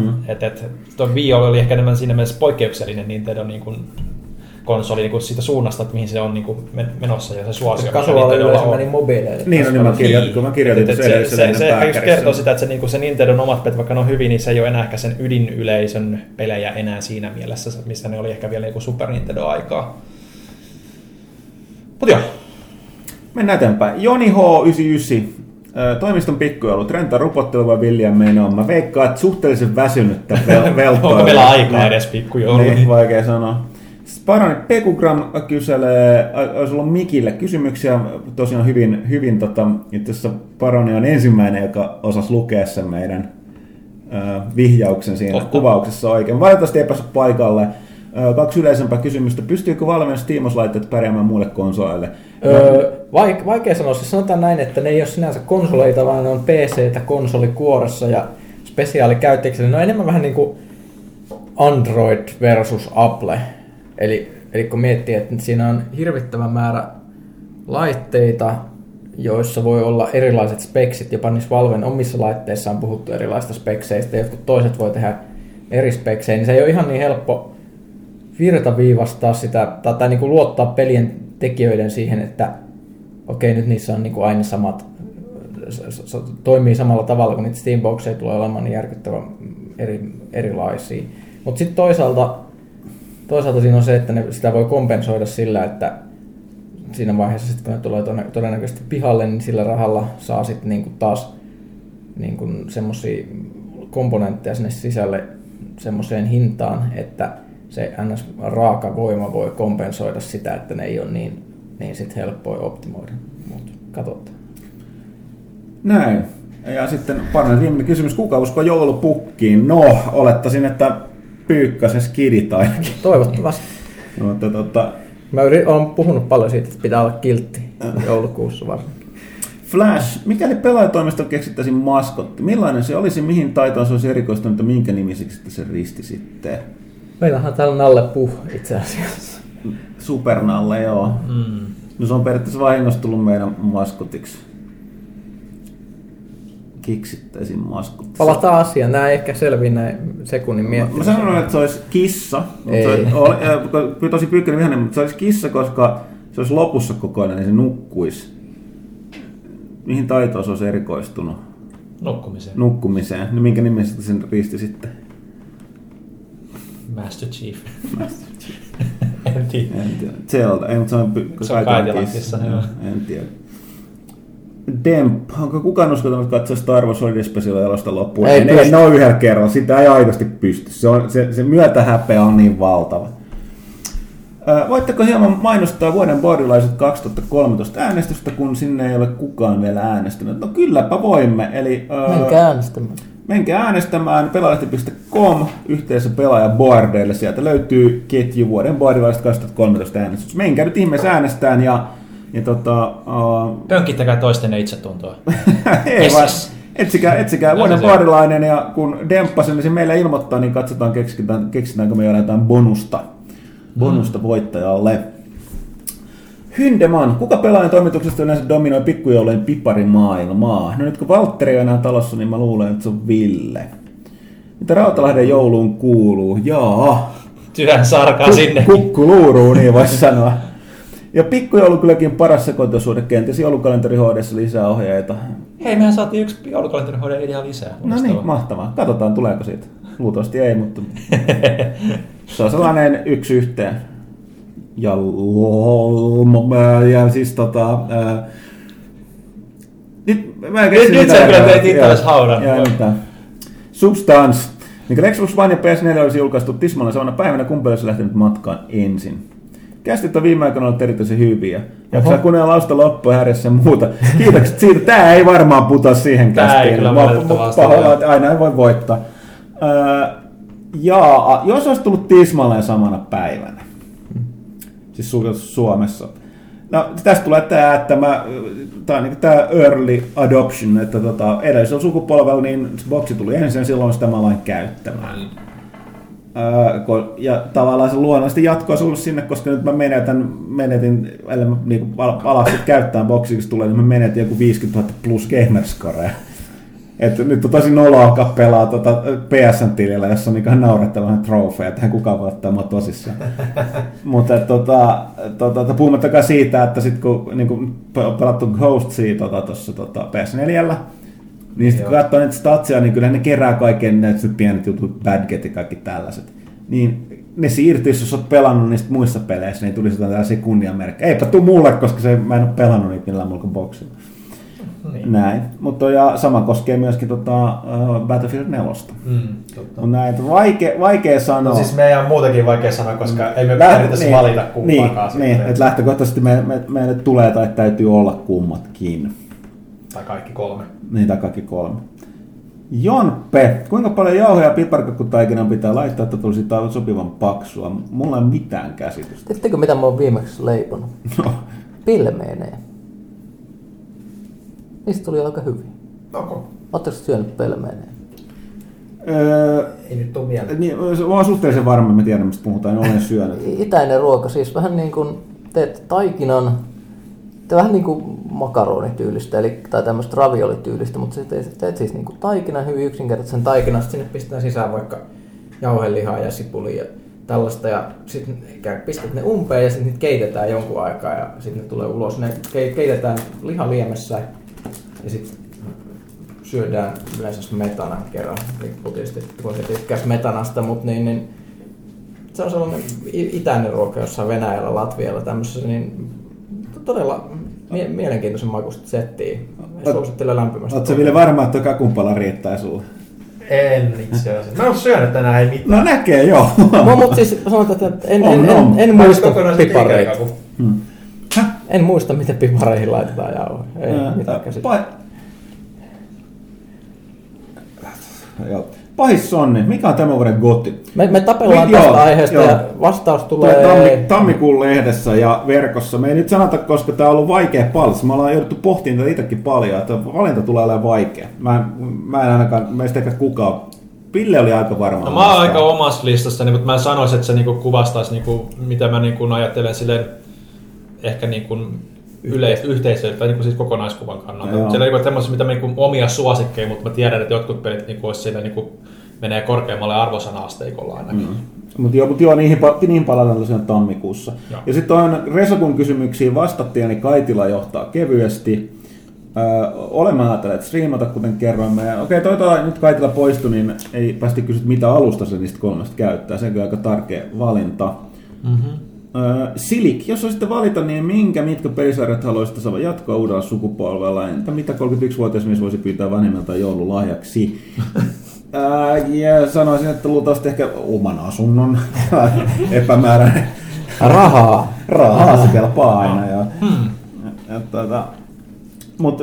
Tuo Wii oli ehkä enemmän siinä mielessä poikkeuksellinen Nintendo niinku konsoli niinku siitä suunnasta, että mihin se on niinku menossa ja se suosio. Kasuaalilla se meni mobiileille. Niin, mä kirjoitin se kertoo sitä, että se Nintendon omat pelit, vaikka ne on hyvin, niin se ei ole enää ehkä sen ydinyleisön pelejä enää siinä mielessä, missä ne oli ehkä vielä joku Super Nintendo-aikaa. Mutta joo. Mennään eteenpäin. Joni H99. Toimiston pikkujoulu. Trenta rupottelu vai William Menoon? Mä veikkaan, että suhteellisen väsynyttä veltoilua. Onko meillä aikaa edes pikkujoulu? Niin, vaikea sanoa. Sparani Pekugram kyselee, olisi ollut Mikille kysymyksiä, tosiaan hyvin itse asiassa Paroni on ensimmäinen, joka osasi lukea sen meidän vihjauksen siinä kuvauksessa oikein. Valitettavasti ei päässyt paikalle. 2 yleisempää kysymystä. Pystyykö valmiina Steamos-laitteet pärjäämään muille konsoleille? Vaikea sanoa. Siis sanotaan näin, että ne ei ole sinänsä konsoleita, vaan ne on PC-tä konsolikuoressa ja spesiaalikäyttäjiksi. Ne on enemmän vähän niin kuin Android versus Apple. Eli kun miettii, että siinä on hirvittävä määrä laitteita, joissa voi olla erilaiset speksit, jopa niissä Valven omissa laitteissa on puhuttu erilaisista spekseistä, jotkut toiset voi tehdä eri speksejä, niin se ei ole ihan niin helppo virtaviivastaa sitä, tai niin kuin luottaa pelien tekijöiden siihen, että okei, nyt niissä on niin kuin aina samat, toimii samalla tavalla, kun niitä Steamboxeja tulee olemaan niin järkyttävän erilaisia. Mutta sitten toisaalta toisaalta siinä on se, että sitä voi kompensoida sillä, että siinä vaiheessa, sit, kun ne tulee todennäköisesti pihalle, niin sillä rahalla saa sitten niinku taas niinku semmoisia komponentteja sinne sisälle semmoiseen hintaan, että se NS-raaka voima voi kompensoida sitä, että ne ei ole niin sit helppoa optimoida. Mutta katsotaan. Näin. Ja sitten parhainen viimeinen kysymys. Kuka uskoo joulupukkiin? No, olettaisin, että Pyykkäsen skidit ainakin. Toivottavasti. No, olen puhunut paljon siitä, että pitää olla kiltti joulukuussa varsinkin. Flash. Mikäli pelaajatoimistolla keksittäisiin maskotti, millainen se olisi, mihin taitoon se olisi erikoistunut ja minkä nimisiksi se risti sitten? Meillähän täällä Nalle Puh itse asiassa. Supernalle, joo. No se on periaatteessa vahingossa tullut meidän maskotiksi. Keksittäisiin maskotti. Palataan asiaan. Nämä ehkä selviää näin sekunnin miettimään. Mä sanoin, että se olisi kissa. Tosi Pyykkönen vihainen, mutta se olisi kissa, koska se olisi lopussa koko ajan, niin se nukkuisi. Mihin taitoon se olisi erikoistunut? Nukkumiseen. No minkä nimessä sen risti sitten? Master Chief. En tiedä. Zelda. Ei, mutta se on Cadillacisissa. En tiedä. Demp. Onko kukaan uskaltanut katsoa Star Wars Holiday Special elosta loppuun? Ei ne ole yhdellä kerralla. Sitä ei aidosti pysty. Se myötähäpeä on niin valtava. Voitteko hieman mainostaa vuoden Bordilaiset 2013 äänestystä, kun sinne ei ole kukaan vielä äänestänyt? No kylläpä voimme. Eli, menkää äänestämään pelaalehti.com yhteensä pelaajabordeille. Sieltä löytyy ketju vuoden Bordilaiset 2013 äänestys. Menkää nyt ihmeessä äänestään ja pönkittäkää toisten itsetuntoa. Ei vaan, etsikää vuoden Bordilainen ja kun demppasen, niin se meille ilmoittaa, niin katsotaan keksitäänkö me jotain bonusta voittajalle. Hyndeman, kuka pelaajan toimituksesta yleensä dominoi pikkujoulujen piparimaailmaa? No nyt kun Valtteri on enää talossa, niin mä luulen, että se on Ville. Mitä Rautalahden jouluun kuuluu? Jaa. Tyhjän sarkaa sinne. Kukkuluuruu, niin voisi sanoa. Ja pikkujoulu kylläkin paras sekointosuhde, kenties joulukalenteri HD:ssa lisää ohjeita. Hei, mehän saatiin yksi joulukalenteri HD idea lisää. No niin, mahtavaa. Katsotaan, tuleeko siitä. Luultavasti ei, mutta se on sellainen yksi yhteen. Ja siis nyt sä kyllä teit itse haudan. Substance. Mikä Xbox One ja PS4 olisi julkaistu tismalla samana päivänä, kumpi olisi lähtenyt matkaan ensin. Kästit on viime aikoina ollut erityisen hyviä. Jaksaa kuunnella lausta loppuun häiriössä ja muuta. Kiitokset siitä. Tää ei varmaan putoa siihen kästiin. Tää ei kyllä valitettavasti. Aina ei voi voittaa. Jos olisi tullut tismalleen samana päivänä. Siis Suomessa. No, tästä tulee tämä, että tämä on niin tämä early adoption, että edellisellä sukupolvella niin boksi tuli ensin ja silloin sitä mä aloin käyttämään. Ja tavallaan se luonnollisesti jatko olisi ollut sinne, koska nyt mä menetin ellei mä niin alaksi käyttää boksiksi tulee, niin mä menetin joku 50 000 plus gamerscorea. Että nyt on tosi noloa alkaa pelaa PSN-tilillä, jossa on ihan naurettavan trofeja, että kukaan voi ottaa mua tosissaan. Mutta puhumattakaan siitä, että sitten kun niin pelattu Ghostsia tuossa PS4, niin sitten kun katsoo niitä statsia, niin kyllä ne kerää kaiken näitä pienet jutut, badget ja kaikki tällaiset. Niin ne siirtyisi, jos olet pelannut niistä muissa peleissä, niin tulisi tällaisia kunniamerkkejä. Eipä tuu mulle, koska mä en ole pelannut niitä millään muulla kuin boksilla. Niin. Näin. Mutta ja sama koskee myöskin Battlefield 4. On näin, vaikea sanoa. No siis meidän on muutenkin vaikea sanoa, koska ei me periaatteessa valita kumpaakaan. Niin, että lähtökohtaisesti meille tulee tai täytyy olla kummatkin. Tai kaikki kolme. Niin, tai kaikki kolme. Jonpe, kuinka paljon jauhoja ja piparkakkutaikinaan pitää laittaa, että tulisi sopivan paksua? Mulla ei ole mitään käsitystä. Tiedättekö mitä mä oon viimeksi leipannut? No. Pilmeenejä. Niistä tuli aika hyvin. Onko? Oletteko syönyt pelmeenejä? Ei nyt tule mieleen. Niin, mä oon suhteellisen varma, mä tiedän mistä puhutaan, olen syönyt. Itäinen ruoka, siis vähän niin kuin teet taikinan, vähän niin kuin makaronityylistä, tai tämmöistä raviolityylistä, mutta teet siis niin kuin taikinan, hyvin yksinkertaisen taikinan, sinne pistetään sisään vaikka jauhelihaa ja sipulia ja tällaista, ja sitten pistät ne umpeen ja sitten niitä keitetään jonkun aikaa ja sitten ne tulee ulos. Ne keitetään lihaliemessä ja sitten syödään yleensä smetana kerran, riippuu tietysti kun se tykkäisi metanasta, mutta niin se on sellainen itäinen ruoka jossain Venäjällä, Latvialla tämmöisessä, niin todella mielenkiintoisen makuista settiä. Suosittelen lämpimästi. Oletko Ville varma, että kakunpala riittää sulle? En itse asiassa. Mä oon syönyt tänään ei mitään. No näkee, joo. Mutta siis sanotaan, että en muista pipareita. En muista, miten pipareihin laitetaan jauhoja. Ei mitään käsittää. Pahis Sonni, mikä on tämän vuoden gotti? Me tapellaan tästä aiheesta ja vastaus tulee... Tammikuun lehdessä ja verkossa. Me ei nyt sanota, koska tämä on ollut vaikea palsi. Me ollaan jouduttu pohtimaan tätä itsekin paljon, että valinta tulee olemaan vaikea. Mä en ainakaan, meistä eikä kukaan. Pille oli aika varma. No, mä oon aika omassa listassa, mutta mä sanoisin, että se niinku kuvastaisi, niinku, mitä mä niinku ajattelen silleen, ehkä niinku yhteisöön tai niinku siis kokonaiskuvan kannalta. Siellä on tämmöisiä mitä niinku omia suosikkeja, mutta mä tiedän, että jotkut pelit niinku olisi siinä niinku menee korkeammalle arvosana-asteikolla ainakin. Mutta joo, niihin palataan tosiaan tammikuussa. Joo. Ja sitten on Resokun kysymyksiin vastattiin, niin Kaitila johtaa kevyesti. Olemme ajatelleet striimata, kuten kerroimme. Okei, nyt Kaitila poistui, niin ei päästi kysyä, mitä alusta se niistä kolmesta käyttää. Se on aika tärkeä valinta. Silik, jos olisitte valita, niin mitkä pelisarjat haluaisitte saada jatkoa uudella sukupolvella? Entä mitä 31-vuotias mies voisi pyytää vanhemmilta joululahjaksi? Ja sanoisin, että luultavasti ehkä oman asunnon epämääräinen. Rahaa se kelpaa aina. Mutta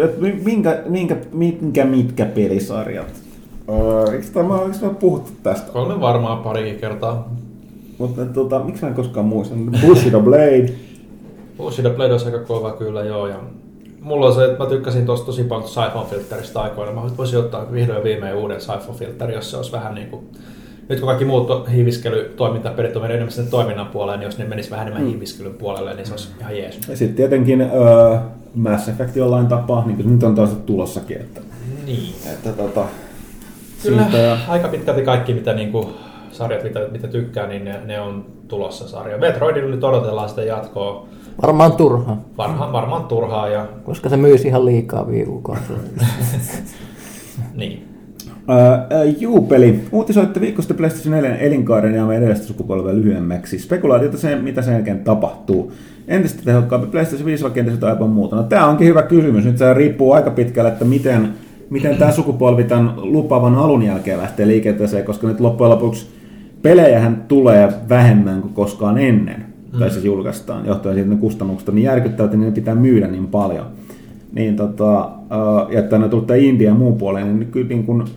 mitkä pelisarjat? Eikö mä puhuttu tästä? Olemme varmaan parikin kertaa. Mutta miksi mä en koskaan muista? Bushido Blade. Bushido Blade olisi aika kova kyllä, joo. Ja mulla on se, että mä tykkäsin tuosta tosi paljon Siphon-filteristä aikoina. Mä voisin ottaa vihdoin viimein uuden Siphon-filterin, jos se olisi vähän niin kuin... Nyt kun kaikki muut hiiviskelytoimintapelit on mennyt enemmän sinne toiminnan puoleen, niin jos ne menisi vähän enemmän hiiviskelyn puolelle, niin se olisi ihan jees. Ja sitten tietenkin Mass Effect jollain tapaa, niin kuin nyt on taas tulossakin. Että, niin. Että, kyllä aika pitkälti kaikki, mitä niinku sarjat, mitä tykkää, niin ne on tulossa sarja. Metroidille nyt odotellaan sitä jatkoa. Varmaan turhaa. Varmaan turhaa. Ja... koska se myisi ihan liikaa viikukonsolia. Niin. Juupeli. Uutisoitte viikosta PlayStation 4 elinkaaren ja edellistä sukupolvea lyhyemmäksi. Spekulaatiota se, mitä sen jälkeen tapahtuu. Entistä tehokkaampi PlayStation 5 vai kenties jotain muuta. No, tämä onkin hyvä kysymys. Nyt se riippuu aika pitkälle, että miten tämä sukupolvi tämän lupaavan alun jälkeen lähtee liikenteeseen, koska nyt loppujen lopuksi pelejähän tulee vähemmän kuin koskaan ennen. Tai siis julkaistaan, johtuen siitä, että ne kustannukset on niin järkyttävät, niin ne pitää myydä niin paljon. Niin, ja että ne tulee India ja muun puoleen, niin kyllä niin kuin,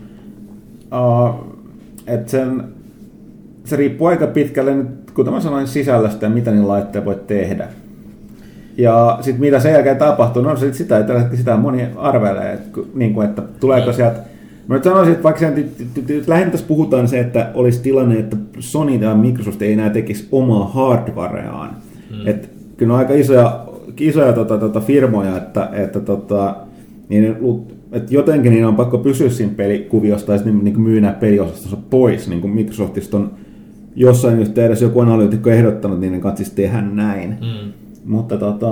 että se riippuu aika pitkälle, kuten mä sanoin, sisällöstä ja mitä niin laitteet voi tehdä. Ja sitten mitä sen jälkeen tapahtuu, no sitä moni arvelee, että tuleeko sieltä. Mä nyt sanoisin, että vaikka lähinnä tässä puhutaan se, että olisi tilanne, että Sony ja Microsoft ei enää tekisi omaa hardwareaan. Että kyllä on aika isoja firmoja, että jotenkin niin on pakko pysyä siinä pelikuviosta ja sitten niin myy nämä peliosastossa pois. Niin kuin Microsoftista on jossain yhteydessä joku analyytikko ehdottanut, niin ne katsisi tehdä näin. Mutta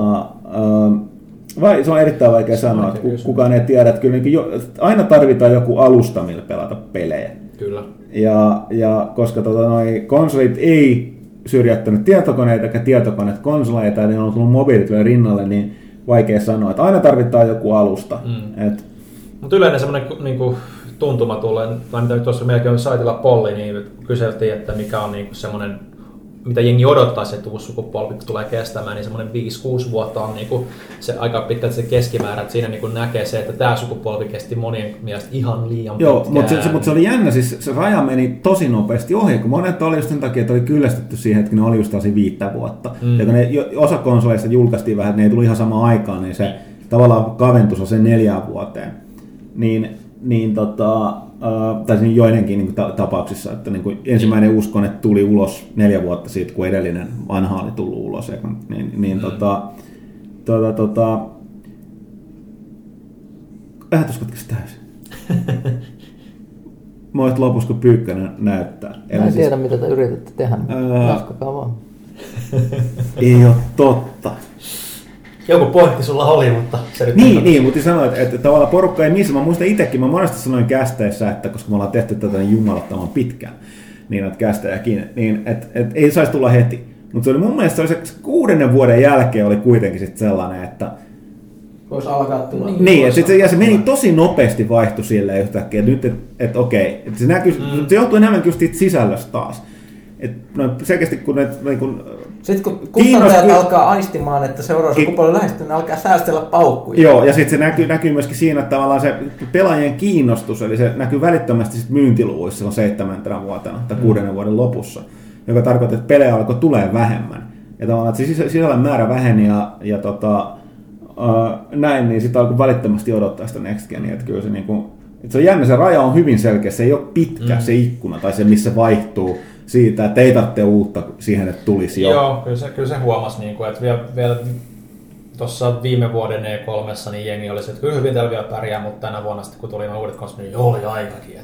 se on erittäin vaikea sanoa, että kukaan ei tiedä, että kyllä aina tarvitaan joku alusta, millä pelata pelejä. Kyllä. Ja koska konsolit ei syrjättänyt tietokoneita eikä tietokoneet konsoleita, ja niin on tullut mobiilit vielä rinnalle, niin vaikea sanoa, että aina tarvitaan joku alusta. Mutta yleinen semmoinen niinku tuntuma tulee, tai mitä tuossa meilläkin on saitilla polli, niin kyseltiin, että mikä on niinku semmoinen, mitä jengi odottaisi, että uusi sukupolvi tulee kestämään, niin semmoinen 5-6 vuotta on niinku se aika pitkälti se keskimäärä, että siinä niinku näkee se, että tämä sukupolvi kesti monien mielestä ihan liian pitkään. Joo, mutta se oli jännä, siis se raja meni tosi nopeasti ohi, kun monet oli just sen takia, että oli kyllästetty siihen, että ne oli just 5 vuotta. Ja kun osa konsoleista julkaistiin vähän, että ne ei tullut ihan samaan aikaan, niin se tavallaan kaventui sen 4 vuoteen. Tai niin joidenkin niin tapauksissa, että niin ensimmäinen uusi kone tuli ulos 4 vuotta siitä, kun edellinen vanha oli tullut ulos. Lähetys katkesi täysin. Mä olet lopussa, kun Pyykkönen näyttää. Mä en tiedä, mitä te yritätte tehdä. Jatkakaa vaan. Ei ole totta. Joku pointti sulla oli, mutta se nyt... Niin, mutta sanoin, että tavallaan porukka ei missä. Mä muistan itsekin, mä monesti sanoin kästeissä, että koska me ollaan tehty tätä niin jumalattoman pitkään, niin näitä kästejäkin, niin et ei saisi tulla heti. Mutta se oli mun mielestä se 6. vuoden jälkeen oli kuitenkin sit sellainen, että voisi alkaa tulla. Niin, ja se meni tosi nopeasti vaihtu silleen yhtäkkiä, että nyt, että okei, että se näkyy, se johtuu enemmänkin just siitä sisällöstä taas. Että no selkeästi kun ne sitten kun kustantajat alkaa aistimaan, että seuraava sukupolven lähestyy, ne alkaa säästellä paukkuja. Joo, ja sitten se näkyy myöskin siinä, että tavallaan se pelaajien kiinnostus, eli se näkyy välittömästi sit myyntiluvuissa silloin 7. vuotena tai 6. vuoden lopussa, joka tarkoittaa, että pelejä alkoi tulee vähemmän. Ja tavallaan, että se sisällön määrä väheni ja näin, niin sitten alkoi välittömästi odottaa sitä Next Genia. Että kyllä se, niinku, että se on jännä, se raja on hyvin selkeä, se ei ole pitkä se ikkuna tai se, missä vaihtuu siitä, että ei tarvitse uutta siihen, että tulisi jo. Joo, kyllä se huomasi, niin kuin, että vielä tuossa viime vuoden E3:ssa niin jengi oli se, että kyllä hyvin täällä vielä pärjää, mutta tänä vuonna sitten kun tuli nuo uudet konsolit, niin oli aikakin.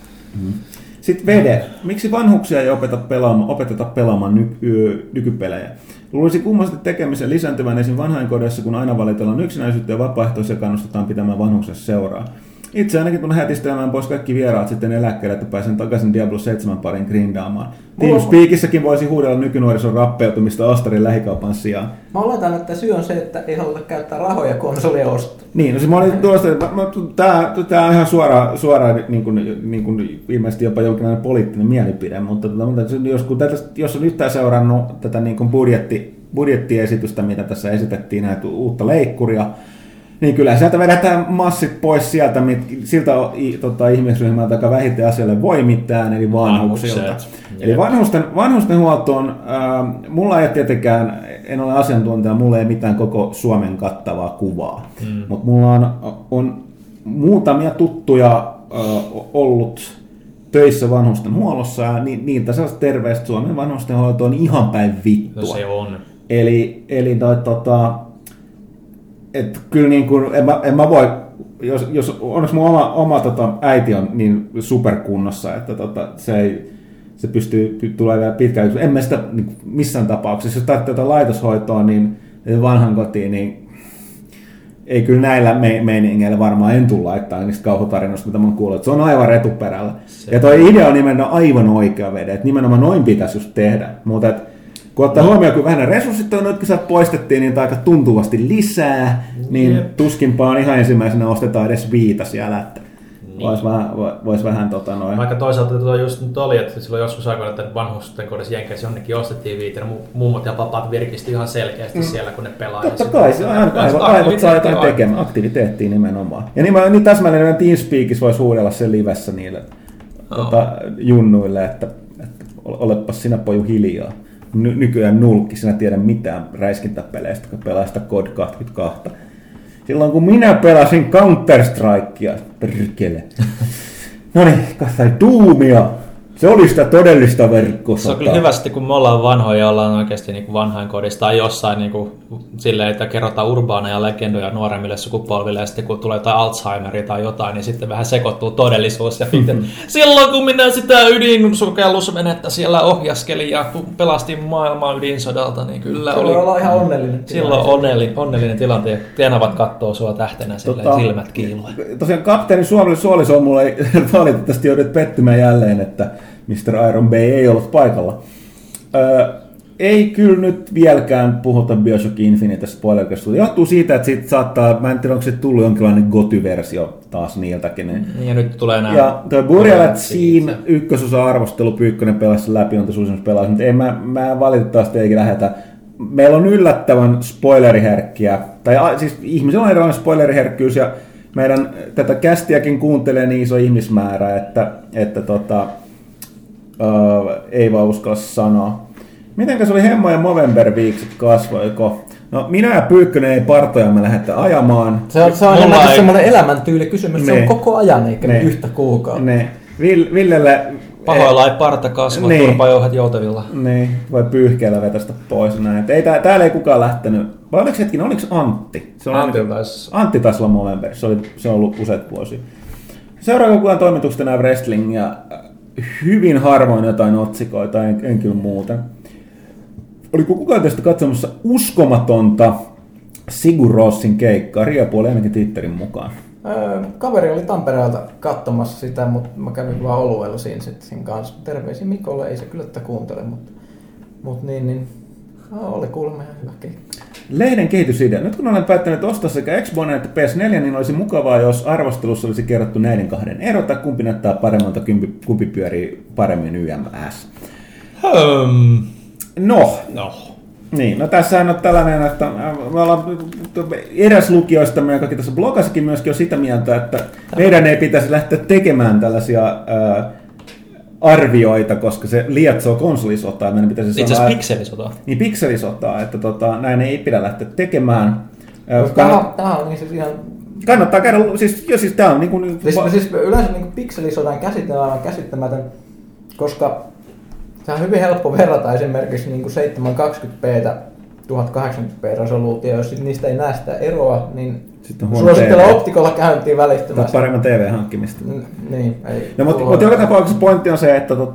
Sitten Vede. Miksi vanhuksia ei opeteta pelaamaan nykypelejä? Luulisi kummasti tekemisen lisääntyvän esim. Vanhainkodeissa, kun aina valitellaan yksinäisyyttä ja vapaaehtoisia kannustetaan pitämään vanhuksessa seuraa. Itse ainakin tulen hätistelemään pois kaikki vieraat sitten eläkkeelle, että pääsen takaisin Diablo 7 parin grindaamaan. TeamSpeakissäkin voisi huudella nykynuorison rappeutumista Astarin lähikaupan sijaan. Mä oletan, että syy on se, että ei haluta käyttää rahoja konsolien ostoon. Niin, no se mä olin tuosta, tämä on ihan suora niin kuin ilmeisesti jopa jonkinlainen poliittinen mielipide, mutta jos on yhtään seurannut tätä niin kuin budjettiesitystä, mitä tässä esitettiin, näitä uutta leikkuria, niin kyllä sieltä vedetään massit pois siltä ihmisryhmältä, joka vähiten asialle voi mitään, eli vanhuksilta. Eli vanhusten huoltoon, mulla ei tietenkään, en ole asiantuntija, mulla ei mitään koko Suomen kattavaa kuvaa, mutta mulla on muutamia tuttuja ollut töissä vanhustenhuollossa, ja niiltä sellaiset terveiset Suomen vanhustenhuolto on ihan päin vittua. No se on. Eli että kyllä niin kuin, en mä voi, jos onneksi mun oma äiti on niin superkunnossa, että se pystyy tulemaan vielä pitkään. En mä sitä niin missään tapauksessa, jos tarvitsee tätä laitoshoitoa niin vanhan kotiin, niin ei kyllä näillä meiningeillä varmaan en tule laittaa niistä kauhutarinoista, mitä mä oon kuullut. Se on aivan retuperällä. Ja toi idea on nimenomaan aivan oikea Vede, että nimenomaan noin pitäisi just tehdä. Mutta kun ottaa huomioon, kun vähän resurssit on, jotka sieltä poistettiin, niin aika tuntuvasti lisää, niin tuskinpa on ihan ensimmäisenä ostetaan edes Viita siellä, että vois vähän Vaikka toisaalta just nyt oli, että silloin joskus aikoina, että vanhusten kodissa Jenkeissä jonnekin ostettiin Viita, ja mummot ja papat virkisti ihan selkeästi siellä, kun ne pelaa. Totta kai, aivot saa jotain tekemään, aktiviteettia nimenomaan. Ja niin täsmälleen TeamSpeakissa voisi huudella sen livessä niille junnuille, että olepas sinä poju hiljaa. Nykyään nulkki, sinä tiedä mitään räiskintäpeleistä, kun pelaa sitä COD 22. Silloin kun minä pelasin Counter-Strikea, perkele. Noniin, katsoin Doomia. Se oli sitä todellista verkkosotaa. Se on kyllä hyvä sitten, kun me ollaan vanhoja ja ollaan oikeasti niin vanhainkodissa tai jossain niin kuin, silleen, että kerrotaan urbaaneja legendoja nuoremmille sukupolville ja sitten kun tulee jotain Alzheimeria tai jotain, niin sitten vähän sekoittuu todellisuus. Ja silloin kun minä sitä ydinsukellusvenettä siellä ohjaskelin ja pelastin maailmaa ydinsodalta, niin kyllä silloin ollaan ihan onnellinen. Silloin onnellinen tilanne ja tienavat kattoo sua tähtenä silmät kiilua. Tosiaan kapteeni Suomelle Suoliso on mulle valitettavasti joudut pettymään jälleen, että Mr. Iron Bay ei ollut paikalla. Ei kyllä nyt vieläkään puhuta Bioshock Infinite spoilerista. Johtuu siitä, että siitä saattaa, mä en tiedä, onko se tullut jonkinlainen GOTY-versio taas niiltäkin. Ja nyt tulee nämä. Ja tuo Burial Scene ykkösosa-arvostelu, Pyykkönen pelasi läpi, on tuossa pelasi, mutta mä valitettavasti eikä lähetä. Meillä on yllättävän spoileriherkkiä, tai siis ihmisillä on erilainen spoileriherkkyys, ja meidän tätä kästiäkin kuuntelee niin iso ihmismäärä, että ei vaan uskalla sanoa. Mitenkäs oli Hemmo ja Movember-viikset kasvoiko? No minä ja Pyykkönen ei partoja me lähdetään ajamaan. Se on semmoinen elämäntyyli kysymys, se on koko ajan eikä yhtä kuukautta. Villelle pahoilla ei parta kasva, turpajouhet joutavilla. Niin, voi pyyhkeellä vetästä pois näin. Täällä ei kukaan lähtenyt. Vai oliko Antti? Antti taisi olla Movember, se on ollut useat vuosia. Seuraava kukaan toimituksesta näin wrestling ja hyvin harvoin jotain otsikoita, en kyllä muuten. Oliko kukaan tästä katsomassa uskomatonta Sigur Rosin keikkaa? Riapu oli ainakin Twitterin mukaan. Kaveri oli Tampereelta katsomassa sitä, mutta mä kävin vaan oluella siinä kanssa. Terveisiä Mikolle, ei se kyllä tätä kuuntele, mutta oli kuulemma ihan hyvä keikka. Lehden kehitysidea. Nyt kun olen päättänyt ostaa sekä Xboxen että PS4, niin olisi mukavaa, jos arvostelussa olisi kerrottu näiden kahden erota, kumpi näyttää paremmalta, kumpi pyörii paremmin YMS. No. Niin, no tässähän on tällainen, että me ollaan eräs lukijoistamme, joka tässä blogasikin myöskin on sitä mieltä, että meidän ei pitäisi lähteä tekemään tällaisia arvioita, koska se lietsoo konsolisotaa. Meidän pitäisi itse asiassa pikselisotaa. Niin, pikselisotaa, että näin ei pidä lähteä tekemään. Tämä on niin siis ihan... Kannattaa käydä, siis tämä on niin kuin... Siis yleensä niin pikselisodan käsite on käsittämätön, koska se on hyvin helppo verrata esimerkiksi niin 720p 1080p resoluutio, jos niistä ei näe sitä eroa, niin suosittelen optikolla käyntiin välittömästi. Paremman TV-hankkimista. Niin, ei. No, mutta joka tapauksessa pointti on se, että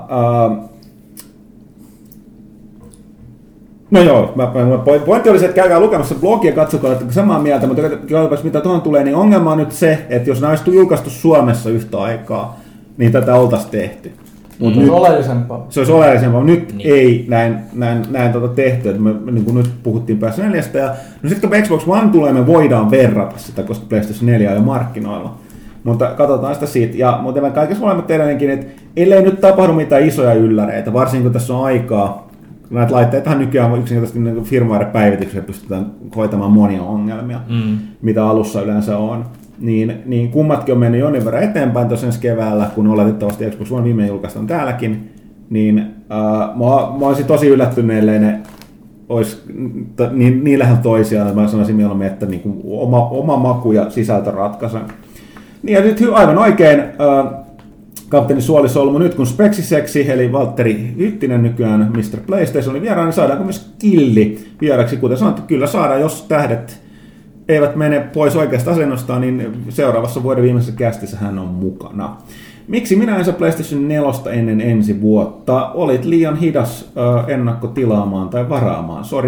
no joo, pointti oli se, että käykää lukemassa blogia ja katsokaa, että samaa mieltä, mutta joka tapauksessa mitä tuohon tulee, niin ongelma on nyt se, että jos nämä olisi julkaistu Suomessa yhtä aikaa, niin tätä oltaisiin tehty. Se olisi oleellisempaa. Se olisi oleellisempaa, nyt niin. Ei näin tehty. Että me niin kuin nyt puhuttiin PS4, ja no sitten kun Xbox One tulee, me voidaan verrata sitä, koska PlayStation 4 on jo markkinoilla. Mutta katsotaan sitä siitä. Mutta me kaikessa olemme tehdäänkin, että ellei nyt tapahdu mitään isoja ylläreitä, varsinkin kun tässä on aikaa, näitä laitteitahan nykyään yksinkertaisesti niin firmware-päivityksellä pystytään hoitamaan monia ongelmia, mitä alussa yleensä on. Niin kummatkin on mennyt jonkin verran eteenpäin tuossa ensi keväällä, kun oletettavasti Xbox One viimein julkaistaan täälläkin, niin mä olisin tosi yllättyneelle, ne olisi niin lähellä toisiaan, että mä sanoisin mieluummin, että niin kuin oma maku ja sisältö ratkaisen. Niin ja nyt aivan oikein, kapteeni Suoli Solmu, nyt kun Speksiseksi, eli Valtteri Hyttinen nykyään Mr. PlayStation oli vieraan, niin saadaanko myös killi vieraksi, kuten sanottu, kyllä saadaan, jos tähdet eivät mene pois oikeasta asennosta, niin seuraavassa vuoden viimeisessä kästissä hän on mukana. Miksi minä en saa PlayStation 4 ennen ensi vuotta? Olit liian hidas ennakkotilaamaan tai varaamaan, sori.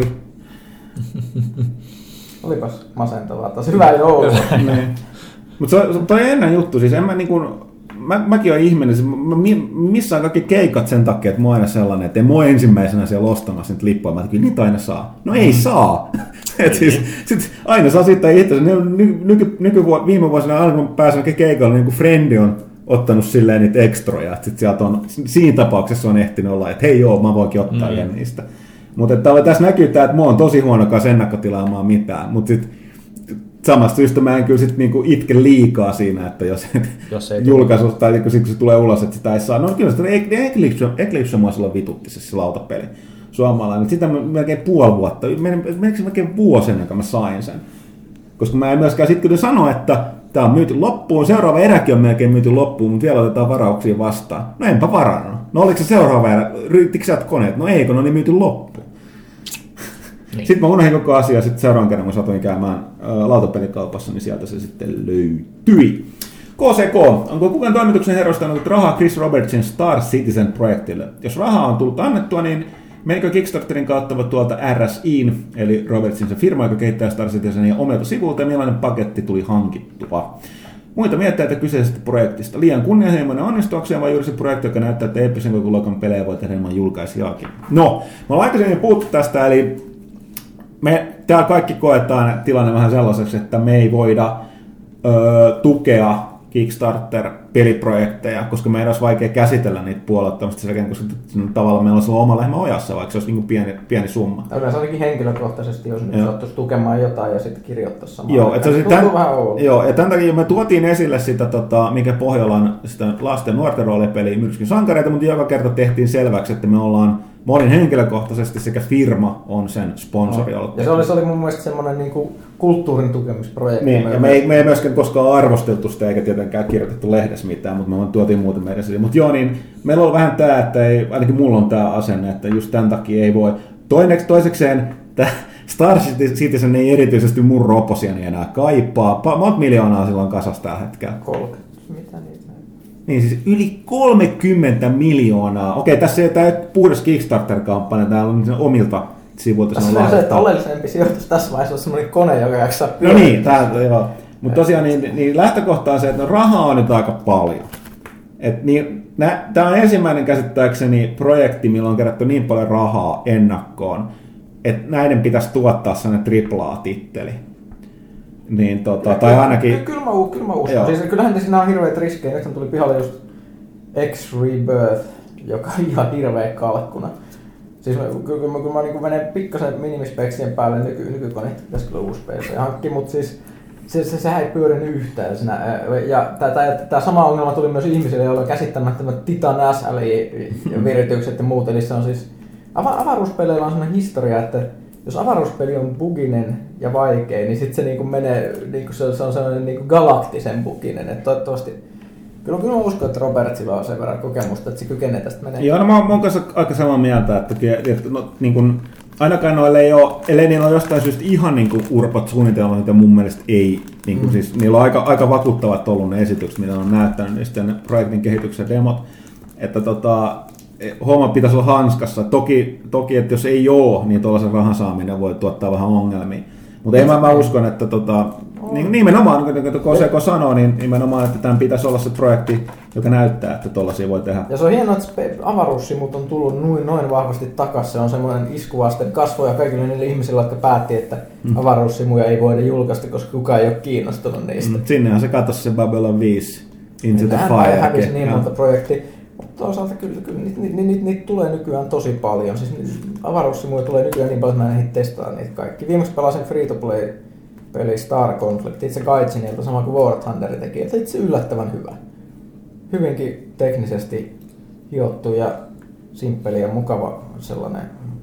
Olipas masentavaa, taas hyvää joulua. Mutta toi ennen juttu, siis en mä niin kuin, mäkin olen ihminen, mä missään kaikki keikat sen takia, että mä oon aina sellainen, että en mä ole ensimmäisenä siellä ostamassa niitä lippuja, mä tekin, niitä aina saa. No ei saa. Siis, sit aina saa sitten itse. Viime vuosina aina kun pääsen keikalle, niin kuin Frendi on ottanut silleen niitä ekstroja, että sit sieltä on, siinä tapauksessa on ehtinyt olla, että hei joo, mä voinkin ottaa niistä. Mutta tässä näkyy tämä, että mä oon tosi huono kanssa ennakkotilaamaan mitään, mutta sitten samasta syystä mä en kyllä sit niinku itke liikaa siinä, että jos julkaisu tai kun se tulee ulos, että sitä ei saa. No kyllä sitä Eclipse mua silloin vitutti se lautapeli suomalainen. Sitä melkein puoli vuotta, menikö se melkein vuosi ennen kuin mä sain sen. Koska mä en myöskään sitten kyllä sano, että tämä on myyty loppuun, seuraava eräkin on melkein myyty loppuun, mutta vielä otetaan varauksia vastaan. No enpä varannut. No oliko se seuraava erä, ryhtikö sieltä koneet? No ei, kun ne oli myyty loppuun. Niin. Sitten mä unohdin koko asiaa, sitten seuraavan kerran, kun satuin käymään lautapelikaupassa, niin sieltä se sitten löytyi. KCK, onko kukaan toimituksen herroista annettu rahaa Chris Robertsin Star Citizen-projektille? Jos rahaa on tullut annettua, niin menikö Kickstarterin kautta tuolta RSIin, eli Robertsin se firma, joka kehittää Star Citizenia omelta sivulta, ja millainen paketti tuli hankittua? Muita mietteitä kyseisestä projektista. Liian kunnianhimoinen onnistuakseen, vai juuri se projekti, joka näyttää, että eeppisen koko luokan pelejä voi tehdä ilman julkaisijaakin? No, mä olen aikaisemmin puhuttu tästä, eli me täällä kaikki koetaan tilanne vähän sellaiseksi, että me ei voida tukea Kickstarter-peliprojekteja, koska meidän olisi vaikea käsitellä niitä puolueettomasti sen jälkeen, koska tavallaan meillä olisi oma lehmä ojassa, vaikka se olisi niin kuin pieni summa. Yleensä ainakin henkilökohtaisesti, jos nyt sattuisi tukemaan jotain ja sitten kirjoittaa samaan. Joo, että se joo, ja tämän takia me tuotiin esille sitä, mikä pohjalla on sitä lasten ja nuorten roolipeliä Myrskyn sankareita, mutta joka kerta tehtiin selväksi, että me olin henkilökohtaisesti sekä firma on sen sponsori ollut. Ja se oli mun mielestä semmoinen niin kuin kulttuurin tukemisprojekti. Niin, ja me ei myöskään koskaan arvosteltu sitä eikä tietenkään kirjoitettu lehdessä mitään, mutta me tuotiin muuten meidän sille. Mutta joo, niin meillä on vähän tämä, että ei, ainakin mulla on tämä asenne, että just tämän takia ei voi. Toisekseen, tämä Star Citizen ei erityisesti mun roposiani enää kaipaa. Monta miljoonaa silloin kasassa tällä hetkellä? 30. Mitä niitä? Niin siis yli 30 miljoonaa. Okei, tässä ei tämä puhdas Kickstarter-kampanja, täällä on omilta sivuilta. Tässä on se, että oleellisempi sijoitus tässä vaiheessa on semmoinen kone, joka jaksaa pyöriä. No niin, joo. Mutta tosiaan niin lähtökohta on se, että rahaa on nyt aika paljon. Tämä on ensimmäinen käsittääkseni projekti, millä on kerätty niin paljon rahaa ennakkoon, että näiden pitäisi tuottaa sellainen AAA-titteli. Niin, tai ainakin... Kyllä mä uskon. Siis, kyllähän siinä on hirveät riskejä. Nyt tuli pihalle just X-Rebirth, joka on ihan hirveä kalkkuna. Siis kun mä niin menen pikkasen minimispeksien päälle nykykone, pitäisi kyllä uusi PC hankki, mutta siis sehän ei pyörinyt yhtään siinä. Ja tämä sama ongelma tuli myös ihmisille, joilla on käsittämättömät Titan SLI-viritykset ja muut. Eli se on siis, avaruuspeleillä on sellainen historia, että jos avaruuspeli on buginen ja vaikea, niin sitten se niinku menee, niinku se on sellainen niinku galaktisen buginen. Että toivottavasti, kyllä mä uskon, että Robertsilla on sen verran kokemusta, että se kykenee tästä menee. Joo, no mä oon kanssa aika samaa mieltä, että no, niin kun, ainakaan noille ellei niillä ole jostain syystä ihan niin kuin urpat suunnitelmat, mitä mun mielestä ei, niin kuin siis, niillä on aika vakuuttavat ollut ne esitykset, mitä on näyttänyt, niin sitten projektin kehityksen demot, että homma pitäisi olla hanskassa. Toki, että jos ei ole, niin tuollaisen rahan saaminen voi tuottaa vähän ongelmia. Mutta mä uskon, että nimenomaan, kun Koseko sanoo, niin nimenomaan, että tämän pitäisi olla se projekti, joka näyttää, että tuollaisia voi tehdä. Ja se on hienoa, että avaruussimut on tullut noin vahvasti takaisin. Se on semmoinen iskuvasten kasvoja kaikille niille ihmisille, jotka päätti, että avaruussimuja ei voida julkaista, koska kukaan ei ole kiinnostunut niistä. Sinnehän se katosi se Babylon 5 Into the Fire. Hävisi niin monta projektia. Mutta toisaalta kyllä niitä tulee nykyään tosi paljon. Siis avaruussimuja tulee nykyään niin paljon, että mä en ehdi testaa niitä kaikki. Viimeksi pelasin free-to-play-peli Star Conflict, itse Gaijinilta, sama kuin War Thunder teki. Että itse yllättävän hyvä. Hyvinkin teknisesti hiottu ja simppeli ja mukava sellainen,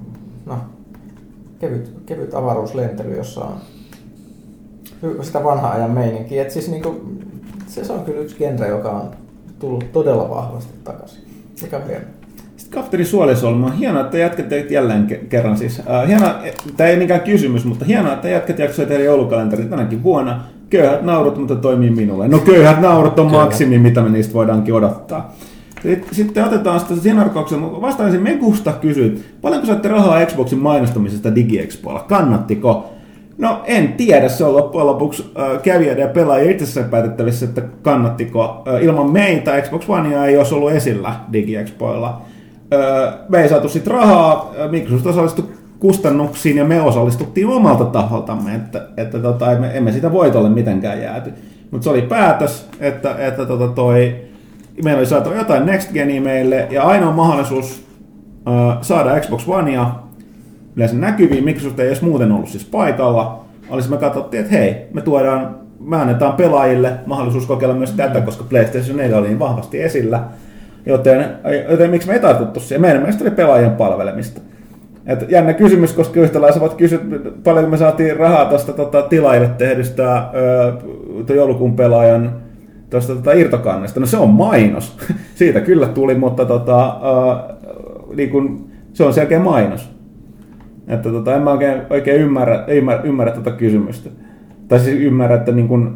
kevyt avaruuslentely, jossa on sitä vanhan ajan meininkiä. Et siis niinku, se on kyllä yksi genre, joka on tullut todella vahvasti takaisin. Mikä on hieno. Sitten Kafteri Suolisolma, hienoa, että jätkät teit jälleen kerran siis. Tämä ei niinkään kysymys, mutta hienoa, että jätkät jaksoi tehdä joulukalenterit tänäkin vuonna. Köyhät naurut, mutta toimii minulle. No köyhät naurut on maksimi, mitä me niistä voidaankin odottaa. Sitten otetaan sitä Sinarkoksen. Vastaisin, Megusta kysyt, paljonko saatte rahaa Xboxin mainostamisesta DigiExpoilla? Kannattiko? No en tiedä, se on loppujen lopuksi kävijöiden ja pelaajien itsessään päätettävissä, että kannattiko. Ilman meitä Xbox Onea ei olisi ollut esillä DigiExpoilla. Me ei saatu sitten rahaa, Microsoft osallistui kustannuksiin ja me osallistuttiin omalta taholtamme, että emme sitä voitolle mitenkään jääty. Mutta se oli päätös, että meillä oli saatava jotain Next Genia meille ja ainoa mahdollisuus saada Xbox Onea yleensä näkyviin, Microsoft ei edes muuten ollut siis paikalla, me katsottiin, että hei, me annetaan pelaajille mahdollisuus kokeilla myös tätä, koska PlayStation 4 oli niin vahvasti esillä, joten miksi me ei tartuttu siihen? Meidän mielestä oli pelaajien palvelemista. Et jännä kysymys, koska yhtäläiset ovat kysyneet, paljonko me saatiin rahaa tuosta tilaajille tehdystä joulukuun pelaajan irtokannesta. No se on mainos. Siitä kyllä tuli, mutta niin kun, se on selkeä mainos. Että en mä oikein ymmärrä tätä kysymystä. Tai siis ymmärrä, että niin kun,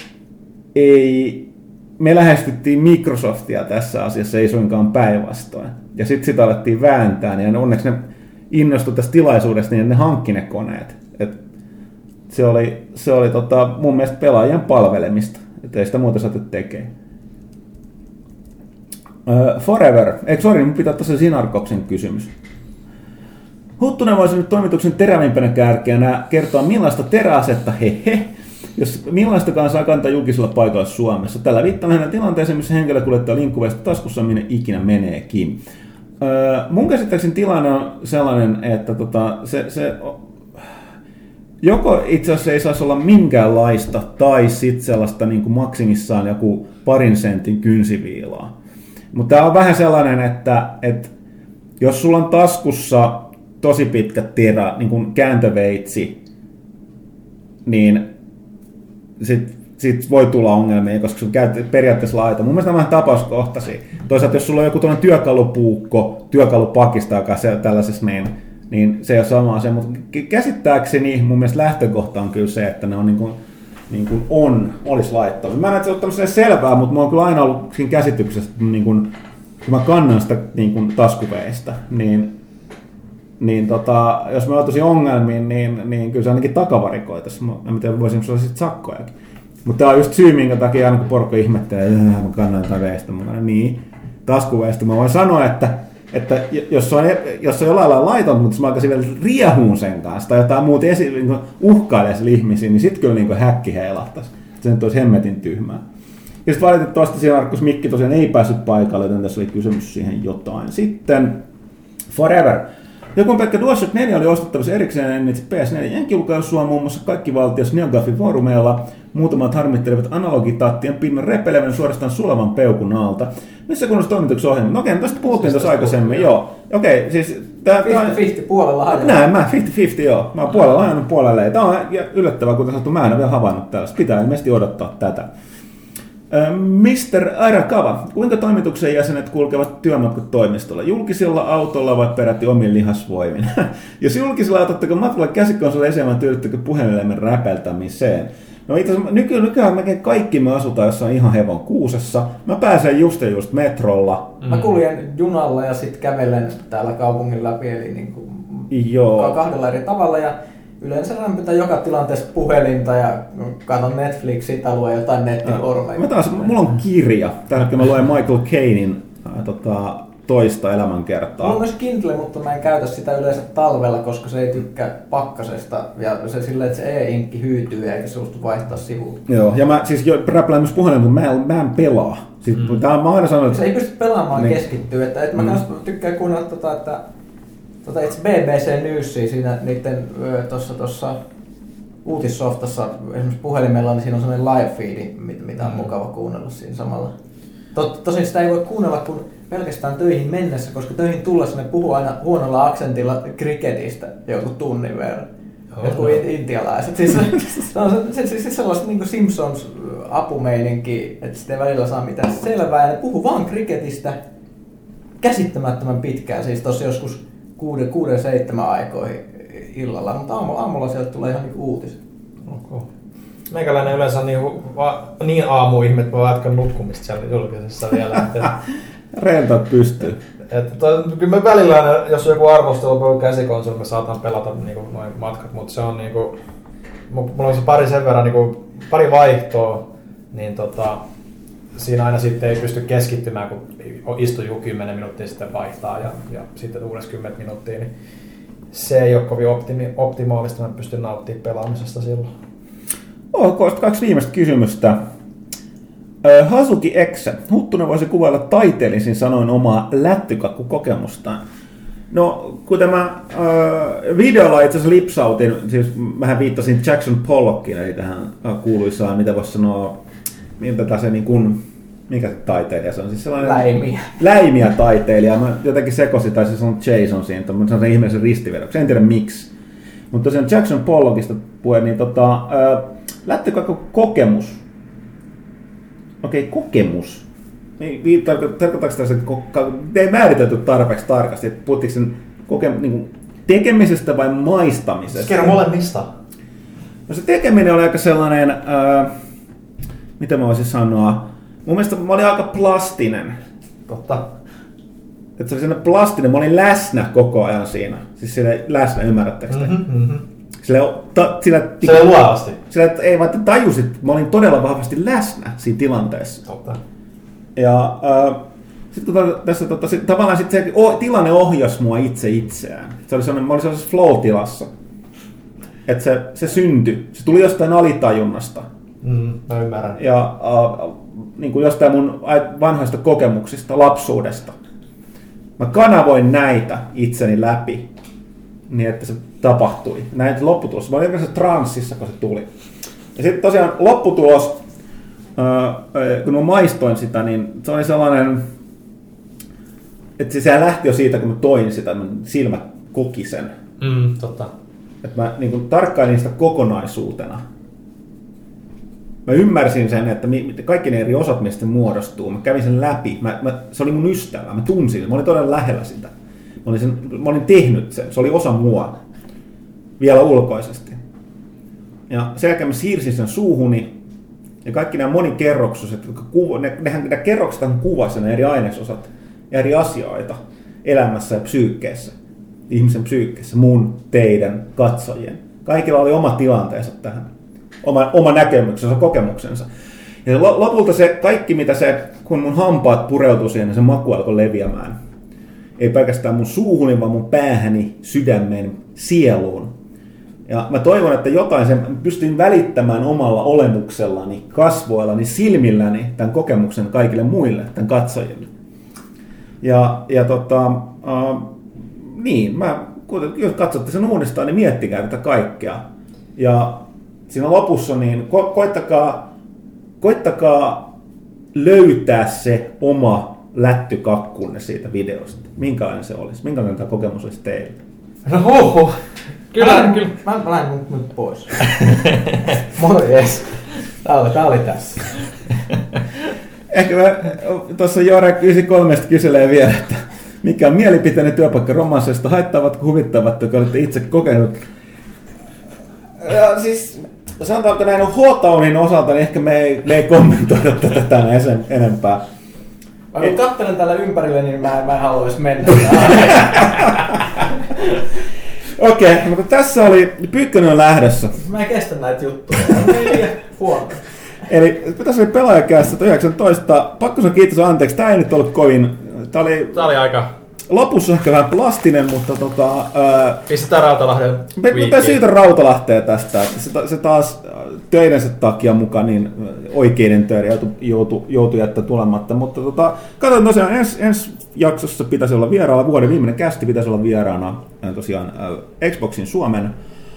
me lähestyttiin Microsoftia tässä asiassa, ei suinkaan päinvastoin. Ja sitten sitä alettiin vääntää, niin onneksi ne innostui tästä tilaisuudesta, niin ne hankki ne koneet. Se oli mun mielestä pelaajien palvelemista, että ei sitä muuta saatu tekemään. Forever. Mun pitää ottaa se Sinarkoksen kysymys. Huttunen voisi nyt toimituksen terävimpänä kärkeänä kertoa millaista teräasetta millaistakaan saa kantaa julkisella paikalla Suomessa. Tällä viittaan hänen tilanteeseen, missä henkilö kuljettaa linkkuveista taskussa, minne ikinä meneekin. Mun käsittääkseni tilanne on sellainen, että se joko itse asiassa ei saisi olla minkäänlaista, tai sitten sellaista niin kuin maksimissaan joku parin sentin kynsiviilaa. Mutta tämä on vähän sellainen, että jos sulla on taskussa tosi pitkä terä, niin kuin kääntöveitsi, niin sit voi tulla ongelmia, koska sun periaatteessa laita. Mun mielestä on vähän tapauskohtaisia. Toisaalta jos sulla on joku tuollainen työkalupuukko, työkalupakista, joka on tällaisessa niin se ei ole sama asia. Mutta käsittääkseni mun mielestä lähtökohta on kyllä se, että ne on niin kuin olisi laittanut. Mä en näe, että se on tämmöisen selvää, mutta mulla on kyllä aina ollut siinä käsityksessä, että niin kun mä kannan sitä niin taskuveistä, niin jos mä joutuisin ongelmiin, niin kyllä se ainakin takavarikoitaisiin. Mä en tiedä, voisinko olla sitten sakkojakin. Mutta tämä on just syy, minkä takia aina kun porukka ihmettelee, että mä kannan jotain veistä mukana, niin taskuveistä mä voin sanoa, että jos on jollain lailla laiton, mutta jos mä alkaisin vielä riehuun sen kanssa tai jotain muuta niin uhkailee sille ihmisiin, niin sitten kyllä niin häkki heilahtaisi. Se nyt olisi hemmetin tyhmää. Ja sitten valitettavasti siinä Markus Mikki tosiaan ei päässyt paikalle, joten tässä oli kysymys siihen jotain. Sitten Forever. Joku Pekka DualShock 4 oli ostettavissa erikseen ennen PS4 jenkijulkaisua muun muassa kaikki valtiossa NeoGAFin foorumeilla. Muutamat harmittelevat analogitattien pinnan repelevän suorastaan sulavan peukun alta. Missä kunnossa toimituksen ohjelma? No okei, tästä puhuttiin tuossa aikaisemmin, joo. Okei, siis... 50-50 puolella hajannut. Näin mä, 50-50 joo. Mä oon puolella hajannut puolelle ei. Tää on yllättävää, kuten sanottu, mä en ole vielä havainnut tällaista. Pitää ilmeisesti odottaa tätä. Mr. Arakawa, kuinka toimituksen jäsenet kulkevat työmatkat toimistolla? Julkisilla autolla vai peräti omin lihasvoimin? Jos julkisilla otatteko matkalla käsikonsoli esiin, vai tyydyttekö puhelimen räpeltämiseen? No itse asiassa nykyään melkein kaikki me asutaan jossain ihan hevon kuusessa. Mä pääsen just metrolla. Mä kuljen junalla ja sitten kävelen täällä kaupungin läpi, eli niin kuin kahdella eri tavalla. Ja yleensä rämpytän joka tilanteessa puhelinta ja katson Netflixia tai luen jotain nettiformeja. Mulla on kirja. Tällä hetkellä mä luen Michael Cainein toista elämänkertaa. Mulla on myös Kindle, mutta mä en käytä sitä yleensä talvella, koska se ei tykkää pakkasesta. Ja se silleen, että se e-inkki hyytyy eikä suostu vaihtaa sivuun. Joo, ja mä siis räplään myös puhelimella, mutta mä en pelaa. Siis, mä aina sanon, että... Se ei pysty pelaamaan niin. Keskittyä. Että mä kans tykkään kuunnella itse BBC Newsia siinä niiden tuossa uutissoftassa esimerkiksi puhelimella, niin siinä on sellainen live feedi, mitä on mukava kuunnella siinä samalla. Tosin sitä ei voi kuunnella kun pelkästään töihin mennessä, koska töihin tullessa ne puhuu aina huonolla aksentilla cricketistä joku tunnin verran. Joku intialaiset. Siis sellaista niin kuin Simpsons-apumeininki, että sitten ei välillä saa mitään selvää. Ja ne puhuu vaan cricketistä käsittämättömän pitkään, siis tossa joskus 6-7 aikoihin illalla, mutta aamulla sieltä tulee ihan niinku uutiset. Okay. Meikäläinen yleensä niin aamuihme, että mä jatkan nukkumista siellä julkisessa vielä. Rentat pystyy. Kyllä me välillä, jos on joku arvostelu käsikonsoli, me saatan pelata niinku noin matkat, mutta se on niinku, mulla on se sen verran niinku, pari vaihtoa, niin siinä aina sitten ei pysty keskittymään, kun istuu 10 minuuttia sitten vaihtaa ja sitten uudessa 10 minuuttia, niin se ei ole kovin optimaalista, mä pystyn nauttimaan pelaamisesta silloin. Ok, 2 viimeistä kysymystä. Hasuki Exe. Huttunen voisi kuvailla taiteellisin sanoin omaa lättykakkukokemustaan. No, kun tämä videolla itse asiassa lipsautin, siis mähän viittasin Jackson Pollockiin, eli tähän kuuluisaan, mitä voisi sanoa, miltä se niin kuin, mikä se taiteilija se on? Siis sellainen läimiä taiteilija. Mä jotenkin sekoisin, tai se on Jason siinä, se on se ihmeellisen ristivedoksen, en tiedä miksi. Mutta tosiaan Jackson Pollockista puhe, niin lättykakkukokemus. Okei, kokemus. Tarkoittaako tässä, että ei määritelty tarpeeksi tarkasti, että puhuttiinko sen niin tekemisestä vai maistamisesta? Kerro molemmista. No se tekeminen oli aika sellainen, mitä mä voisin sanoa, mun mielestä mä olin aika plastinen. Totta. Että se oli sellainen plastinen, mä olin läsnä koko ajan siinä. Siis siellä läsnä, ymmärrättekö te? Sillä luovasti. Sillä, että ei vaan tajusit, mä olin todella vahvasti läsnä siinä tilanteessa. Totta. Ja sitten tässä tavallaan sit se tilanne ohjasi mua itseään. Se oli sellainen, mä olin sellaisessa flow-tilassa. Että se syntyi. Se tuli jostain alitajunnasta. Mä ymmärrän. Ja niin kuin jostain mun vanhoista kokemuksista, lapsuudesta. Mä kanavoin näitä itseni läpi, niin että se tapahtui. Näitä lopputulos. Mä olin oikeastaan transsissa, kun se tuli. Ja sitten tosiaan lopputulos, kun mä maistoin sitä, niin se oli sellainen, että se lähti jo siitä, kun mä toin sitä, että silmät koki sen. Totta. Että mä niin kuin tarkkailin sitä kokonaisuutena. Mä ymmärsin sen, että kaikki ne eri osat, mistä se muodostuu. Mä kävin sen läpi. Se oli mun ystävä. Mä tunsin sen. Mä olin todella lähellä sitä. Mä olin tehnyt sen. Se oli osa mua. Vielä ulkoisesti. Ja sen jälkeen mä siirsin sen suuhuni. Ja kaikki nämä monikerroksuiset, ne kerroksethan kuvasi ne eri ainesosat ja eri asioita elämässä ja psyykkeessä. Ihmisen psyykkeessä. Mun, teidän, katsojien. Kaikilla oli oma tilanteensa tähän. oma näkemyksensä, kokemuksensa. Ja lopulta se kaikki, mitä kun mun hampaat pureutui siihen, niin se maku alkoi leviämään. Ei pelkästään mun suuhuni, vaan mun päähäni, sydämeen, sieluun. Ja mä toivon, että jokaisen pystyn välittämään omalla olemuksellani, kasvoillani, silmilläni tämän kokemuksen kaikille muille, tämän katsojille. Niin, jos katsotte sen uudestaan, niin miettikää tätä kaikkea. Ja siinä lopussa niin koittakaa löytää se oma lättykakkunne siitä videosta. Minkälainen se olisi? Minkälainen tämä kokemus olisi teille? No Kyllä. Mä lähden nyt pois. Morjes. Tää oli tässä. Ehkä tuossa Jore 93 kyselee vielä, että mikä on mielipiteinen työpaikka romansseista, haittaavatko, huvittavatko, jotka olette itse kokenut? Ja siis sanotaanko näin H-Townin osalta, niin ehkä me ei kommentoida tätä tänään sen enempää. Mä kun katselen täällä ympärille, niin mä en haluaisi mennä. Okei, mutta tässä oli Pyykkönen on lähdössä. Mä en kestä näitä juttuja. Huono. Eli tässä oli Pelaajakästä 19. Pakko sanoa kiitos anteeksi. Tää ei nyt ollut kovin. Tää oli aika lopussa ehkä vähän plastinen, mutta pistetään Rautalahden me siitä Rautalahteen tästä. Se taas töidensä takia mukaan niin oikeiden töiden joutui jättää tulematta. Mutta katsotaan tosiaan ensi jaksossa pitäisi olla vieraana, vuoden viimeinen kästi pitäisi olla vieraana tosiaan Xboxin Suomen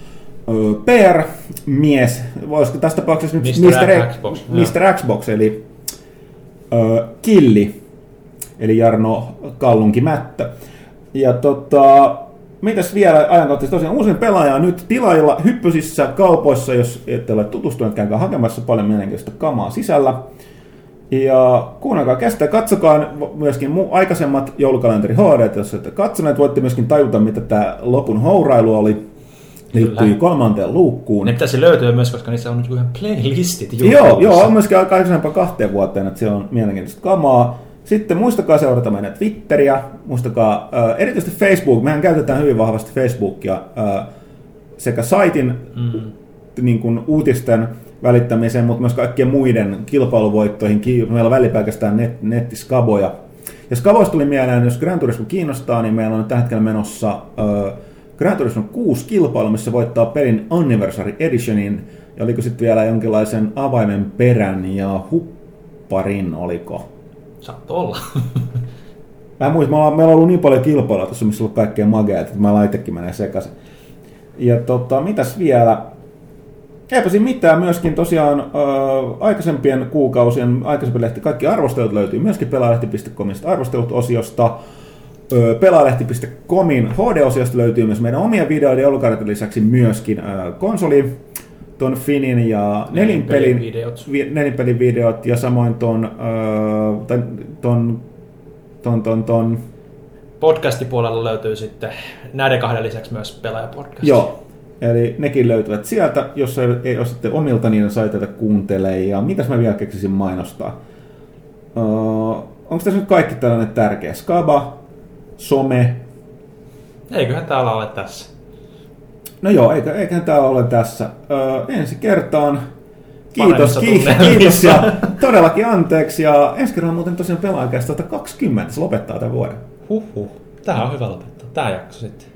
PR-mies, voisiko tässä tapauksessa nyt Mr. Xbox, eli Killi, eli Jarno Kallunki-Mättö. Ja mitäs vielä ajankohtaisesti, tosiaan uusin pelaaja on nyt tilailla hyppysissä kaupoissa, jos ette ole tutustuneet, käykää hakemassa paljon mielenkiintoista kamaa sisällä. Ja kuunnelkaa kästä ja katsokaa myöskin aikaisemmat joulukalenteri HD, jos ette katsoneet, voitte myöskin tajuta, mitä tämä lopun hourailu oli. Liittyy 3. luukkuun. Ne pitäisi löytyä myös, koska niissä on nyt ihan playlistit. Joo, on myöskin aikaisempaa 2 vuoteen, että siellä on mielenkiintoista kamaa. Sitten muistakaa seurata meidän Twitteriä, muistakaa erityisesti Facebook. Mehän käytetään hyvin vahvasti Facebookia sekä saitin niin kuin uutisten välittämiseen, mutta myös kaikkien muiden kilpailuvoittoihin. Meillä on välipelkästään nettiskaboja. Ja skaboista tuli mieleen, jos Gran Turismo kiinnostaa, niin meillä on tällä hetkellä menossa Gran Turismo 6 kilpailu, missä voittaa pelin Anniversary Editionin. Ja oliko sitten vielä jonkinlaisen avaimen perän ja hupparin, oliko? Saatto olla. Mä en muista, meillä on ollut niin paljon kilpailua tuossa, missä on ollut kaikkea magea, että mä laitekin menee sekaisin. Ja mitäs vielä? Eipä siinä mitään, myöskin tosiaan aikaisempien kuukausien aikaisempi lehti, kaikki arvostelut löytyy myöskin pelaalehti.comista arvostelut-osiosta. Pelaalehti.comin HD-osiosta löytyy myös meidän omia videoiden joulukauden lisäksi myöskin konsoli, ton Finin ja nelinpelin videot ja samoin ton podcastipuolella löytyy sitten näiden 2 lisäksi myös Pelaajapodcast. Joo, eli nekin löytyvät sieltä, jos ei ole sitten omilta, niin saiteita kuuntelee. Ja mitäs mä vielä keksisin mainostaa? Onko tässä nyt kaikki tällainen tärkeä? Skaba, some. Eiköhän täällä ole tässä. No joo, eiköhän täällä ole tässä. Ensi kertaan. Kiitos ja todellakin anteeksi. Ja ensi kerralla muuten tosiaan Pelaajakästä 20, se lopettaa tämän vuoden. Tää on hyvä lopettaa. Tää jakso sitten.